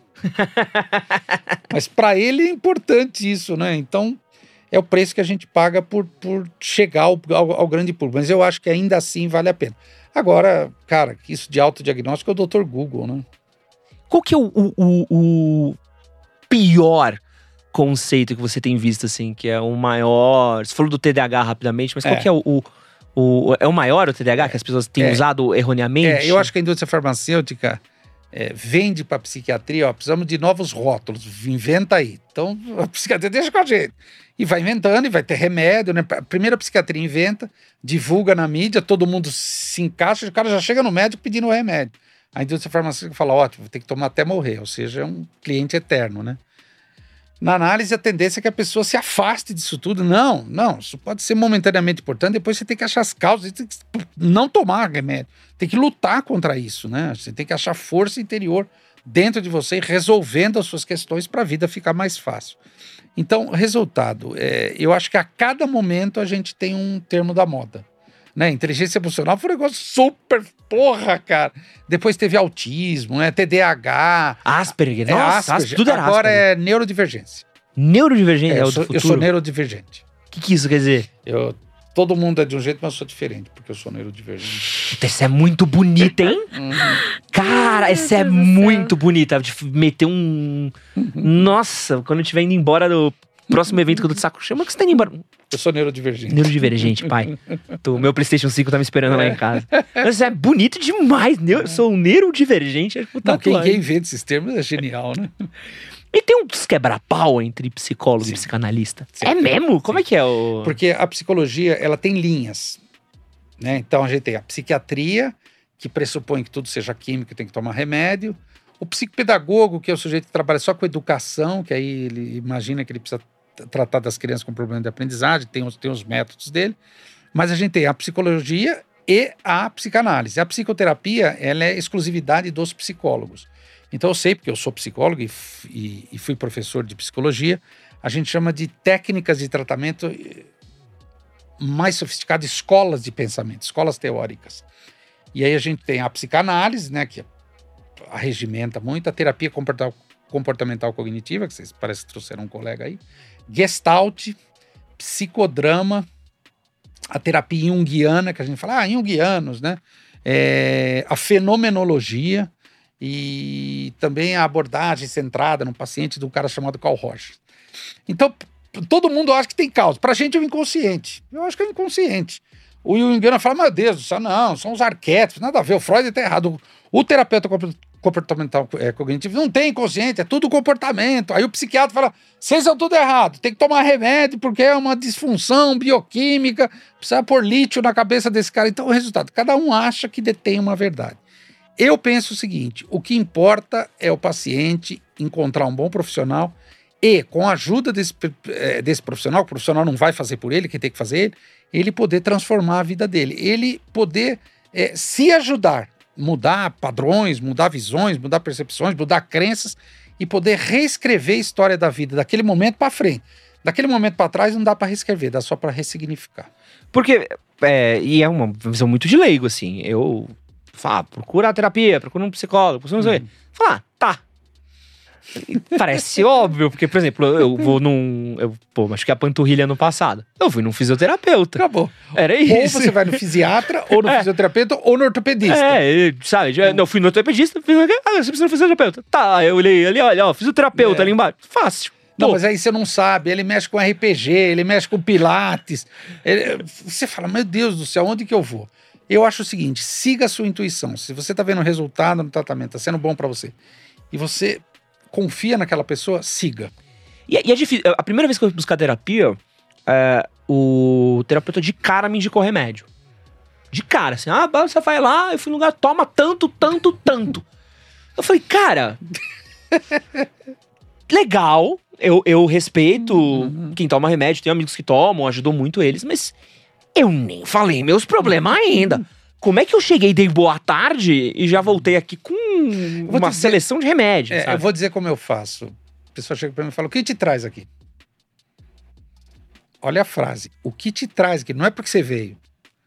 Mas para ele é importante isso, né? Então, é o preço que a gente paga por chegar ao grande público. Mas eu acho que ainda assim vale a pena. Agora, cara, isso de autodiagnóstico é o Dr. Google, né? Qual que é o pior conceito que você tem visto, assim, que é o maior... Você falou do TDAH rapidamente, mas qual que é é o maior, o TDAH, que as pessoas têm usado erroneamente? Eu acho que a indústria farmacêutica vende para a psiquiatria, precisamos de novos rótulos, inventa aí. Então, a psiquiatria deixa com a gente. E vai inventando, e vai ter remédio, né? Primeiro a psiquiatria inventa, divulga na mídia, todo mundo se encaixa, o cara já chega no médico pedindo o remédio. A indústria farmacêutica fala, ótimo, tem que tomar até morrer, ou seja, é um cliente eterno, né? Na análise, a tendência é que a pessoa se afaste disso tudo. Não, isso pode ser momentaneamente importante, depois você tem que achar as causas, tem que não tomar remédio, tem que lutar contra isso, né? Você tem que achar força interior dentro de você, resolvendo as suas questões para a vida ficar mais fácil. Então, resultado, eu acho que a cada momento a gente tem um termo da moda. Né? Inteligência emocional foi um negócio super porra, cara. Depois teve autismo, né? TDAH. Asperger, nossa, Asperger. Tudo era Agora Asperger. É neurodivergência. Neurodivergente é o do Eu futuro? sou neurodivergente. O que isso quer dizer? Todo mundo é de um jeito, mas eu sou diferente, porque eu sou neurodivergente. Essa é muito bonita, hein? Cara, essa é muito bonita. De meter um... Nossa, quando eu estiver indo embora do próximo evento que eu tô de saco cheio, mas que você tá indo embora? Eu sou neurodivergente. Neurodivergente, pai. O meu PlayStation 5 tá me esperando lá em casa. Mas é bonito demais. Eu sou um neurodivergente. Não, quem inventa esses termos é genial, né? E tem uns quebra-pau entre psicólogo e psicanalista. Sim. É mesmo? Como é que é o... Porque a psicologia, ela tem linhas, né? Então a gente tem a psiquiatria, que pressupõe que tudo seja químico, tem que tomar remédio. O psicopedagogo, que é o sujeito que trabalha só com educação, que aí ele imagina que ele precisa tratar das crianças com problema de aprendizagem, tem os métodos dele. Mas a gente tem a psicologia e a psicanálise. A psicoterapia, ela é exclusividade dos psicólogos. Então eu sei, porque eu sou psicólogo e fui professor de psicologia, a gente chama de técnicas de tratamento mais sofisticadas, escolas de pensamento, escolas teóricas. E aí a gente tem a psicanálise, né, que arregimenta muito, a terapia comportamental cognitiva, que vocês parece que trouxeram um colega aí, Gestalt, psicodrama, a terapia junguiana, que a gente fala, junguianos, né? A fenomenologia e também a abordagem centrada no paciente de um cara chamado Carl Rogers. Então, todo mundo acha que tem causa. Pra gente é o inconsciente. Eu acho que é o inconsciente. O junguiano fala, meu Deus do céu, não, são os arquétipos, nada a ver, o Freud tá errado. O terapeuta comportamental cognitivo não tem inconsciente, é tudo comportamento. Aí o psiquiatra fala, vocês são tudo errado, tem que tomar remédio porque é uma disfunção bioquímica, precisa pôr lítio na cabeça desse cara. Então o resultado, cada um acha que detém uma verdade. Eu penso o seguinte, o que importa é o paciente encontrar um bom profissional e com a ajuda desse profissional, o profissional não vai fazer por ele, quem tem que fazer ele poder transformar a vida dele, ele poder se ajudar, mudar padrões, mudar visões, mudar percepções, mudar crenças e poder reescrever a história da vida daquele momento para frente. Daquele momento para trás não dá para reescrever, dá só para ressignificar. Porque, e é uma visão muito de leigo, assim, eu falo, procura a terapia, procura um psicólogo, procura não sei o quê. Fala, tá. Parece óbvio, porque, por exemplo, eu vou acho que a panturrilha no passado. Eu fui num fisioterapeuta. Acabou. Era isso. Ou você vai no fisiatra, ou no fisioterapeuta, ou no ortopedista. Sabe? Eu fui no ortopedista, você precisa no fisioterapeuta. Tá, eu olhei ali, olha, fisioterapeuta ali embaixo. Fácil. Não, mas aí você não sabe, ele mexe com RPG, ele mexe com pilates. Você fala, meu Deus do céu, onde que eu vou? Eu acho o seguinte, siga a sua intuição. Se você tá vendo o resultado no tratamento, tá sendo bom pra você, e você confia naquela pessoa, siga. E é difícil. A primeira vez que eu fui buscar terapia, o terapeuta de cara me indicou remédio. De cara, assim, você vai lá, eu fui no lugar, toma tanto. Eu falei, cara, legal, eu respeito quem toma remédio, tenho amigos que tomam, ajudou muito eles, mas eu nem falei meus problemas ainda. Como é que eu cheguei, dei boa tarde e já voltei aqui com uma seleção de remédios? Eu vou dizer como eu faço. A pessoa chega pra mim e fala, o que te traz aqui? Olha a frase, o que te traz aqui? Não é porque você veio.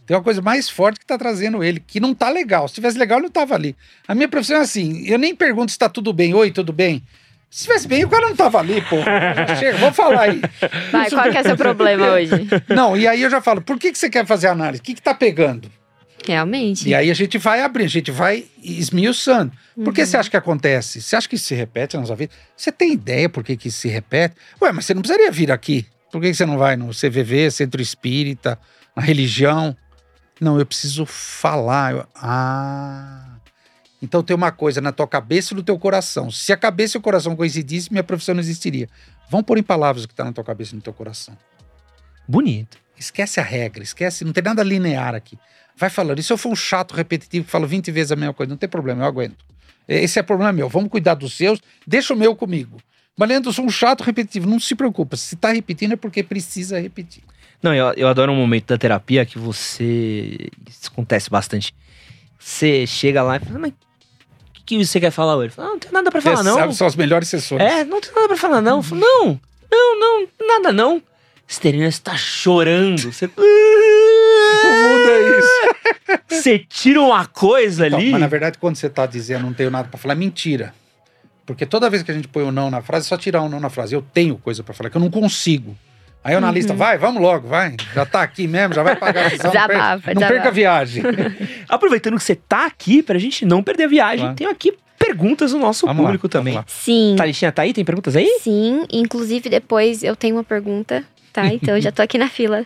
Tem uma coisa mais forte que tá trazendo ele, que não tá legal. Se tivesse legal, ele não tava ali. A minha profissão é assim, eu nem pergunto se tá tudo bem. Oi, tudo bem? Se tivesse bem, o cara não tava ali, pô. Chega, vamos falar aí. Vai, qual que é o seu problema hoje? Não, e aí eu já falo, por que você quer fazer análise? O que tá pegando? Realmente. E aí a gente vai abrir, a gente vai esmiuçando. Por que você acha que acontece? Você acha que isso se repete na nossa vida? Você tem ideia por que isso se repete? Ué, mas você não precisaria vir aqui. Por que você não vai no CVV, Centro Espírita, na religião? Não, eu preciso falar. Então tem uma coisa na tua cabeça e no teu coração. Se a cabeça e o coração coincidissem, minha profissão não existiria. Vamos pôr em palavras o que está na tua cabeça e no teu coração. Bonito. Esquece a regra, esquece, não tem nada linear aqui. Vai falando. E se eu for um chato repetitivo que falo 20 vezes a mesma coisa, não tem problema, eu aguento. Esse é problema meu. Vamos cuidar dos seus, deixa o meu comigo. Mas, Leandro, eu sou um chato repetitivo, não se preocupa. Se tá repetindo é porque precisa repetir. Não, eu adoro um momento da terapia que você... Isso acontece bastante. Você chega lá e fala, mas o que você quer falar hoje? Fala, não tem nada pra falar, não. Sabe, são as melhores sessões. Não tem nada pra falar, não. Falo, não, nada não. Esterina está chorando. Você... O mundo é isso. Você tira uma coisa Então, ali... mas na verdade, quando você tá dizendo não tenho nada pra falar, é mentira. Porque toda vez que a gente põe o não na frase, é só tirar o não na frase. Eu tenho coisa pra falar, que eu não consigo. Aí o analista, vamos logo, vai. Já tá aqui mesmo, já vai pagar a sessão. Não perca a viagem. Aproveitando que você tá aqui, pra gente não perder a viagem, Claro. tenho aqui perguntas do nosso público também. Vamos lá. Sim. Thalyssinha tá aí? Tem perguntas aí? Sim, inclusive depois eu tenho uma pergunta, tá? Então eu já tô aqui na fila.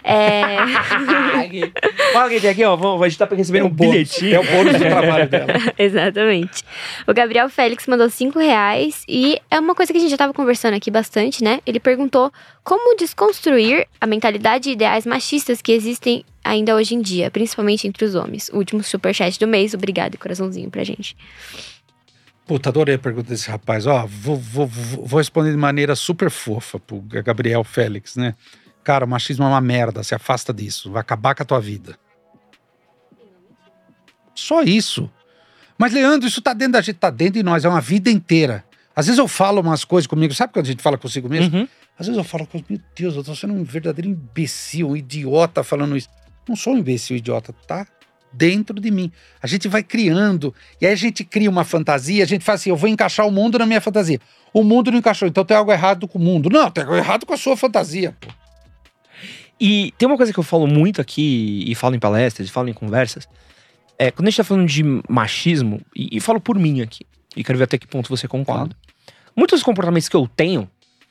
Fala quem tem aqui, ó. A gente tá recebendo um bilhetinho. É o bônus do trabalho dela. Exatamente. O Gabriel Félix mandou R$5 e é uma coisa que a gente já tava conversando aqui bastante, né? Ele perguntou como desconstruir a mentalidade e ideais machistas que existem ainda hoje em dia, principalmente entre os homens. O último superchat do mês, obrigado, coraçãozinho pra gente. Puta, adorei a pergunta desse rapaz. Ó, vou responder de maneira super fofa pro Gabriel Félix, né? Cara, o machismo é uma merda, se afasta disso, vai acabar com a tua vida. Só isso. Mas, Leandro, isso tá dentro da gente, tá dentro de nós, é uma vida inteira. Às vezes eu falo umas coisas comigo, sabe quando a gente fala consigo mesmo? Uhum. Às vezes eu falo, meu Deus, eu tô sendo um verdadeiro imbecil, um idiota falando isso. Não sou um imbecil, idiota, tá dentro de mim. A gente vai criando, e aí a gente cria uma fantasia, a gente faz assim, eu vou encaixar o mundo na minha fantasia. O mundo não encaixou, então tem algo errado com o mundo. Não, tem algo errado com a sua fantasia, pô. E tem uma coisa que eu falo muito aqui, e falo em palestras, e falo em conversas, quando a gente tá falando de machismo, e falo por mim aqui, e quero ver até que ponto você concorda. Muitos dos comportamentos que eu tenho,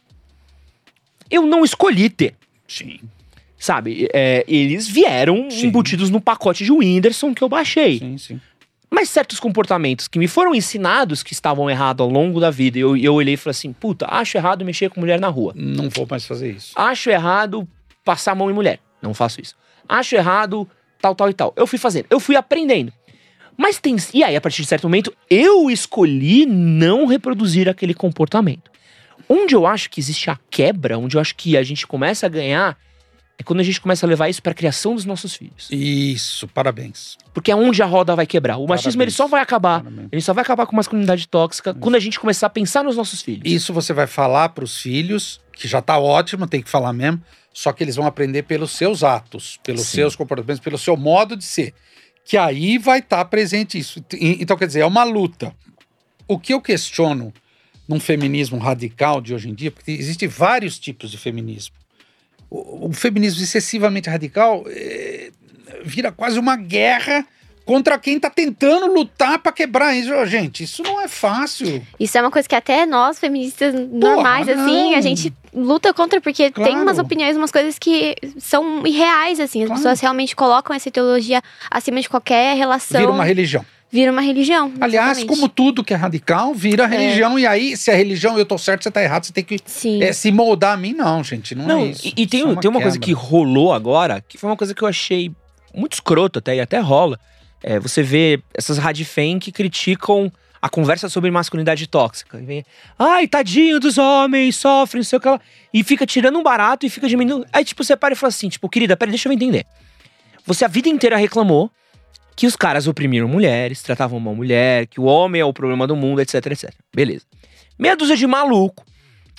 eu não escolhi ter. Sim. Sabe? Eles vieram Sim. embutidos no pacote de Whindersson que eu baixei. Sim, sim. Mas certos comportamentos que me foram ensinados que estavam errados ao longo da vida, eu olhei e falei assim, puta, acho errado mexer com mulher na rua. Não vou mais fazer isso. Acho errado passar a mão em mulher. Não faço isso. Acho errado tal, tal e tal. Eu fui fazendo, eu fui aprendendo. Mas e aí, a partir de certo momento, eu escolhi não reproduzir aquele comportamento. Onde eu acho que existe a quebra, onde eu acho que a gente começa a ganhar, é quando a gente começa a levar isso pra criação dos nossos filhos. Isso, parabéns. Porque é onde a roda vai quebrar. O machismo, ele só vai acabar. Parabéns. Ele só vai acabar com a masculinidade tóxica quando a gente começar a pensar nos nossos filhos. Isso você vai falar pros filhos, que já tá ótimo, tem que falar mesmo, só que eles vão aprender pelos seus atos, pelos Sim. seus comportamentos, pelo seu modo de ser. Que aí vai estar presente isso. Então, quer dizer, é uma luta. O que eu questiono num feminismo radical de hoje em dia, porque existem vários tipos de feminismo. O feminismo excessivamente radical vira quase uma guerra contra quem tá tentando lutar pra quebrar isso. Gente, isso não é fácil. Isso é uma coisa que até nós, feministas normais, não. assim, a gente luta contra, porque Claro. tem umas opiniões, umas coisas que são irreais, assim. As Claro. pessoas realmente colocam essa ideologia acima de qualquer relação. Vira uma religião. Vira uma religião. Aliás, exatamente. como tudo que é radical, vira religião. E aí, se a religião eu tô certo, você tá errado, você tem que Sim. se moldar a mim. Não, gente, não é isso. E tem, Isso é tem uma coisa quebra. que rolou agora, que foi uma coisa que eu achei muito escroto até, e até rola. Você vê essas radifem que criticam a conversa sobre masculinidade tóxica. E vem, ai, tadinho dos homens, sofrem, não sei o que lá. E fica tirando um barato e fica diminuindo. Aí, tipo, você para e fala assim, tipo, querida, peraí, deixa eu entender. Você a vida inteira reclamou que os caras oprimiram mulheres, tratavam mal mulher, que o homem é o problema do mundo, etc, etc. Beleza. Meia dúzia de maluco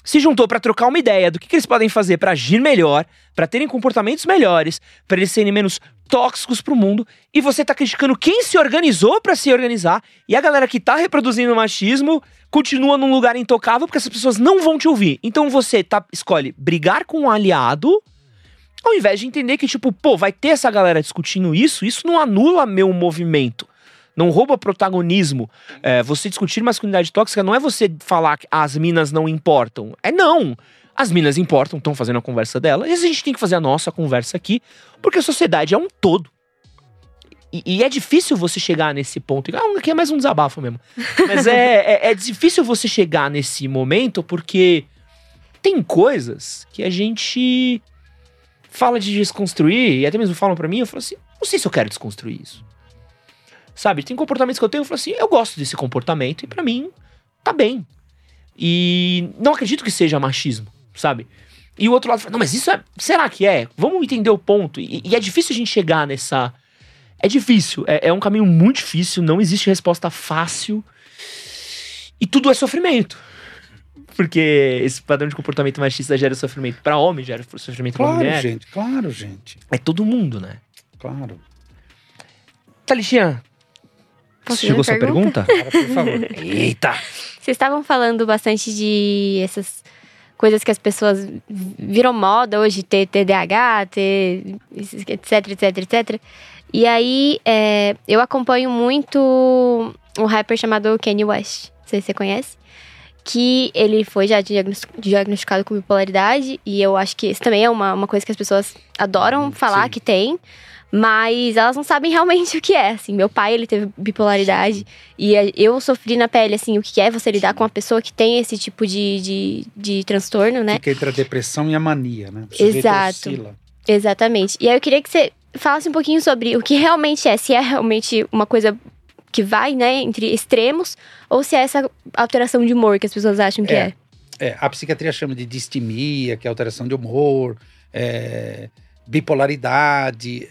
se juntou para trocar uma ideia do que eles podem fazer para agir melhor, para terem comportamentos melhores, para eles serem menos tóxicos pro mundo, e você tá criticando quem se organizou para se organizar, e a galera que tá reproduzindo o machismo continua num lugar intocável porque essas pessoas não vão te ouvir. Então você escolhe brigar com um aliado, ao invés de entender que, tipo, pô, vai ter essa galera discutindo isso não anula meu movimento. Não rouba protagonismo. Você discutir masculinidade tóxica não é você falar que as minas não importam. Não. As minas importam, estão fazendo a conversa dela. E a gente tem que fazer a nossa conversa aqui, porque a sociedade é um todo. E é difícil você chegar nesse ponto. Aqui é mais um desabafo mesmo. Mas é difícil você chegar nesse momento, porque tem coisas que a gente fala de desconstruir, e até mesmo falam pra mim, eu falo assim, não sei se eu quero desconstruir isso. Sabe, tem comportamentos que eu tenho, eu falo assim, eu gosto desse comportamento e pra mim tá bem. E não acredito que seja machismo, sabe? E o outro lado fala, não, mas isso será que é? Vamos entender o ponto. E é difícil a gente chegar nessa... É difícil, é um caminho muito difícil, não existe resposta fácil. E tudo é sofrimento. Porque esse padrão de comportamento machista gera sofrimento pra homem, gera sofrimento pra mulher. Claro, gente. É todo mundo, né? Claro. Thalixinha, chegou sua pergunta? Por favor. Eita! Vocês estavam falando bastante de essas coisas que as pessoas viram moda hoje, ter TDAH, ter etc. E aí, eu acompanho muito um rapper chamado Kanye West. Não sei se você conhece. Que ele foi já diagnosticado com bipolaridade. E eu acho que isso também é uma coisa que as pessoas adoram falar, sim, que tem. Mas elas não sabem realmente o que é, assim. Meu pai, ele teve bipolaridade. Sim. E eu sofri na pele, assim, o que é você lidar, sim, com uma pessoa que tem esse tipo de transtorno, né? Fica entre a depressão e a mania, né? Exato. Exatamente. E aí eu queria que você falasse um pouquinho sobre o que realmente é. Se é realmente uma coisa que vai, né, entre extremos, ou se é essa alteração de humor que as pessoas acham que é. A psiquiatria chama de distimia, que é alteração de humor, bipolaridade,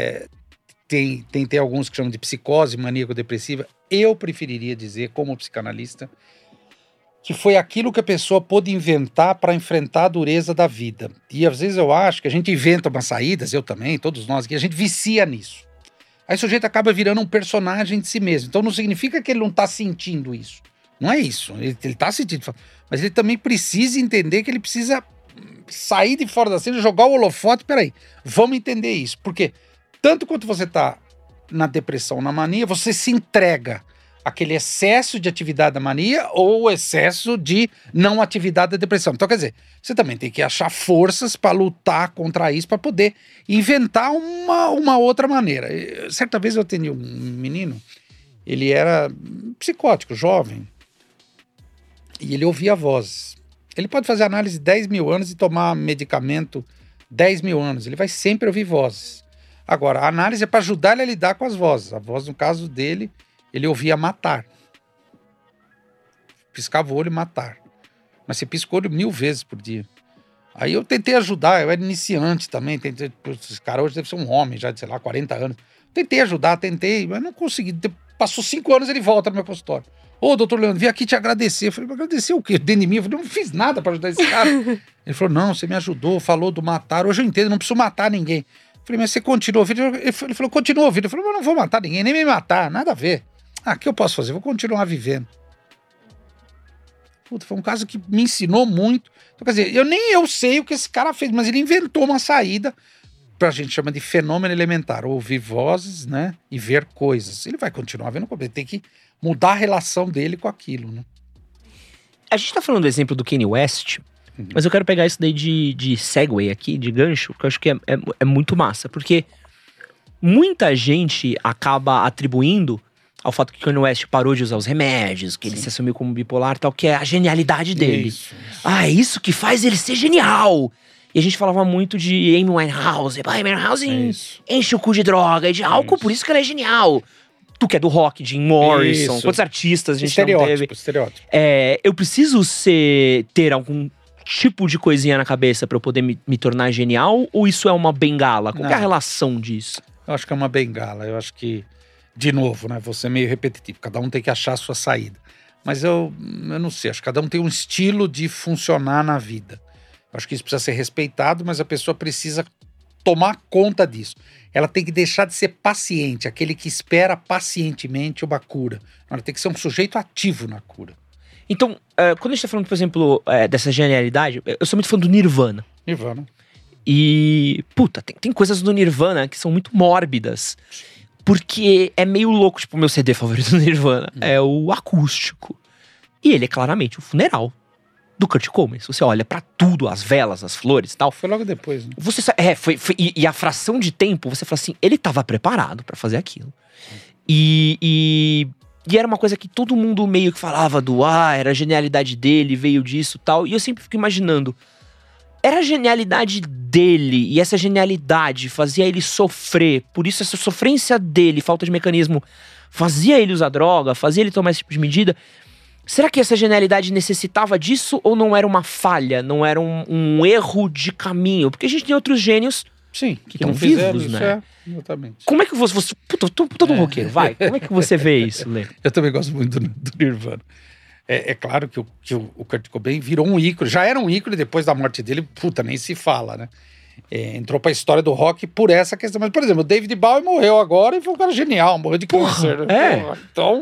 tem alguns que chamam de psicose maníaco-depressiva. Eu preferiria dizer, como psicanalista, que foi aquilo que a pessoa pôde inventar para enfrentar a dureza da vida. E às vezes eu acho que a gente inventa umas saídas, eu também, todos nós aqui, a gente vicia nisso. Aí o sujeito acaba virando um personagem de si mesmo. Então não significa que ele não está sentindo isso. Não é isso. Ele está sentindo. Mas ele também precisa entender que ele precisa sair de fora da cena, jogar o holofote. Peraí, vamos entender isso. Porque tanto quanto você está na depressão, na mania, você se entrega àquele excesso de atividade da mania ou o excesso de não atividade da depressão. Então, quer dizer, você também tem que achar forças para lutar contra isso, para poder inventar uma outra maneira. Certa vez eu atendi um menino, ele era psicótico, jovem, e ele ouvia vozes. Ele pode fazer análise 10 mil anos e tomar medicamento 10 mil anos, ele vai sempre ouvir vozes. Agora, a análise é para ajudar ele a lidar com as vozes. A voz, no caso dele, ele ouvia matar. Piscava o olho e matar. Mas você pisca o olho 1000 vezes por dia. Aí eu tentei ajudar, eu era iniciante também. Esse cara hoje deve ser um homem já de, sei lá, 40 anos. Tentei ajudar, mas não consegui. Passou 5 anos, ele volta no meu consultório. Ô, doutor Leandro, vim aqui te agradecer. Eu falei, agradecer o quê? Dentro de mim? Eu falei, não fiz nada para ajudar esse cara. Ele falou, não, você me ajudou, falou do matar. Hoje eu entendo, não preciso matar ninguém. Eu falei, mas você continua ouvindo? Ele falou, continua ouvindo. Eu falei, mas eu não vou matar ninguém, nem me matar, nada a ver. O que eu posso fazer? Vou continuar vivendo. Puta, foi um caso que me ensinou muito. Então, quer dizer, eu sei o que esse cara fez, mas ele inventou uma saída pra gente chama de fenômeno elementar, ouvir vozes, né, e ver coisas. Ele vai continuar vendo, ele tem que mudar a relação dele com aquilo, né? A gente tá falando do exemplo do Kanye West, mas eu quero pegar isso daí de segue aqui, de gancho, porque eu acho que é muito massa, porque muita gente acaba atribuindo ao fato que Kanye West parou de usar os remédios, que ele se assumiu como bipolar e tal, que é a genialidade dele. Isso. É isso que faz ele ser genial. E a gente falava muito de Amy Winehouse. Amy Winehouse enche o cu de droga e de álcool, por isso que ela é genial. Tu que é do rock, Jim Morrison, quantos artistas a gente não teve. Estereótipo. Eu preciso ter algum tipo de coisinha na cabeça pra eu poder me tornar genial? Ou isso é uma bengala? Qual que é a relação disso? Eu acho que é uma bengala. Eu acho que, de novo, né, vou ser meio repetitivo. Cada um tem que achar a sua saída. Mas eu não sei, acho que cada um tem um estilo de funcionar na vida. Eu acho que isso precisa ser respeitado, mas a pessoa precisa tomar conta disso. Ela tem que deixar de ser paciente, aquele que espera pacientemente uma cura. Ela tem que ser um sujeito ativo na cura. Então, quando a gente tá falando, por exemplo, dessa genialidade, eu sou muito fã do Nirvana. Nirvana. E, puta, tem coisas do Nirvana que são muito mórbidas. Porque é meio louco, tipo, o meu CD favorito do Nirvana é o acústico. E ele é claramente o funeral do Kurt Cobain. Se você olha pra tudo, as velas, as flores e tal. Foi logo depois, né? Você e a fração de tempo, você fala assim, ele tava preparado pra fazer aquilo. E era uma coisa que todo mundo meio que falava era a genialidade dele, veio disso e tal. E eu sempre fico imaginando, era a genialidade dele, e essa genialidade fazia ele sofrer. Por isso essa sofrência dele, falta de mecanismo, fazia ele usar droga, fazia ele tomar esse tipo de medida. Será que essa genialidade necessitava disso ou não era uma falha, não era um erro de caminho? Porque a gente tem outros gênios que estão vivos, isso, né? Exatamente. Como é que você... Puta, eu tô todo um roqueiro, vai. Como é que você vê isso, Lê? Eu também gosto muito do Nirvana. É claro que o Kurt Cobain virou um ícone, já era um ícone depois da morte dele, puta, nem se fala, né? Entrou pra história do rock por essa questão. Mas, por exemplo, o David Bowie morreu agora e foi um cara genial, morreu de câncer. Então,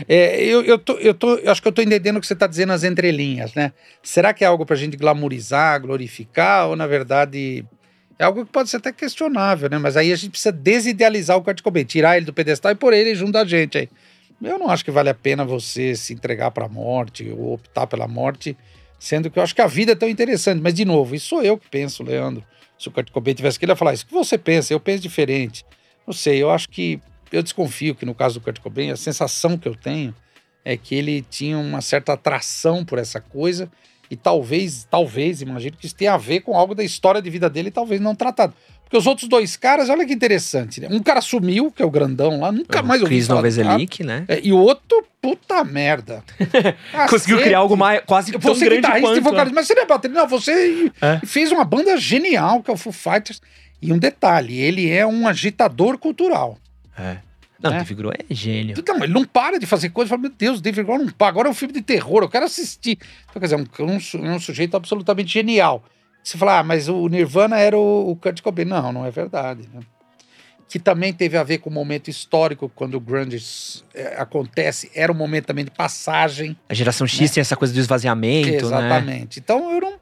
eu acho que eu tô entendendo o que você tá dizendo nas entrelinhas, né? Será que é algo pra gente glamourizar, glorificar, ou na verdade é algo que pode ser até questionável, né? Mas aí a gente precisa desidealizar o Kurt Cobain, tirar ele do pedestal e pôr ele junto da gente aí. Eu não acho que vale a pena você se entregar para a morte ou optar pela morte, sendo que eu acho que a vida é tão interessante. Mas, de novo, isso sou eu que penso, Leandro. Se o Kurt Cobain tivesse aqui, ele ia falar, isso que você pensa, eu penso diferente. Não sei, eu acho que, eu desconfio que no caso do Kurt Cobain, a sensação que eu tenho é que ele tinha uma certa atração por essa coisa e talvez, imagino que isso tenha a ver com algo da história de vida dele, talvez não tratado. Porque os outros dois caras, olha que interessante, né? Um cara sumiu, que é o grandão lá, nunca mais ouvi falar do cara. Chris Novoselic, né? E o outro, puta merda. Conseguiu criar algo quase tão grande quanto. E vocalista, mas você não é baterista, não, você fez uma banda genial, que é o Foo Fighters. E um detalhe, ele é um agitador cultural. Não, Dave Grohl é gênio. Não, ele não para de fazer coisa. Fala, meu Deus, Dave Grohl não para. Agora é um filme de terror, eu quero assistir. Então, quer dizer, um sujeito absolutamente genial. Você fala, mas o Nirvana era o Kurt Cobain. Não é verdade, né? Que também teve a ver com o momento histórico, quando o grunge acontece, era um momento também de passagem. A geração X tem essa coisa do esvaziamento, exatamente. Né? Então eu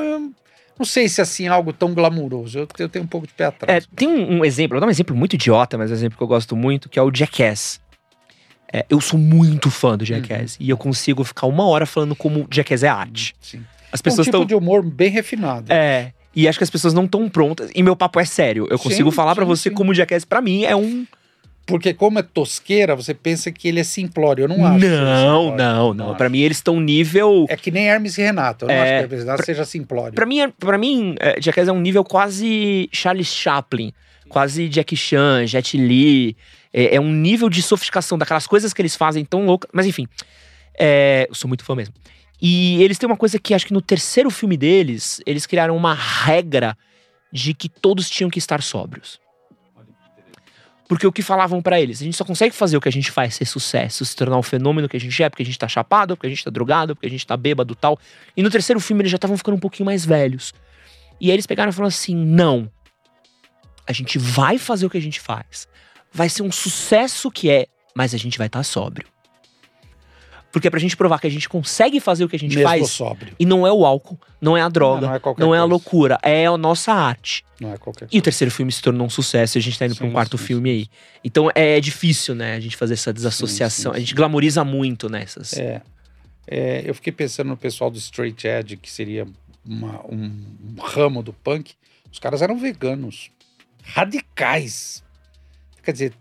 não sei se assim é algo tão glamuroso. Eu tenho um pouco de pé atrás. Tem um exemplo, eu vou dar um exemplo muito idiota, mas é um exemplo que eu gosto muito, que é o Jackass. Eu sou muito fã do Jackass. E eu consigo ficar 1 hora falando como Jackass é arte. Sim. As pessoas um tipo de humor bem refinado. E acho que as pessoas não estão prontas. E meu papo é sério. Eu consigo falar pra você como o Jackass, pra mim, é um... Porque como é tosqueira, você pensa que ele é simplório. Eu não acho. Não. Pra mim, eles estão nível... É que nem Hermes e Renato. Eu não acho que Hermes e Renato seja simplório. Pra mim, Jackass é um nível quase Charlie Chaplin. Quase Jackie Chan, Jet Li. É um nível de sofisticação daquelas coisas que eles fazem tão loucas. Mas enfim, eu sou muito fã mesmo. E eles têm uma coisa que acho que no 3º filme deles, eles criaram uma regra de que todos tinham que estar sóbrios. Porque o que falavam pra eles? A gente só consegue fazer o que a gente faz ser sucesso, se tornar o fenômeno que a gente é, porque a gente tá chapado, porque a gente tá drogado, porque a gente tá bêbado e tal. E no 3º filme eles já estavam ficando um pouquinho mais velhos. E aí eles pegaram e falaram assim, não. A gente vai fazer o que a gente faz. Vai ser um sucesso mas a gente vai estar sóbrio. Porque é pra gente provar que a gente consegue fazer o que a gente mesmo faz. Sóbrio. E não é o álcool, não é a droga, não é a loucura, é a nossa arte. Não é qualquer E o 3º filme se tornou um sucesso e a gente tá indo pra um 4º filme aí. Então é difícil, né, a gente fazer essa desassociação. A gente glamoriza muito nessas. Eu fiquei pensando no pessoal do Straight Edge, que seria um ramo do punk. Os caras eram veganos. Radicais. Quer dizer,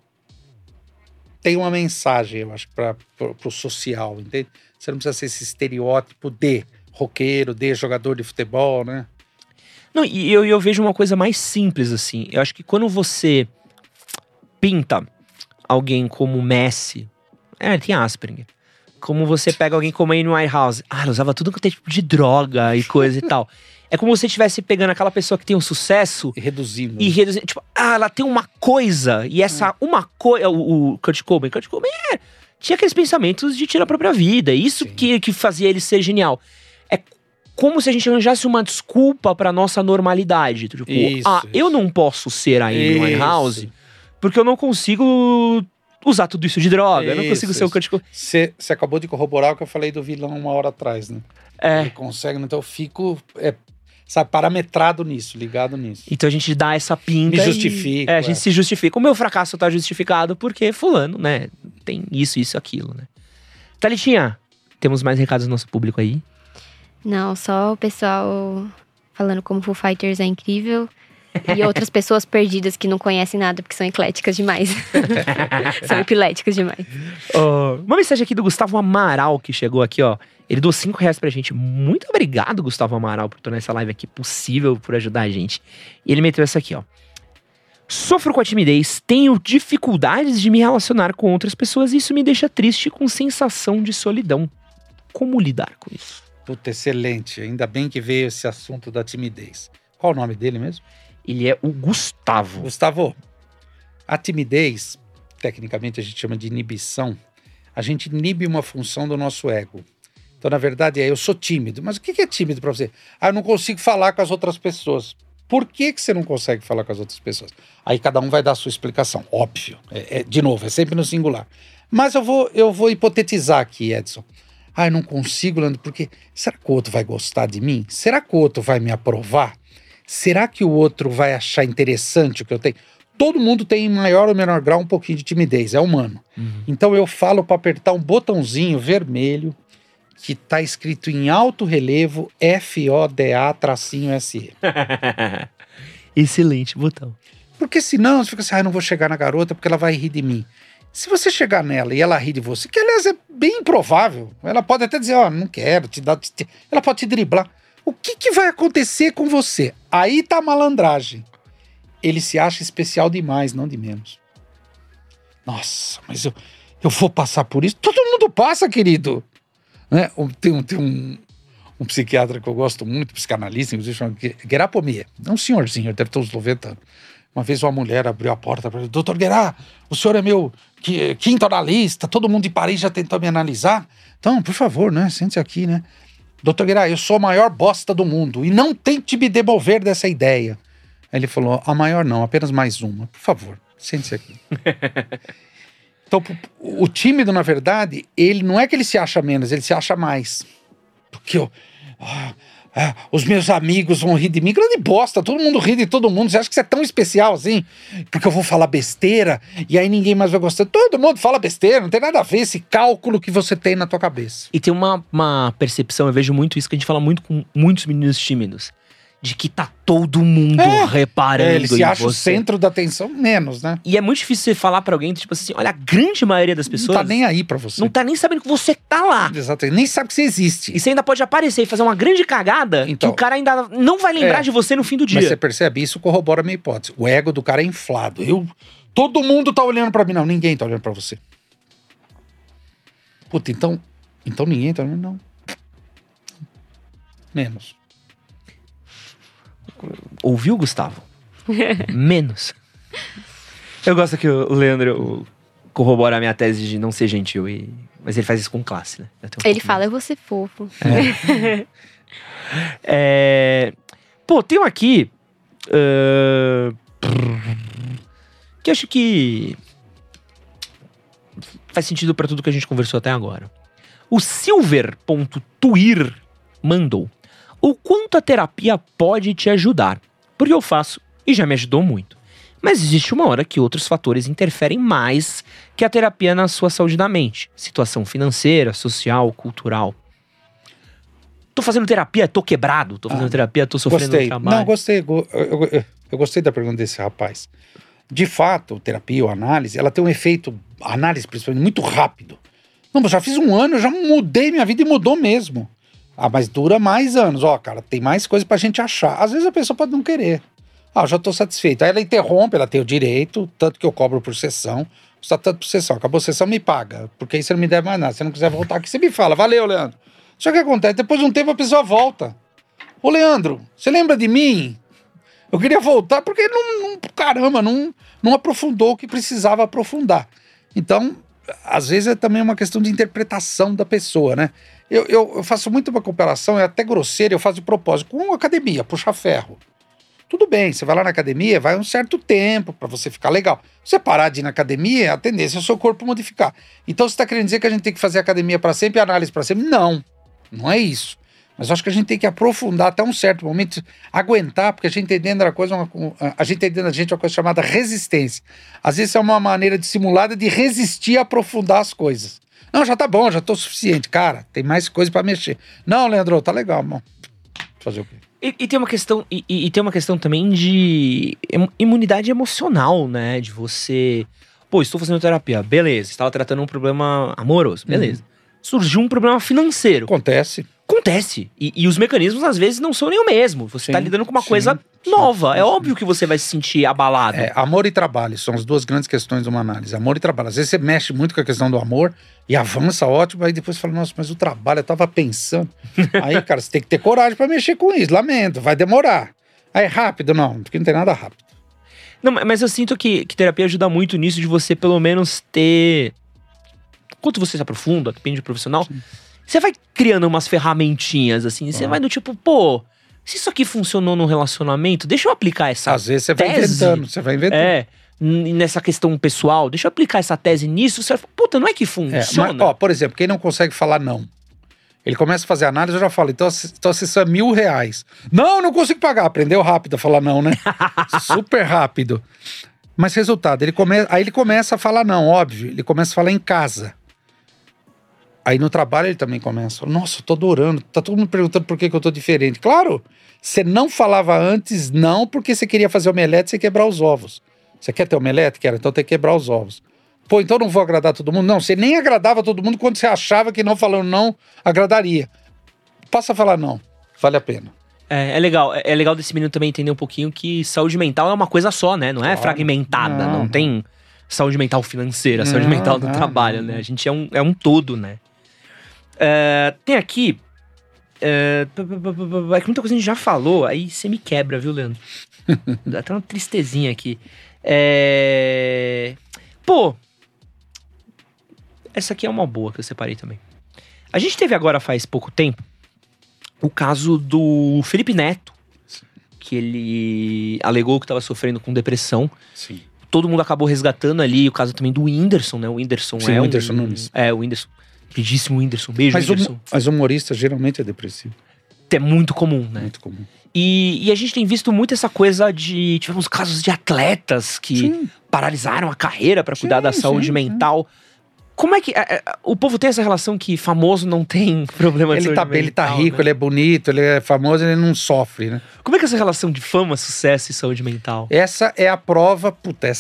tem uma mensagem, eu acho, pro social, entende? Você não precisa ser esse estereótipo de roqueiro, de jogador de futebol, né? Não, e eu vejo uma coisa mais simples, assim. Eu acho que quando você pinta alguém como Messi, tem Asperger. Como você pega alguém como Amy Winehouse, ela usava tudo que tem tipo de droga e coisa e tal. É como se você estivesse pegando aquela pessoa que tem um sucesso e reduzindo. Tipo, ela tem uma coisa, e essa uma coisa... O Kurt Cobain tinha aqueles pensamentos de tirar a própria vida. Isso que fazia ele ser genial. É como se a gente arranjasse uma desculpa pra nossa normalidade. Tipo, eu não posso ser a Amy Winehouse porque eu não consigo usar tudo isso de droga. Eu não consigo ser o Kurt Cobain. Você acabou de corroborar o que eu falei do vilão uma hora atrás, né? Ele consegue, então eu fico... parametrado nisso, ligado nisso. Então a gente dá essa pinta. Me justifica. A gente se justifica. O meu fracasso tá justificado porque fulano, né? Tem isso, aquilo, né? Thalitinha, temos mais recados do nosso público aí? Não, só o pessoal falando como Foo Fighters é incrível. E outras pessoas perdidas que não conhecem nada porque são ecléticas demais. São epiléticas demais. Uma mensagem aqui do Gustavo Amaral que chegou aqui, ó. Ele deu R$5 pra gente. Muito obrigado, Gustavo Amaral, por tornar essa live aqui possível, por ajudar a gente. E ele meteu essa aqui, ó. Sofro com a timidez, tenho dificuldades de me relacionar com outras pessoas e isso me deixa triste com sensação de solidão. Como lidar com isso? Puta, excelente. Ainda bem que veio esse assunto da timidez. Qual o nome dele mesmo? Ele é o Gustavo. Gustavo, a timidez, tecnicamente a gente chama de inibição. A gente inibe uma função do nosso ego. Então, na verdade, eu sou tímido. Mas o que é tímido pra você? Eu não consigo falar com as outras pessoas. Por que você não consegue falar com as outras pessoas? Aí cada um vai dar a sua explicação. Óbvio. De novo, é sempre no singular. Mas eu vou hipotetizar aqui, Edson. Eu não consigo, Leandro, porque será que o outro vai gostar de mim? Será que o outro vai me aprovar? Será que o outro vai achar interessante o que eu tenho? Todo mundo tem, em maior ou menor grau, um pouquinho de timidez. É humano. Então eu falo para apertar um botãozinho vermelho que tá escrito em alto relevo FODA-SE. Excelente botão. Porque senão você fica assim, eu não vou chegar na garota porque ela vai rir de mim. Se você chegar nela e ela rir de você, que aliás é bem improvável, ela pode até dizer, não quero, ela pode te driblar. O que vai acontecer com você? Aí tá a malandragem. Ele se acha especial demais, não de menos. Nossa, mas eu vou passar por isso? Todo mundo passa, querido. Né? Tem um psiquiatra que eu gosto muito, psicanalista, inclusive, chama Guerapomie. É um senhorzinho, deve ter uns 90 anos. Uma vez uma mulher abriu a porta para ele, Dr. Guerá, o senhor é meu quinto analista, todo mundo de Paris já tentou me analisar. Então, por favor, né, sente-se aqui, né. Dr. Guerá, eu sou a maior bosta do mundo e não tente me demover dessa ideia. Aí ele falou, a maior não, apenas mais uma. Por favor, sente-se aqui. Então, o tímido, na verdade, ele não é que ele se acha menos, ele se acha mais. Porque os meus amigos vão rir de mim. Grande bosta, todo mundo ri de todo mundo. Você acha que você é tão especial assim? Porque eu vou falar besteira e aí ninguém mais vai gostar. Todo mundo fala besteira, não tem nada a ver esse cálculo que você tem na tua cabeça. E tem uma percepção, eu vejo muito isso, que a gente fala muito com muitos meninos tímidos. De que tá todo mundo reparando ele se acha você. O centro da atenção, menos, né? E é muito difícil você falar pra alguém, tipo assim, olha, a grande maioria das pessoas... Não tá nem aí pra você. Não tá nem sabendo que você tá lá. Exatamente, nem sabe que você existe. E você ainda pode aparecer e fazer uma grande cagada então, que o cara ainda não vai lembrar de você no fim do dia. Mas você percebe, isso corrobora a minha hipótese. O ego do cara é inflado. Todo mundo tá olhando pra mim. Não, ninguém tá olhando pra você. Puta, então ninguém tá olhando, não. Menos. Ouviu, Gustavo? Menos. Eu gosto que o Leandro corrobora a minha tese de não ser gentil, mas ele faz isso com classe, né? Ele fala, eu vou ser fofo. Pô, tem um aqui que eu acho que faz sentido pra tudo que a gente conversou até agora. O Silver.tuir mandou: o quanto a terapia pode te ajudar? Porque eu faço e já me ajudou muito. Mas existe uma hora que outros fatores interferem mais que a terapia na sua saúde da mente. Situação financeira, social, cultural. Tô fazendo terapia, tô quebrado. Tô fazendo terapia, tô sofrendo no trabalho. Não, gostei. Eu gostei da pergunta desse rapaz. De fato, terapia ou análise, ela tem um efeito, análise principalmente, muito rápido. Não, mas já fiz 1 ano, eu já mudei minha vida e mudou mesmo. Mas dura mais anos. Cara, tem mais coisa pra gente achar. Às vezes a pessoa pode não querer. Eu já tô satisfeito. Aí ela interrompe, ela tem o direito, tanto que eu cobro por sessão. Custa tanto por sessão. Acabou a sessão, me paga. Porque aí você não me deve mais nada. Se você não quiser voltar aqui, você me fala. Valeu, Leandro. Só que acontece, depois de um tempo a pessoa volta. Ô, Leandro, você lembra de mim? Eu queria voltar porque caramba, não aprofundou o que precisava aprofundar. Então, às vezes é também uma questão de interpretação da pessoa, né? Eu faço muito uma comparação, é até grosseira, eu faço de propósito, com academia, puxar ferro. Tudo bem, você vai lá na academia, vai um certo tempo para você ficar legal. Se você parar de ir na academia, a tendência é o seu corpo modificar. Então você está querendo dizer que a gente tem que fazer academia para sempre e análise para sempre? Não, não é isso. Mas eu acho que a gente tem que aprofundar até um certo momento, aguentar, porque a gente tem dentro da coisa, a gente tem dentro da gente uma coisa chamada resistência. Às vezes é uma maneira dissimulada de resistir a aprofundar as coisas. Não, já tá bom, já tô suficiente. Cara, tem mais coisa para mexer. Não, Leandro, tá legal, irmão. Fazer o quê? E tem uma questão, e tem uma questão também de imunidade emocional, né? De você... Pô, estou fazendo terapia, beleza. Estava tratando um problema amoroso, beleza. Surgiu um problema financeiro. Acontece. E os mecanismos, às vezes, não são nem o mesmo. Você tá lidando com uma coisa nova. É óbvio que você vai se sentir abalado. Amor e trabalho são as duas grandes questões de uma análise. Amor e trabalho. Às vezes você mexe muito com a questão do amor e avança, ótimo, aí depois você fala, nossa, mas o trabalho, eu tava pensando. Aí, cara, você tem que ter coragem pra mexer com isso. Lamento, vai demorar. Aí, rápido, não, porque não tem nada rápido. Não, mas eu sinto que terapia ajuda muito nisso, de você pelo menos ter... Quanto você se aprofunda, depende do profissional... Sim. Você vai criando umas ferramentinhas, assim, você vai do tipo, pô, se isso aqui funcionou no relacionamento, deixa eu aplicar essa Às vezes você vai inventando. Nessa questão pessoal, deixa eu aplicar essa tese nisso, você vai falar, puta, não é que funciona? Mas, por exemplo, quem não consegue falar não, ele começa a fazer análise, eu já falo, então a sessão é R$1.000. Não consigo pagar, aprendeu rápido a falar não, né? Super rápido. Mas resultado, aí ele começa a falar não, óbvio, ele começa a falar em casa. Aí no trabalho ele também começa, nossa, eu tô adorando, tá todo mundo perguntando por que eu tô diferente. Claro, você não falava antes não porque você queria fazer omelete e você quebrar os ovos. Você quer ter omelete? Quero, então tem que quebrar os ovos. Pô, então não vou agradar todo mundo? Não, você nem agradava todo mundo quando você achava que não falando não agradaria. Passa a falar não, vale a pena. É legal desse menino também entender um pouquinho que saúde mental é uma coisa só, né? Não é fragmentada, não tem saúde mental financeira, saúde mental do trabalho, né? A gente é um todo, né? Tem aqui... É que muita coisa a gente já falou, aí você me quebra, viu, Leandro? Dá até uma tristezinha aqui. Pô, essa aqui é uma boa que eu separei também. A gente teve agora, faz pouco tempo, o caso do Felipe Neto, que ele alegou que estava sofrendo com depressão. Sim. Todo mundo acabou resgatando ali o caso também do Whindersson, né? O Whindersson Sim, o Whindersson Nunes. O Whindersson. Queridíssimo Whindersson. Beijo, Whindersson. Mas humorista geralmente é depressivo. É muito comum, né? Muito comum. E a gente tem visto muito essa coisa de... Tivemos casos de atletas que paralisaram a carreira para cuidar da saúde mental. Como é que... o povo tem essa relação que famoso não tem problema de saúde mental, ele tá rico, né? Ele é bonito, ele é famoso, ele não sofre, né? Como é que é essa relação de fama, sucesso e saúde mental? Essa é a prova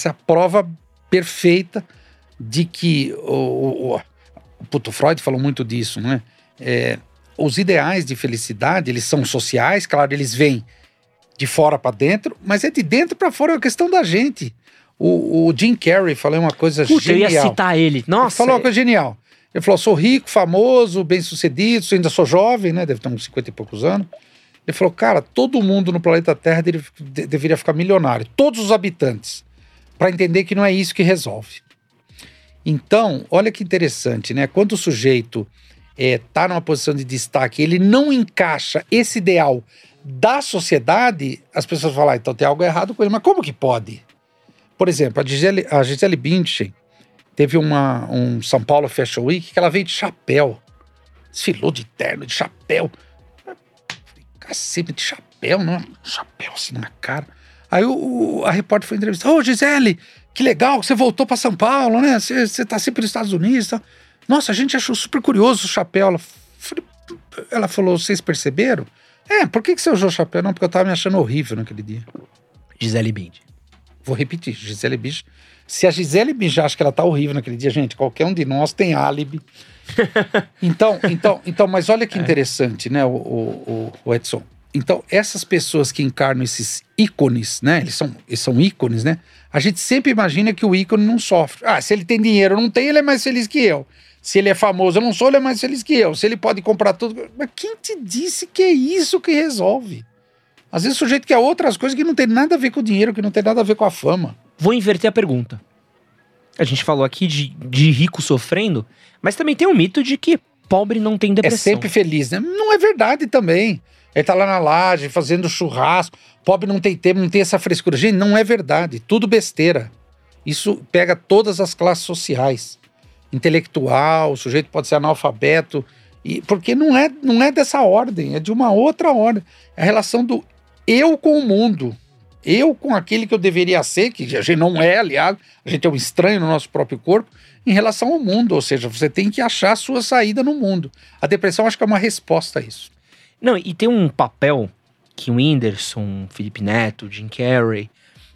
perfeita de que... O Freud falou muito disso, né? Os ideais de felicidade, eles são sociais, claro, eles vêm de fora para dentro, mas é de dentro para fora, é uma questão da gente. O Jim Carrey falou uma coisa genial. Eu ia citar ele. Nossa. Ele falou uma coisa genial. Ele falou, sou rico, famoso, bem-sucedido, ainda sou jovem, né? Deve ter uns 50 e poucos anos. Ele falou, cara, todo mundo no planeta Terra deveria ficar milionário. Todos os habitantes. Para entender que não é isso que resolve. Então, olha que interessante, né? Quando o sujeito tá numa posição de destaque, ele não encaixa esse ideal da sociedade, as pessoas falam, então tem algo errado com ele. Mas como que pode? Por exemplo, a Gisele Bündchen teve um São Paulo Fashion Week que ela veio de chapéu. Desfilou de terno, de chapéu. Cacete, de chapéu, não? Chapéu assim na cara. Aí a repórter foi entrevistar. Ô, Gisele, que legal que você voltou para São Paulo, né? Você tá sempre nos Estados Unidos. Tá? Nossa, a gente achou super curioso o chapéu. Ela falou, vocês perceberam? Por que você usou o chapéu? Não, porque eu tava me achando horrível naquele dia. Gisele Bündchen. Vou repetir, Gisele Bündchen. Se a Gisele Bündchen acha que ela tá horrível naquele dia, gente, qualquer um de nós tem álibi. Então, mas olha que interessante, né, o Edson. Então, essas pessoas que encarnam esses ícones, né, eles são ícones, né, a gente sempre imagina que o ícone não sofre. Se ele tem dinheiro ou não tem, ele é mais feliz que eu. Se ele é famoso, eu não sou, ele é mais feliz que eu. Se ele pode comprar tudo... Mas quem te disse que é isso que resolve? Às vezes o sujeito quer outras coisas que não tem nada a ver com o dinheiro, que não tem nada a ver com a fama. Vou inverter a pergunta. A gente falou aqui de rico sofrendo, mas também tem um mito de que pobre não tem depressão. É sempre feliz, né? Não é verdade também. Ele tá lá na laje, fazendo churrasco. Pobre não tem tempo, não tem essa frescura. Gente, não é verdade. Tudo besteira. Isso pega todas as classes sociais. Intelectual, o sujeito pode ser analfabeto. Porque não é dessa ordem, é de uma outra ordem. É a relação do eu com o mundo. Eu com aquele que eu deveria ser, que a gente não é, aliás, a gente é um estranho no nosso próprio corpo, em relação ao mundo. Ou seja, você tem que achar a sua saída no mundo. A depressão acho que é uma resposta a isso. Não, e tem um papel que o Whindersson, Felipe Neto, Jim Carrey,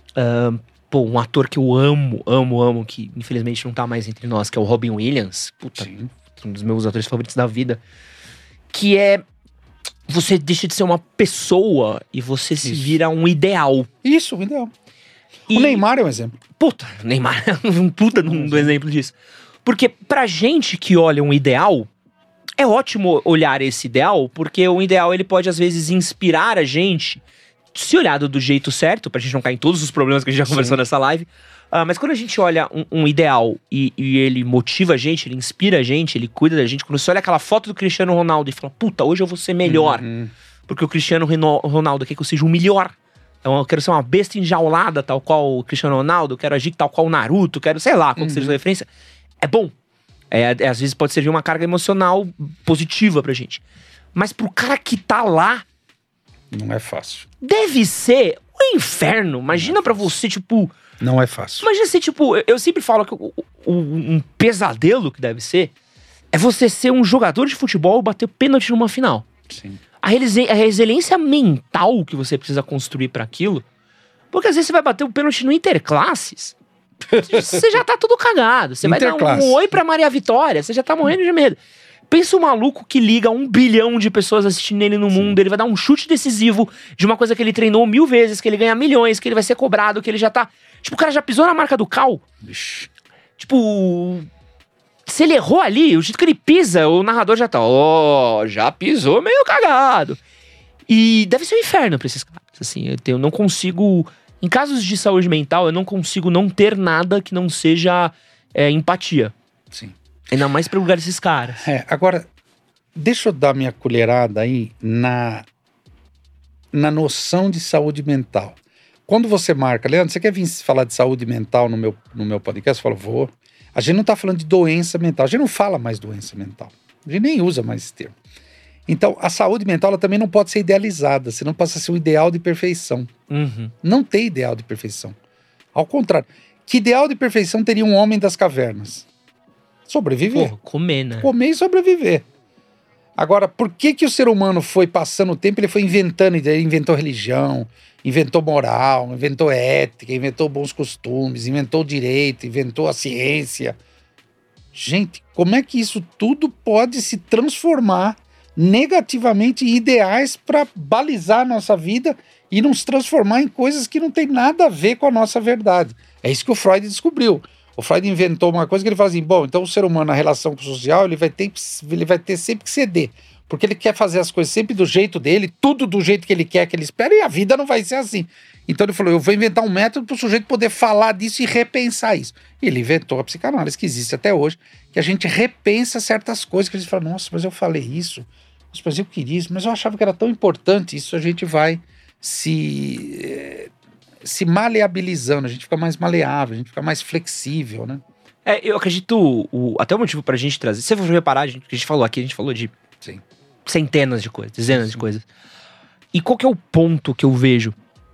um ator que eu amo, que infelizmente não tá mais entre nós, que é o Robin Williams, Sim. Um dos meus atores favoritos da vida, que é você deixa de ser uma pessoa e você se vira um ideal. Isso, um ideal. E o Neymar é um exemplo. O Neymar é um puta do exemplo disso. Porque pra gente que olha um ideal, é ótimo olhar esse ideal, porque o ideal ele pode às vezes inspirar a gente, se olhado do jeito certo, pra gente não cair em todos os problemas que a gente já conversou nessa live. Mas quando a gente olha um ideal e ele motiva a gente, ele inspira a gente, ele cuida da gente, quando você olha aquela foto do Cristiano Ronaldo e fala, puta, hoje eu vou ser melhor, porque o Cristiano Ronaldo quer que eu seja o melhor. Então eu quero ser uma besta enjaulada, tal qual o Cristiano Ronaldo, eu quero agir tal qual o Naruto, quero, sei lá, qual que seja a referência. É bom. Às vezes pode servir uma carga emocional positiva pra gente. Mas pro cara que tá lá, não é fácil. Deve ser um inferno. Imagina pra você, tipo... Não é fácil. Imagina se, tipo... Eu sempre falo que um pesadelo que deve ser é você ser um jogador de futebol e bater pênalti numa final. Sim. A resiliência mental que você precisa construir pra aquilo... Porque às vezes você vai bater um pênalti no Interclasses... Você já tá tudo cagado. Você vai dar um oi pra Maria Vitória. Você já tá morrendo de medo. Pensa o maluco que liga 1 bilhão de pessoas assistindo ele no mundo. Ele vai dar um chute decisivo de uma coisa que ele treinou 1000 vezes, que ele ganha milhões, que ele vai ser cobrado, que ele já tá... Tipo, o cara já pisou na marca do cal. Ixi. Tipo... Se ele errou ali, o jeito que ele pisa, o narrador já tá... já pisou meio cagado. E deve ser um inferno pra esses caras. Assim, eu não consigo... Em casos de saúde mental, eu não consigo não ter nada que não seja empatia. Sim. Ainda mais pra lugar desses caras. Agora, deixa eu dar minha colherada aí na noção de saúde mental. Quando você marca, Leandro, você quer vir falar de saúde mental no meu podcast? Eu falo, vou. A gente não tá falando de doença mental. A gente não fala mais doença mental. A gente nem usa mais esse termo. Então, a saúde mental ela também não pode ser idealizada. Você não passa a ser um ideal de perfeição. Não tem ideal de perfeição. Ao contrário. Que ideal de perfeição teria um homem das cavernas? Sobreviver. Porra, comer, né? Comer e sobreviver. Agora, por que o ser humano foi passando o tempo, ele foi inventando, ele inventou religião, inventou moral, inventou ética, inventou bons costumes, inventou direito, inventou a ciência. Gente, como é que isso tudo pode se transformar negativamente em ideais para balizar a nossa vida e nos transformar em coisas que não tem nada a ver com a nossa verdade? É isso que o Freud descobriu. O Freud inventou uma coisa que ele fala assim, bom, então o ser humano, na relação social, ele vai ter sempre que ceder, porque ele quer fazer as coisas sempre do jeito dele, tudo do jeito que ele quer, que ele espera, e a vida não vai ser assim. Então ele falou, eu vou inventar um método para o sujeito poder falar disso e repensar isso. E ele inventou a psicanálise, que existe até hoje, que a gente repensa certas coisas, que a gente fala, nossa, mas eu falei isso, mas eu queria isso, mas eu achava que era tão importante isso, a gente vai se maleabilizando, a gente fica mais maleável, a gente fica mais flexível, né? Eu acredito, até o motivo pra gente trazer, se você for reparar, a gente falou aqui, a gente falou de centenas de coisas, dezenas de coisas. E qual que é o ponto que eu vejo?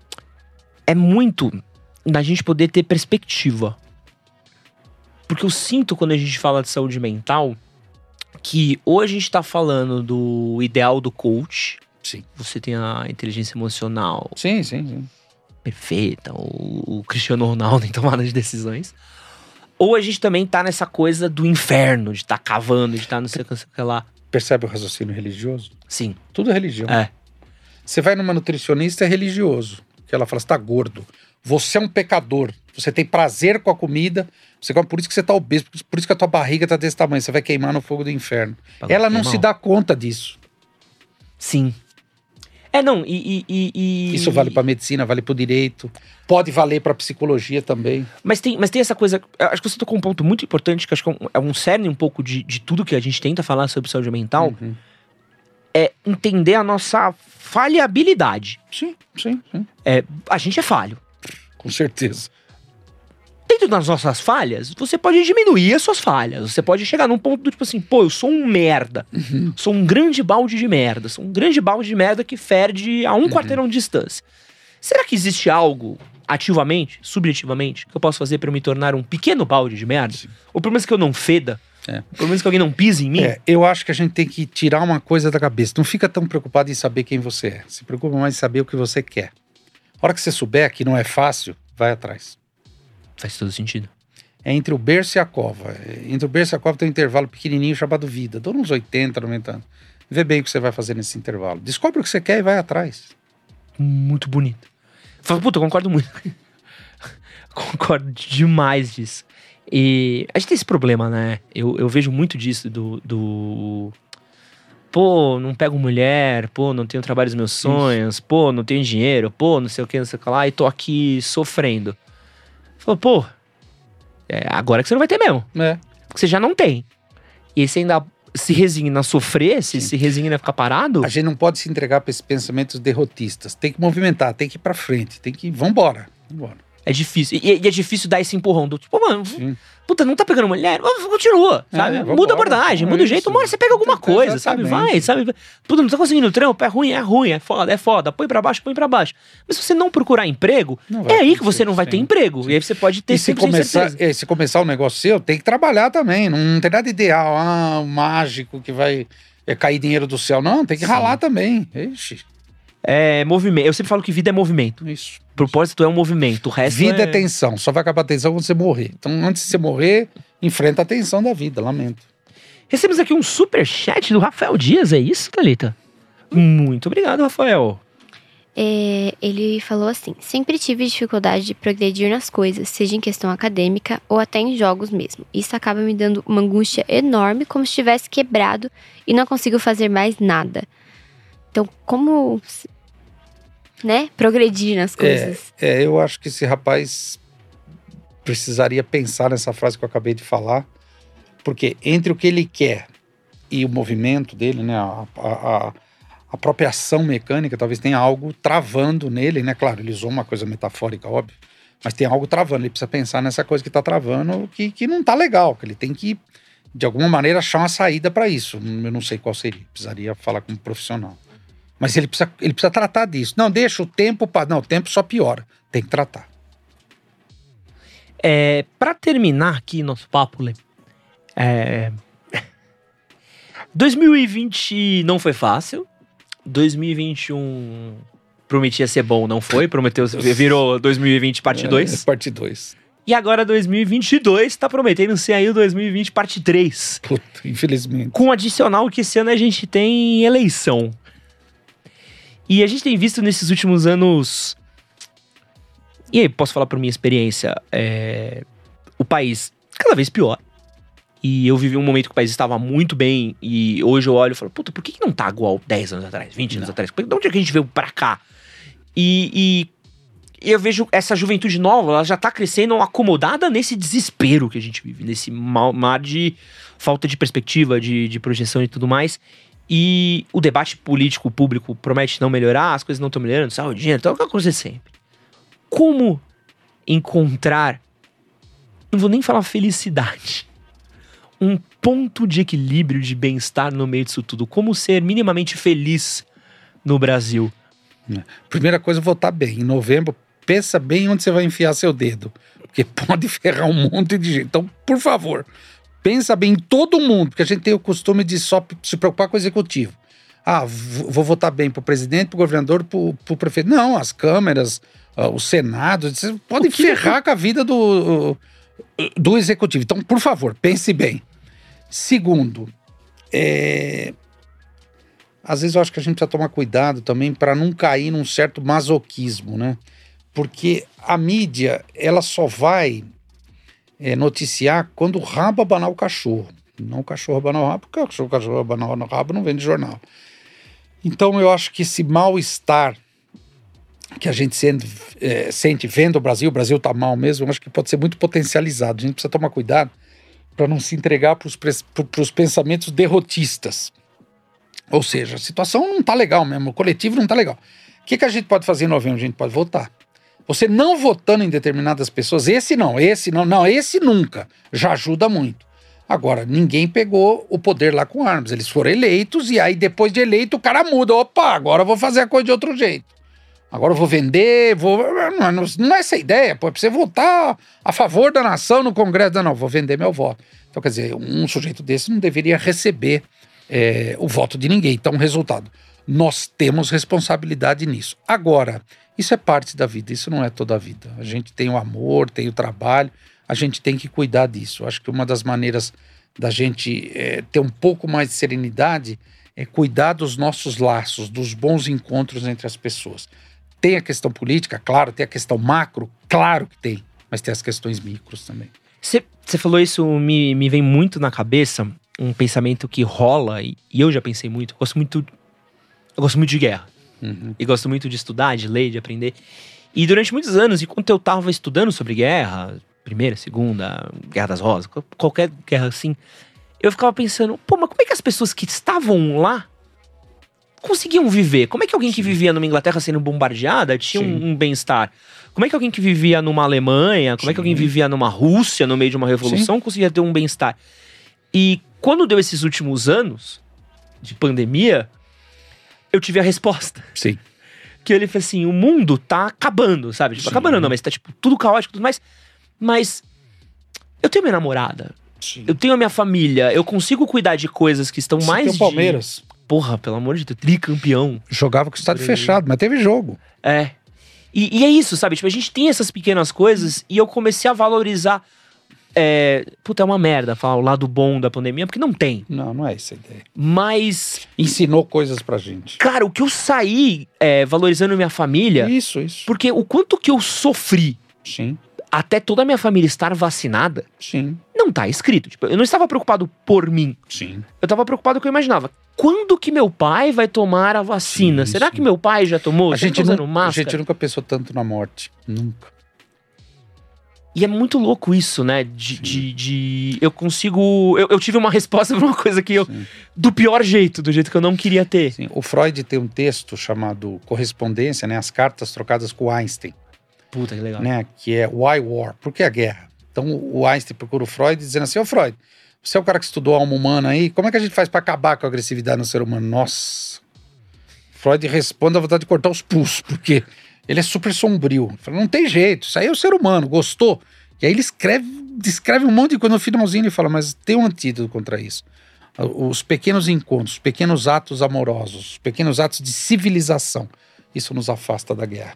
É muito da gente poder ter perspectiva. Porque eu sinto quando a gente fala de saúde mental, que hoje a gente tá falando do ideal do coach. Sim. Você tem a inteligência emocional. Sim. Perfeita, o Cristiano Ronaldo em tomada de decisões. Ou a gente também tá nessa coisa do inferno, de tá cavando, de tá não sei o que lá. Percebe o raciocínio religioso? Sim. Tudo é religião. Você vai numa nutricionista, é religioso. Que ela fala, você tá gordo. Você é um pecador. Você tem prazer com a comida. Você come, por isso que você tá obeso. Por isso que a tua barriga tá desse tamanho. Você vai queimar no fogo do inferno. Ela não se dá conta disso. Sim. Não, Isso vale para medicina, vale para o direito, pode valer para psicologia também. Mas tem essa coisa, acho que você tocou um ponto muito importante, que acho que é um cerne um pouco de tudo que a gente tenta falar sobre saúde mental, é entender a nossa falhabilidade. Sim. A gente é falho. Com certeza. Dentro das nossas falhas, você pode diminuir as suas falhas. Você pode chegar num ponto do tipo assim, pô, eu sou um merda. Sou um grande balde de merda. Sou um grande balde de merda que ferde a um quarteirão de distância. Será que existe algo, ativamente, subjetivamente, que eu posso fazer pra eu me tornar um pequeno balde de merda? Sim. Ou pelo menos que eu não feda? Pelo menos que alguém não pise em mim? Eu acho que a gente tem que tirar uma coisa da cabeça. Não fica tão preocupado em saber quem você é. Se preocupa mais em saber o que você quer. A hora que você souber que não é fácil, vai atrás. Faz todo sentido. É entre o berço e a cova. Entre o berço e a cova tem um intervalo pequenininho chamado vida. Dura uns 80, 90 anos. Vê bem o que você vai fazer nesse intervalo. Descobre o que você quer e vai atrás. Muito bonito. Fala, puta, eu concordo muito. Concordo demais disso. E a gente tem esse problema, né? Eu vejo muito disso pô, não pego mulher, pô, não tenho trabalho dos meus sonhos, pô, não tenho dinheiro, pô, não sei o que lá, e tô aqui sofrendo. Falou, pô, agora que você não vai ter mesmo. Porque você já não tem. E aí você ainda se resigna a sofrer, se resigna a ficar parado. A gente não pode se entregar para esses pensamentos derrotistas. Tem que movimentar, tem que ir pra frente, tem que... Vambora. É difícil. E é difícil dar esse empurrão do tipo, mano, puta, não tá pegando mulher? Continua, sabe? Muda a abordagem, muda o jeito, uma hora você pega alguma coisa, sabe? Vai, sabe? Puta, não tá conseguindo trampo, é ruim, é foda. Põe pra baixo. Mas se você não procurar emprego, é aí que você não vai ter emprego. E aí você pode ter se começar um negócio seu, tem que trabalhar também. Não tem nada ideal, mágico que vai cair dinheiro do céu. Não, tem que ralar também. Ixi. É movimento. Eu sempre falo que vida é movimento. Isso. O propósito é um movimento. O resto vida é tensão. Só vai acabar a tensão quando você morrer. Então, antes de você morrer, enfrenta a tensão da vida. Lamento. Recebemos aqui um superchat do Rafael Dias. É isso, Thalita? Muito obrigado, Rafael. Ele falou assim: sempre tive dificuldade de progredir nas coisas, seja em questão acadêmica ou até em jogos mesmo. Isso acaba me dando uma angústia enorme, como se estivesse quebrado e não consigo fazer mais nada. Então, como, progredir nas coisas? Eu acho que esse rapaz precisaria pensar nessa frase que eu acabei de falar, porque entre o que ele quer e o movimento dele, né, a própria ação mecânica, talvez tenha algo travando nele, né? Claro, ele usou uma coisa metafórica, óbvio, mas tem algo travando. Ele precisa pensar nessa coisa que está travando, que não está legal, que ele tem que, de alguma maneira, achar uma saída para isso. Eu não sei qual seria, precisaria falar com um profissional. Mas ele precisa tratar disso. Não, deixa o tempo... Não, o tempo só piora. Tem que tratar. Pra terminar aqui nosso papo, Lê, 2020 não foi fácil. 2021 prometia ser bom, não foi. Virou 2020 parte 2. Parte 2. E agora 2022 tá prometendo ser aí o 2020 parte 3. Puta, infelizmente. Com o adicional que esse ano a gente tem eleição. E a gente tem visto nesses últimos anos... E aí, posso falar por minha experiência, o país cada vez pior. E eu vivi um momento que o país estava muito bem, e hoje eu olho e falo, puta, por que não tá igual 10 anos atrás, 20 anos atrás? De onde é que a gente veio pra cá? E eu vejo essa juventude nova, ela já tá crescendo acomodada nesse desespero que a gente vive, nesse mar de falta de perspectiva, de projeção e tudo mais. E o debate político público promete não melhorar, as coisas não estão melhorando, saúde, dinheiro, então é aquela coisa sempre. Como encontrar, não vou nem falar felicidade, um ponto de equilíbrio, de bem-estar no meio disso tudo? Como ser minimamente feliz no Brasil? Primeira coisa, votar bem. Em novembro, pensa bem onde você vai enfiar seu dedo, porque pode ferrar um monte de gente. Então, por favor, pensa bem em todo mundo, porque a gente tem o costume de só se preocupar com o executivo. Vou votar bem pro presidente, pro governador, pro prefeito. Não, as câmeras, o Senado, você pode ferrar com a vida do executivo. Então, por favor, pense bem. Segundo, às vezes eu acho que a gente precisa tomar cuidado também para não cair num certo masoquismo, né? Porque a mídia, ela só vai noticiar quando o rabo abanar o cachorro. Não o cachorro abanar o rabo, porque o cachorro abanar o rabo não vem de jornal. Então eu acho que esse mal-estar que a gente sente vendo o Brasil está mal mesmo, eu acho que pode ser muito potencializado. A gente precisa tomar cuidado para não se entregar para os pensamentos derrotistas. Ou seja, a situação não está legal mesmo, o coletivo não está legal. O que a gente pode fazer em novembro? A gente pode votar. Você não votando em determinadas pessoas, esse nunca, já ajuda muito. Agora, ninguém pegou o poder lá com armas, eles foram eleitos e aí depois de eleito o cara muda. Opa, agora eu vou fazer a coisa de outro jeito. Agora eu vou vender, não é essa a ideia, pô, é pra você votar a favor da nação no Congresso. Não, vou vender meu voto. Então, quer dizer, um sujeito desse não deveria receber o voto de ninguém. Então, resultado, nós temos responsabilidade nisso. Agora, isso é parte da vida, isso não é toda a vida. A gente tem o amor, tem o trabalho, a gente tem que cuidar disso. Eu acho que uma das maneiras da gente ter um pouco mais de serenidade é cuidar dos nossos laços, dos bons encontros entre as pessoas. Tem a questão política, claro, tem a questão macro, claro que tem, mas tem as questões micros também. Você falou isso, me vem muito na cabeça um pensamento que rola, e eu já pensei muito, eu gosto muito de guerra. Uhum. E gosto muito de estudar, de ler, de aprender. E durante muitos anos, enquanto eu tava estudando sobre guerra, Primeira, Segunda, Guerra das Rosas, qualquer guerra assim, eu ficava pensando, pô, mas como é que as pessoas que estavam lá conseguiam viver? Como é que alguém que vivia numa Inglaterra sendo bombardeada tinha um bem-estar? Como é que alguém que vivia numa Alemanha, como é que alguém vivia numa Rússia, no meio de uma revolução, conseguia ter um bem-estar? E quando deu esses últimos anos de pandemia, eu tive a resposta. Sim. Que ele falou assim, o mundo tá acabando, sabe? Tipo, acabando não, mas tá tipo tudo caótico, tudo mais. Mas eu tenho minha namorada, eu tenho a minha família, eu consigo cuidar de coisas que estão mais tem o Palmeiras. Porra, pelo amor de Deus, tricampeão. Jogava com o estádio fechado, mas teve jogo. É. E é isso, sabe? Tipo, a gente tem essas pequenas coisas e eu comecei a valorizar. Puta, é uma merda falar o lado bom da pandemia, porque não tem. Não é essa a ideia. Mas ensinou coisas pra gente. Cara, o que eu saí valorizando minha família. Isso. Porque o quanto que eu sofri. Sim. Até toda a minha família estar vacinada. Sim. Não tá escrito. Tipo, eu não estava preocupado por mim. Sim. Eu estava preocupado com o que eu imaginava. Quando que meu pai vai tomar a vacina? Sim, Será que meu pai já tomou? A gente nunca pensou tanto na morte. Nunca. E é muito louco isso, né? Eu consigo... Eu tive uma resposta pra uma coisa que eu... Sim. Do pior jeito, do jeito que eu não queria ter. Sim. O Freud tem um texto chamado Correspondência, né? As cartas trocadas com Einstein. Puta, que legal. Né? Que é Why War? Por que a guerra? Então o Einstein procura o Freud dizendo assim, ô Freud, você é o cara que estudou a alma humana aí, como é que a gente faz pra acabar com a agressividade no ser humano? Nossa! Freud responde a vontade de cortar os pulsos, porque ele é super sombrio. Ele fala, não tem jeito, isso aí é o ser humano, gostou? E aí ele descreve um monte de coisa, no finalzinho ele fala, mas tem um antídoto contra isso. Os pequenos encontros, os pequenos atos amorosos, os pequenos atos de civilização, isso nos afasta da guerra.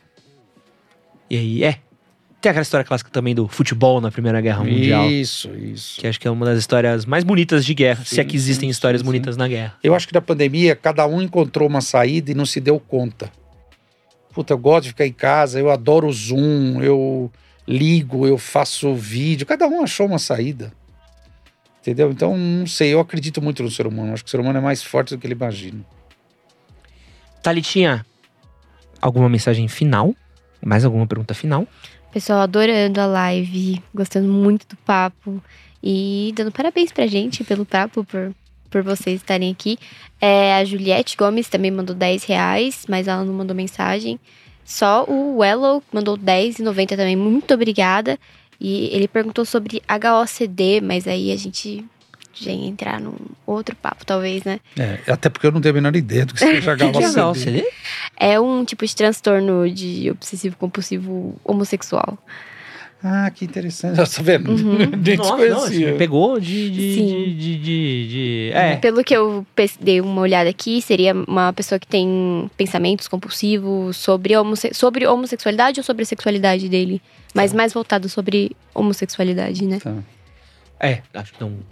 E aí, tem aquela história clássica também do futebol na Primeira Guerra Mundial. Isso. Que acho que é uma das histórias mais bonitas de guerra, se é que existem histórias bonitas na guerra. Eu acho que na pandemia, cada um encontrou uma saída e não se deu conta. Puta, eu gosto de ficar em casa, eu adoro o Zoom, eu ligo, eu faço vídeo, cada um achou uma saída. Entendeu? Então, não sei, eu acredito muito no ser humano, acho que o ser humano é mais forte do que ele imagina. Thalitinha, alguma mensagem final? Mais alguma pergunta final? Pessoal, adorando a live, gostando muito do papo e dando parabéns pra gente pelo papo, por vocês estarem aqui. A Juliette Gomes também mandou R$10, mas ela não mandou mensagem. Só o Wellow mandou R$10,90 também, muito obrigada. E ele perguntou sobre HOCD, mas aí a gente já ia entrar num outro papo, talvez, né? Até porque eu não tenho a menor ideia do que seja HOCD. É um tipo de transtorno de obsessivo-compulsivo homossexual. Ah, que interessante. Tá vendo? Nossa, me pegou Pelo que eu dei uma olhada aqui, seria uma pessoa que tem pensamentos compulsivos sobre homossexualidade ou sobre a sexualidade dele. Mas mais voltado sobre homossexualidade, né? Tá. Acho que não.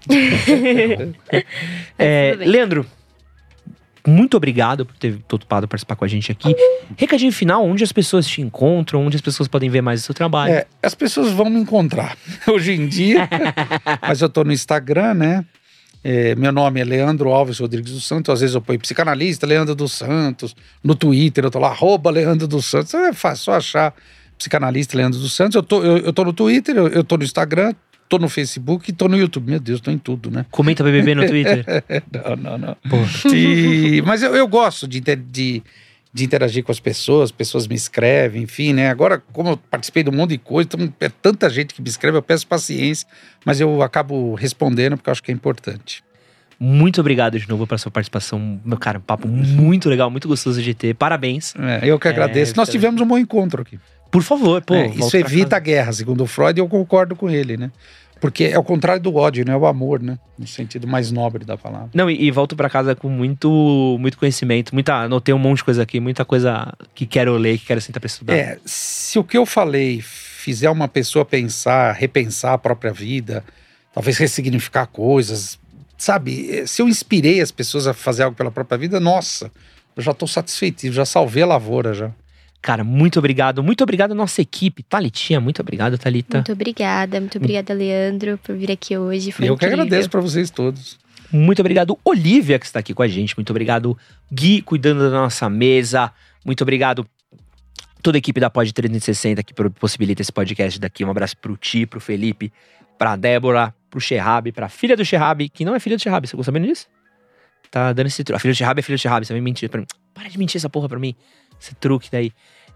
Leandro, muito obrigado por ter topado participar com a gente aqui. Recadinho final, onde as pessoas te encontram, onde as pessoas podem ver mais o seu trabalho. As pessoas vão me encontrar hoje em dia, mas eu tô no Instagram, né? Meu nome é Leandro Alves Rodrigues dos Santos. Às vezes eu ponho psicanalista Leandro dos Santos. No Twitter eu tô lá, @Leandro dos Santos. É fácil, só achar psicanalista Leandro dos Santos. Eu tô no Twitter, eu tô no Instagram, tô no Facebook e tô no YouTube. Meu Deus, tô em tudo, né? Comenta BBB no Twitter. Não. Mas eu gosto de interagir com as pessoas me escrevem, enfim, né? Agora, como eu participei de um monte de coisa, então é tanta gente que me escreve, eu peço paciência, mas eu acabo respondendo porque eu acho que é importante. Muito obrigado de novo pela sua participação. Meu cara, um papo muito legal, muito gostoso de ter. Parabéns. Eu que agradeço. Nós tivemos um bom encontro aqui. Por favor, pô. Isso evita a guerra, segundo o Freud, e eu concordo com ele, né? Porque é o contrário do ódio, né? É o amor, né? No sentido mais nobre da palavra. Não, e volto pra casa com muito conhecimento. Anotei um monte de coisa aqui, muita coisa que quero ler, que quero sentar pra estudar. Se o que eu falei fizer uma pessoa repensar a própria vida, talvez ressignificar coisas, sabe? Se eu inspirei as pessoas a fazer algo pela própria vida, nossa, eu já tô satisfeito, já salvei a lavoura já. Cara, muito obrigado. Muito obrigado à nossa equipe. Thalitinha, muito obrigado, Thalita. Muito obrigada, Leandro, por vir aqui hoje. Foi eu incrível. Que agradeço pra vocês todos. Muito obrigado, Olivia, que está aqui com a gente. Muito obrigado, Gui, cuidando da nossa mesa. Muito obrigado, toda a equipe da Pod 360 que possibilita esse podcast daqui. Um abraço pro Ti, pro Felipe, pra Débora, pro Sherrab, pra filha do Sherrab, que não é filha do Sherrab, você ficou sabendo disso? Tá dando esse truque. A filha do Sherrab é filha do Sherrab, você vem mentir pra mim. Para de mentir essa porra pra mim. Esse truque daí.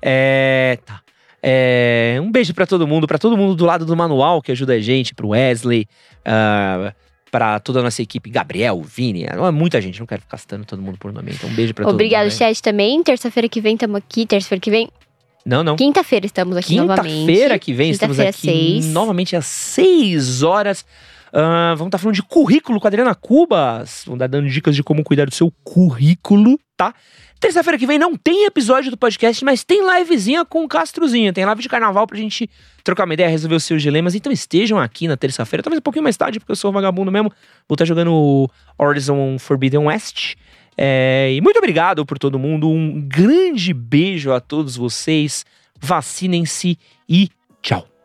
Um beijo pra todo mundo do lado do manual que ajuda a gente, pro Wesley, pra toda a nossa equipe, Gabriel, Vini, muita gente, não quero ficar citando todo mundo por nome, então um beijo pra todo mundo. Obrigado, chat, também. Terça-feira que vem estamos aqui, terça-feira que vem... Não. Quinta-feira estamos aqui novamente. Quinta-feira que vem estamos aqui novamente às 6 horas. Vamos estar falando de currículo com a Adriana Cubas. Vamos dar dando dicas de como cuidar do seu currículo, tá? Terça-feira que vem não tem episódio do podcast, mas tem livezinha com o Castrozinho. Tem live de carnaval pra gente trocar uma ideia, resolver os seus dilemas. Então estejam aqui na terça-feira, talvez um pouquinho mais tarde, porque eu sou vagabundo mesmo. Vou estar jogando Horizon Forbidden West. E muito obrigado por todo mundo. Um grande beijo a todos vocês. Vacinem-se e tchau.